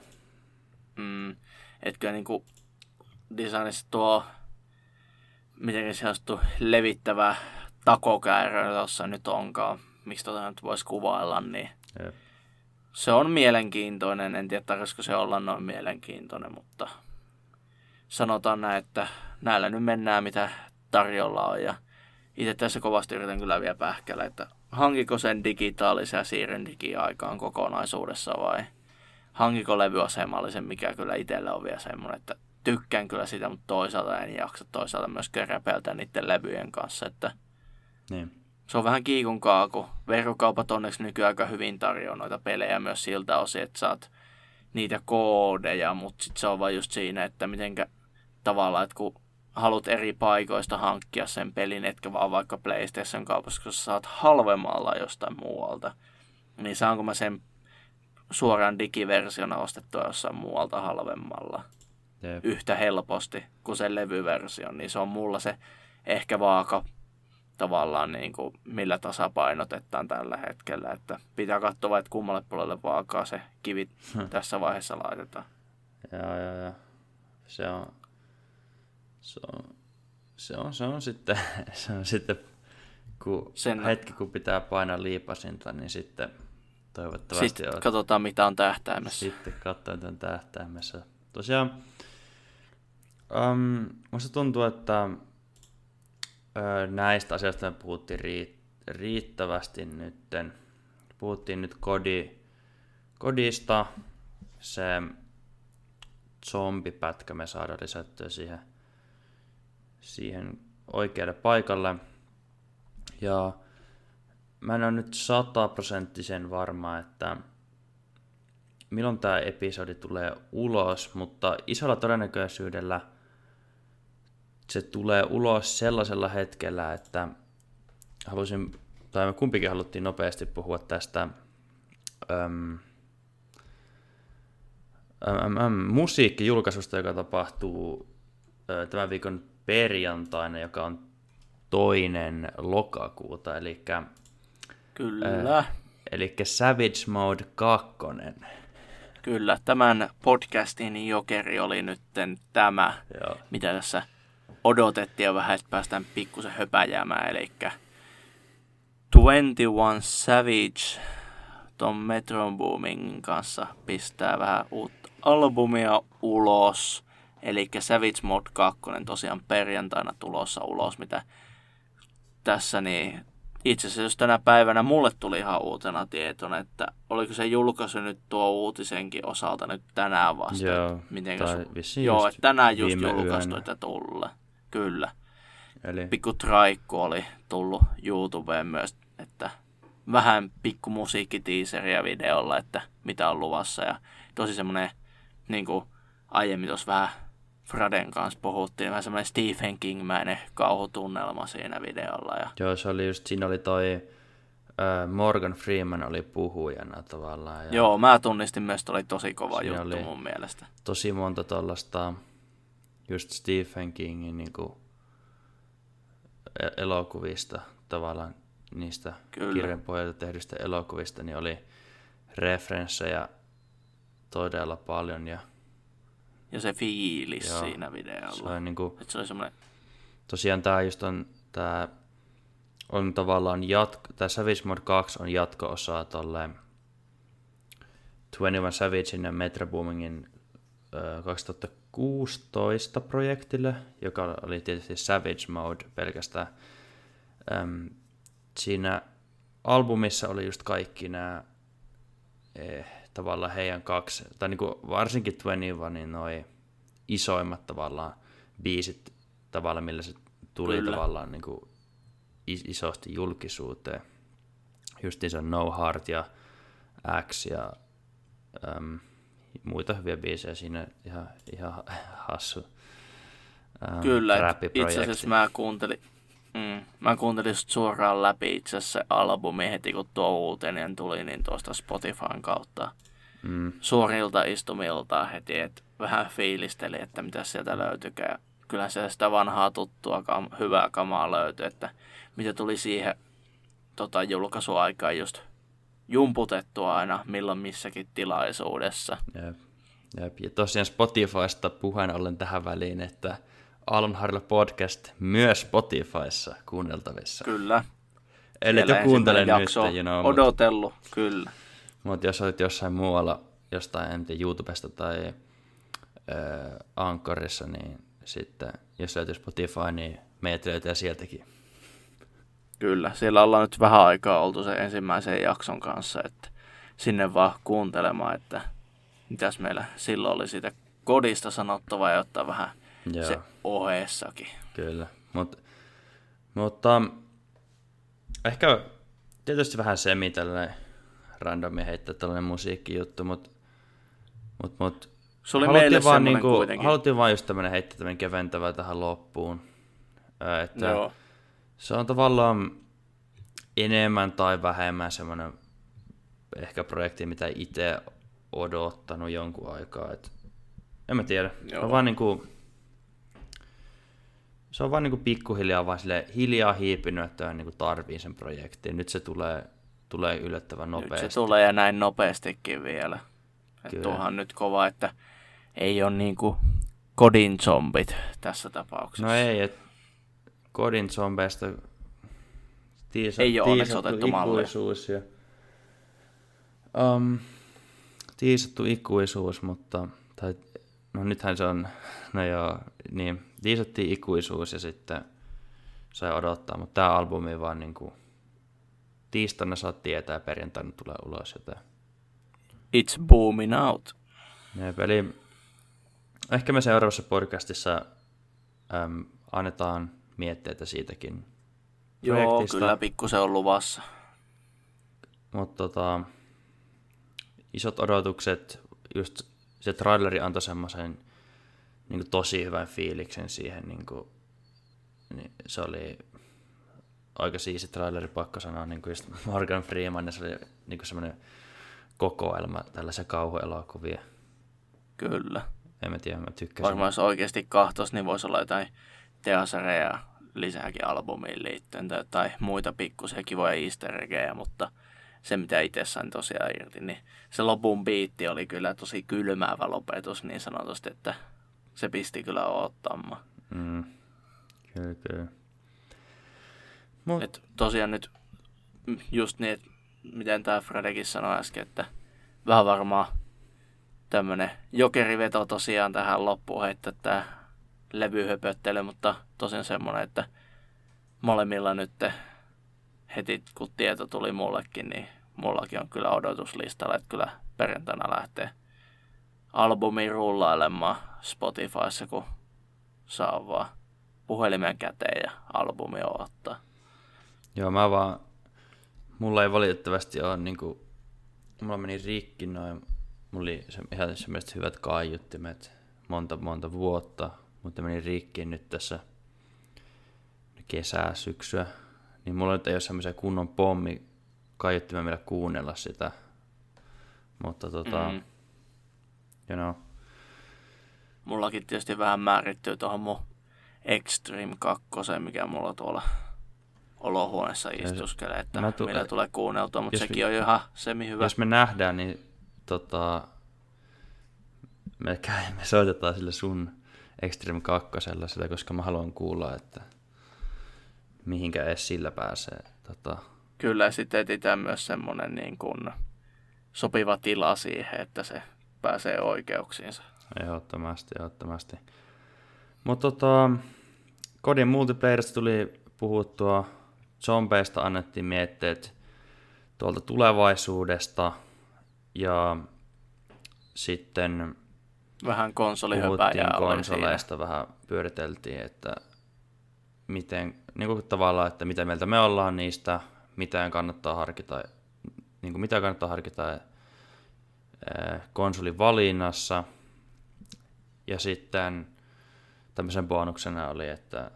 Et kyllä niinku designissa tuo, miten se on levittävä takokäärö tuossa nyt onkaan, miksi nyt voisi kuvailla, niin Jep. Se on mielenkiintoinen. En tiedä, tarvitsisiko se olla noin mielenkiintoinen, mutta sanotaan näin, että näillä nyt mennään, mitä tarjolla on. Ja itse tässä kovasti yritän kyllä vielä pähkällä, että hankiko sen digitaalisen ja siirryn digiaikaan kokonaisuudessa vai hankiko levyasemallisen, mikä kyllä itsellä on vielä semmoinen, että tykkään kyllä sitä, mutta toisaalta en jaksa toisaalta myös räpeltää niiden levyjen kanssa, että niin. Se on vähän kiikun kaaku. Verkkokaupat onneksi nykyään aika hyvin tarjoaa noita pelejä myös siltä osin, että saat niitä koodeja, mutta sitten se on vaan just siinä, että mitenkä tavallaan, että kun haluat eri paikoista hankkia sen pelin, etkä vaan vaikka PlayStation kaupassa, kun sä saat halvemmalla jostain muualta, niin saanko mä sen suoraan digiversiona ostettua jossain muualta halvemmalla yhtä helposti kuin sen levyversio, niin se on mulla se ehkä vaaka tavallaan niin kuin, millä tasapainotetaan tällä hetkellä, että pitää katsoa, että kummalle puolelle vaakaa se kivi tässä vaiheessa laitetaan. Joo. Se on sitten kun hetki kun pitää painaa liipasinta, niin sitten toivottavasti sitten katsotaan mitä on tähtäimessä. Sitten katsotaan tämän tähtäimessä. Tosiaan musta tuntuu, että näistä asioista me puhuttiin riittävästi nytten. Puhuttiin nyt kodista, se zombipätkä me saadaan lisättyä siihen oikealle paikalle. Ja mä en ole nyt 100% varma, että milloin tämä episodi tulee ulos, mutta isolla todennäköisyydellä se tulee ulos sellaisella hetkellä, että me kumpikin haluttiin nopeasti puhua tästä musiikkijulkaisusta, joka tapahtuu tämän viikon perjantaina, joka on 2. lokakuuta, Kyllä. Eli Savage Mode 2. Kyllä, tämän podcastin jokeri oli nyt tämä, Joo. mitä tässä odotettiin jo vähän, että päästään pikkusen höpäjäämään, eli 21 Savage ton Metro Boomingin kanssa pistää vähän uutta albumia ulos, eli Savage Mode 2 tosiaan perjantaina tulossa ulos, mitä tässä niin itse asiassa jos tänä päivänä mulle tuli ihan uutena tietona, että oliko se julkaisu nyt tuo uutisenkin osalta nyt tänään vasta. Joo, Joo, että tänään just julkaistu, että tulla. Kyllä. Eli pikku traikku oli tullut YouTubeen myös, että vähän pikku musiikkitiiseriä videolla, että mitä on luvassa. Ja tosi semmoinen, niin kuin aiemmin tuossa vähän Fraden kanssa puhuttiin, vähän semmoinen Stephen King-mäinen kauhutunnelma siinä videolla. Ja joo, se oli just, siinä oli toi Morgan Freeman oli puhujana tavallaan. Ja joo, mä tunnistin myös, että oli tosi kova siinä juttu oli mun mielestä. tosi monta tollasta just Stephen Kingin niinku elokuvista tavallaan, niistä kirjan pohjalta tehdyistä elokuvista, niin oli referenssejä todella paljon. Ja se fiilis siinä videolla. Se oli niinku, se oli semmoinen tosiaan tää on tavallaan tää Savage Mode 2 on jatko-osa tolle 21 Savagein ja Metro Boomingin 2016 projektille, joka oli tietysti Savage Mode pelkästään. Siinä albumissa oli just kaikki nämä tavallaan heidän kaksi, tai niinku varsinkin 21 noi isoimmat tavallaan biisit tavallaan, millä se tuli kyllä tavallaan niinku isosti julkisuuteen. Justiinsa No Heart ja X ja muita hyviä biisejä siinä, ihan hassu Kyllä, itse räppiprojekti. asiassa mä kuuntelin just suoraan läpi itse asiassa se albumi heti, kun tuo uutinen tuli, niin tuosta Spotifyn kautta suorilta istumilta heti, että vähän fiilisteli, että mitä sieltä löytyykään. Kyllä se sitä vanhaa tuttua hyvää kamaa löytyi, että mitä tuli siihen julkaisuaikaan just jumputettua aina milloin missäkin tilaisuudessa. Jep. Ja tosiaan Spotifysta puheen ollen tähän väliin, että Aallonharjalla podcast myös Spotifyssa kuunneltavissa. Kyllä. Eli et jo kuuntele nyt. Odotellut, kyllä. Mutta jos olet jossain muualla, jostain YouTubesta tai Anchorissa, niin sitten jos löytyy Spotify, niin meidät löytää sieltäkin. Kyllä, siellä ollaan nyt vähän aikaa oltu sen ensimmäisen jakson kanssa, että sinne vaan kuuntelemaan, että mitäs meillä silloin oli siitä kodista sanottavaa ja ottaa vähän se ohessakin. Kyllä, mutta ehkä tietysti vähän semi tällainen randomi heittää tällainen musiikkijuttu, mutta se oli meille semmoinen kuitenkin. Haluttiin vaan just tämmöinen heittää tämmöinen keventävä tähän loppuun. Että joo. Se on tavallaan enemmän tai vähemmän semmoinen ehkä projekti, mitä itse odottanut jonkun aikaa. En mä tiedä. Se on vaan niinku pikkuhiljaa vaan hiljaa hiipinyt, että niinku tarvii sen projektin. Nyt se tulee yllättävän nopeasti. Nyt se tulee ja näin nopeastikin vielä. Tuohan nyt kova, että ei ole niinku kodin zombit tässä tapauksessa. No ei, kodin zombeista ei ole onneksi otettu ikuisuus ja tiisattu ikuisuus, mutta nythän se on, tiisattiin ikuisuus ja sitten sai odottaa, mutta tämä albumi vaan niinku tiistaina saat tietää ja perjantaina tulee ulos jotain. It's booming out. Eli ehkä me seuraavassa podcastissa annetaan mietteitä siitäkin projektista. Joo, kyllä pikkusen on luvassa. Mutta isot odotukset, just se traileri antoi semmoisen niin tosi hyvän fiiliksen siihen, niin se oli aika siisti traileri, pakko sanoa, niin kuin just Morgan Freeman, ja se oli niin semmoinen kokoelma tällaisia kauhuelokuvia. Kyllä. En mä tiedä, mä tykkäsin. Varmaan jos oikeasti kahtos, niin voisi olla jotain teasereja lisääkin albumiin liittyen tai muita pikkusia kivoja easter eggejä, mutta se mitä itse sain tosiaan irti, niin se lopun biitti oli kyllä tosi kylmäävä lopetus niin sanotusti, että se pisti kyllä odottamaan. Kyllä. Et tosiaan nyt just niin, että miten tämä Fredekin sanoi äsken, että vähän varmaan tämmönen jokeriveto tosiaan tähän loppuun heittää tämä levyhöpöttely, mutta tosiaan semmoinen, että molemmilla nyt heti kun tieto tuli mullekin, niin mullakin on kyllä odotuslistalla, että kyllä perjantaina lähtee albumi rullailemaan Spotifyssa, kun saa vaan puhelimen käteen ja albumi ottaa. Joo, mulla ei valitettavasti ole mulla meni rikki noin, mulla oli ihan semmoiset hyvät kaiuttimet monta vuotta, mutta meni rikki nyt tässä kesää, syksyä, niin mulla nyt ei ole semmoisia kunnon kaiuttimia, millä kuunnella sitä, mutta Mullakin tietysti vähän määrittyy tuohon mun Extreme 2, mikä mulla tuolla olohuoneessa istuskelee, että millä tulee kuunneltua, mutta sekin on jo ihan semi-hyvä. Jos me nähdään, niin me soitetaan sille sun Extreme 2 sitä, koska mä haluan kuulla, että mihinkä edes sillä pääsee. Kyllä, sitten etsitään myös semmoinen niin kuin sopiva tila siihen, että se pääsee oikeuksiinsa. Ehdottomasti. Mutta kodin multiplayerista tuli puhuttua, zombeista annettiin mietteet tuolta tulevaisuudesta ja sitten vähän konsolihöpäjää konsoleista vähän pyöriteltiin, että miten, niin kuin tavallaan, että mitä mieltä me ollaan niistä, mitä kannattaa harkita konsolin valinnassa. Ja sitten tämmöisen bonuksena oli, että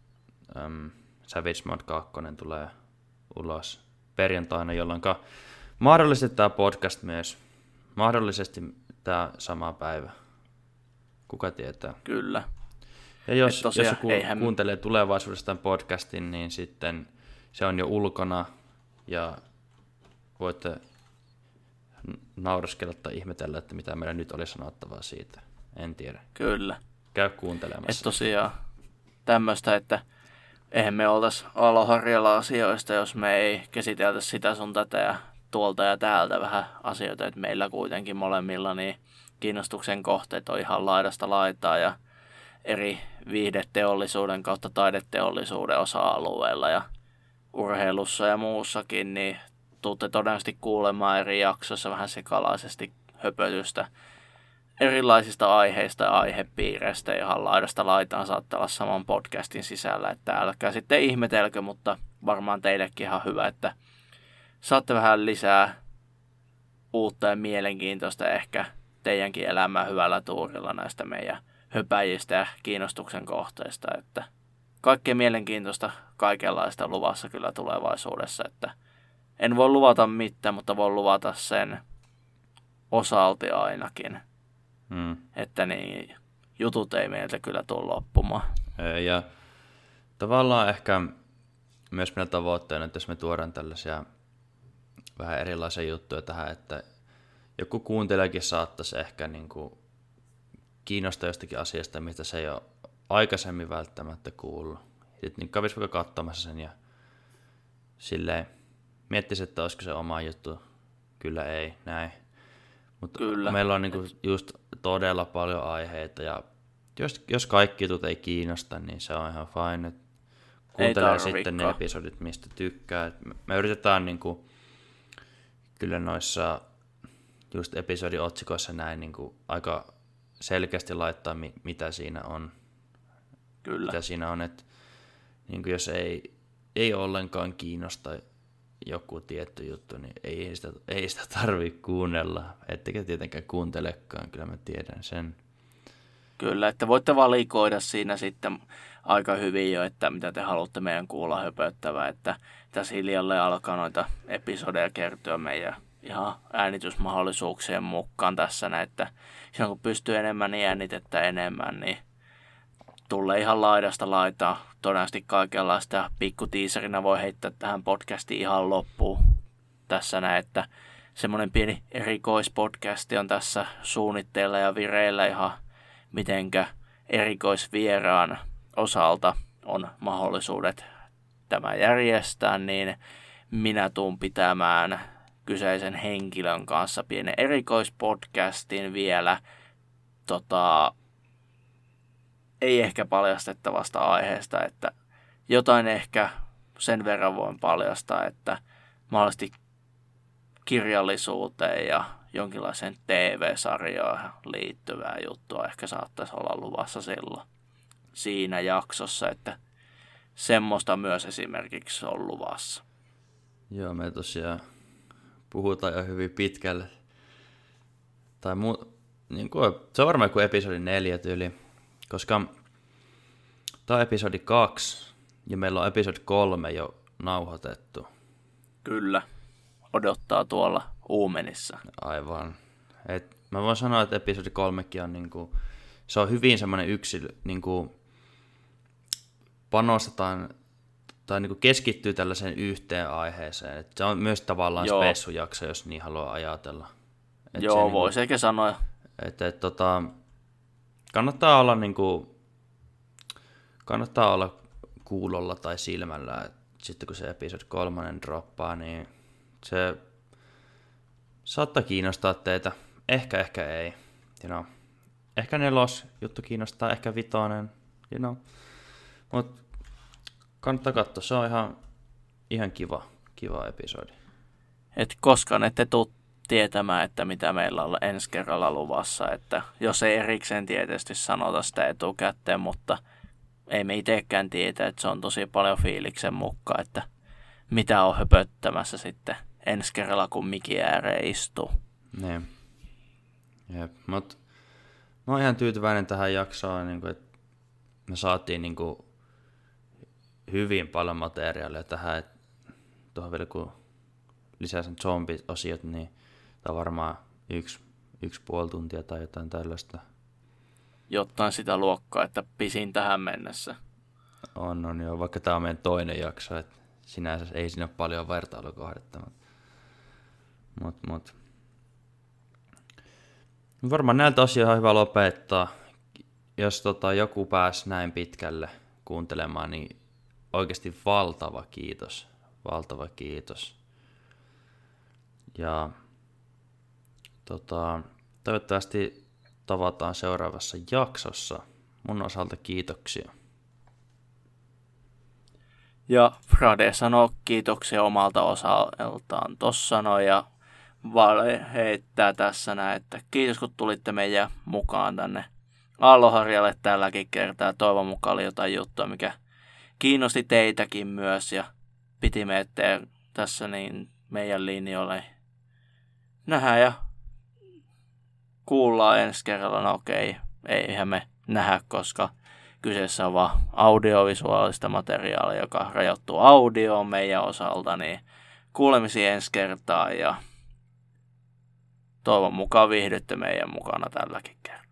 Savage Mode 2 tulee ulos perjantaina, jolloin mahdollisesti tämä podcast myös, mahdollisesti tämä sama päivä. Kuka tietää? Kyllä. Ja jos joku kuuntelee tulevaisuudessa tämän podcastin, niin sitten se on jo ulkona ja voitte nauraskella tai ihmetellä, että mitä meillä nyt oli sanottavaa siitä. En tiedä. Kyllä. Käy kuuntelemassa. Että tosiaan tämmöistä, että eihän me oltaisi aloharjalla asioista, jos me ei käsiteltäisi sitä sun tätä ja tuolta ja täältä vähän asioita, että meillä kuitenkin molemmilla niin kiinnostuksen kohteet on ihan laidasta laitaa ja eri viihdeteollisuuden kautta taideteollisuuden osa-alueella ja urheilussa ja muussakin, niin tuutte todennäköisesti kuulemaan eri jaksoissa vähän sekalaisesti höpötystä erilaisista aiheista ja aihepiireistä ihan laidasta laitaan saattaa olla saman podcastin sisällä, että älkää sitten ihmetelkö, mutta varmaan teillekin ihan hyvä, että saatte vähän lisää uutta ja mielenkiintoista ehkä teidänkin elämää hyvällä tuurilla näistä meidän höpäjistä ja kiinnostuksen kohteista, että kaikkea mielenkiintoista kaikenlaista luvassa kyllä tulevaisuudessa, että en voi luvata mitään, mutta voin luvata sen osalti ainakin, että niin jutut ei meiltä kyllä tule loppumaan. Ja tavallaan ehkä myös meidän tavoitteena, että jos me tuodaan tällaisia vähän erilaisia juttuja tähän, että joku kuuntelijakin saattaisi ehkä niin kuin kiinnostaa jostakin asiasta, mistä se ei ole aikaisemmin välttämättä kuullut. Sitten niin kävisi vaikka katsomassa sen ja silleen miettisi, että olisiko se oma juttu. Kyllä ei, näin. Mutta meillä on niinku just todella paljon aiheita ja jos kaikki jutut ei kiinnosta, niin se on ihan fine. Kuuntelee sitten ne episodit, mistä tykkää. Me yritetään niinku, kyllä noissa just episodiotsikoissa näin niinku aika selkeästi laittaa, mitä siinä on. Kyllä. Mitä siinä on, että niinku jos ei ollenkaan kiinnosta joku tietty juttu, niin ei sitä tarvitse kuunnella. Ettekä tietenkään kuuntelekaan, kyllä mä tiedän sen. Kyllä, että voitte valikoida siinä sitten aika hyvin jo, että mitä te haluatte meidän kuulla höpöttävää, että tässä hiljalleen alkaa noita episodeja kertyä meidän ihan äänitysmahdollisuuksien mukaan tässä, että silloin kun pystyy enemmän niin äänitettä enemmän, niin tulee ihan laidasta laitaa todennäköisesti kaikenlaista. Pikkutiiserinä voi heittää tähän podcastiin ihan loppuun tässä näin, että semmoinen pieni erikoispodcasti on tässä suunnitteilla ja vireillä ihan mitenkä erikoisvieraan osalta on mahdollisuudet tämä järjestää, niin minä tuun pitämään kyseisen henkilön kanssa pienen erikoispodcastin vielä ei ehkä paljastettavasta aiheesta, että jotain ehkä sen verran voin paljastaa, että mahdollisesti kirjallisuuteen ja jonkinlaiseen TV-sarjaan liittyvää juttua ehkä saattaisi olla luvassa silloin siinä jaksossa, että semmoista myös esimerkiksi on luvassa. Joo, me tosiaan puhutaan jo hyvin pitkälle. Tai niin kuin, se on varmaan kuin episodi 4 tyyli, koska tämä on episodi 2 ja meillä on episodi 3 jo nauhoitettu. Kyllä, odottaa tuolla uumenissa. Aivan. Mä voin sanoa, että episodi 3 on niinku, se on hyvin semmoinen yksilö, niinku, panostetaan tai niinku keskittyy tällaiseen yhteen aiheeseen. Et se on myös tavallaan spessujakso, jos niin haluaa ajatella. Joo, voisi ehkä sanoa. Kannattaa olla kuulolla tai silmällä. Sitten kun se episodi 3 droppaa, niin se saattaa kiinnostaa teitä. Ehkä ei. Ehkä 4 juttu kiinnostaa, ehkä 5. Mutta kannattaa katsoa, se on ihan kiva episodi. Et koskaan ette tule tietämään, että mitä meillä on ensi kerralla luvassa. Että jos ei erikseen tietysti sanota sitä etukäteen, mutta ei me itsekään tiedä, että se on tosi paljon fiiliksen mukaan, että mitä on höpöttämässä sitten ensi kerralla, kun mikin ääreen istuu. Niin. Jep, mutta mä oon ihan tyytyväinen tähän jaksoon, niin että me saatiin niinku hyvin paljon materiaalia tähän, että tuohon vielä kun lisää sen zombi-osiot, niin tämä on varmaan 1,5 tuntia tai jotain tällaista. Jotain sitä luokkaa, että pisin tähän mennessä. On joo, vaikka tämä on meidän toinen jakso, että sinänsä ei siinä ole paljon vertailukohdetta. Mut. Varmaan näiltä osioita on hyvä lopettaa. Jos joku pääsi näin pitkälle kuuntelemaan, niin oikeasti valtava kiitos. Valtava kiitos. Ja toivottavasti tavataan seuraavassa jaksossa. Mun osalta kiitoksia. Ja Frade sanoo kiitoksia omalta osaltaan tossa noin ja Vale heittää tässä näin, että kiitos kun tulitte meidän mukaan tänne Aaloharjalle tälläkin kertaa. Toivon mukaan oli jotain juttua, mikä kiinnosti teitäkin myös ja piti meitä tässä niin meidän linjoille. Nähdään ja kuullaan ensi kerralla. No okei, eihän me nähdä, koska kyseessä on vaan audiovisuaalista materiaalia, joka rajoittuu audioon meidän osalta, niin kuulemisiin ensi kertaa ja toivon mukaan viihdytte meidän mukana tälläkin kertaa.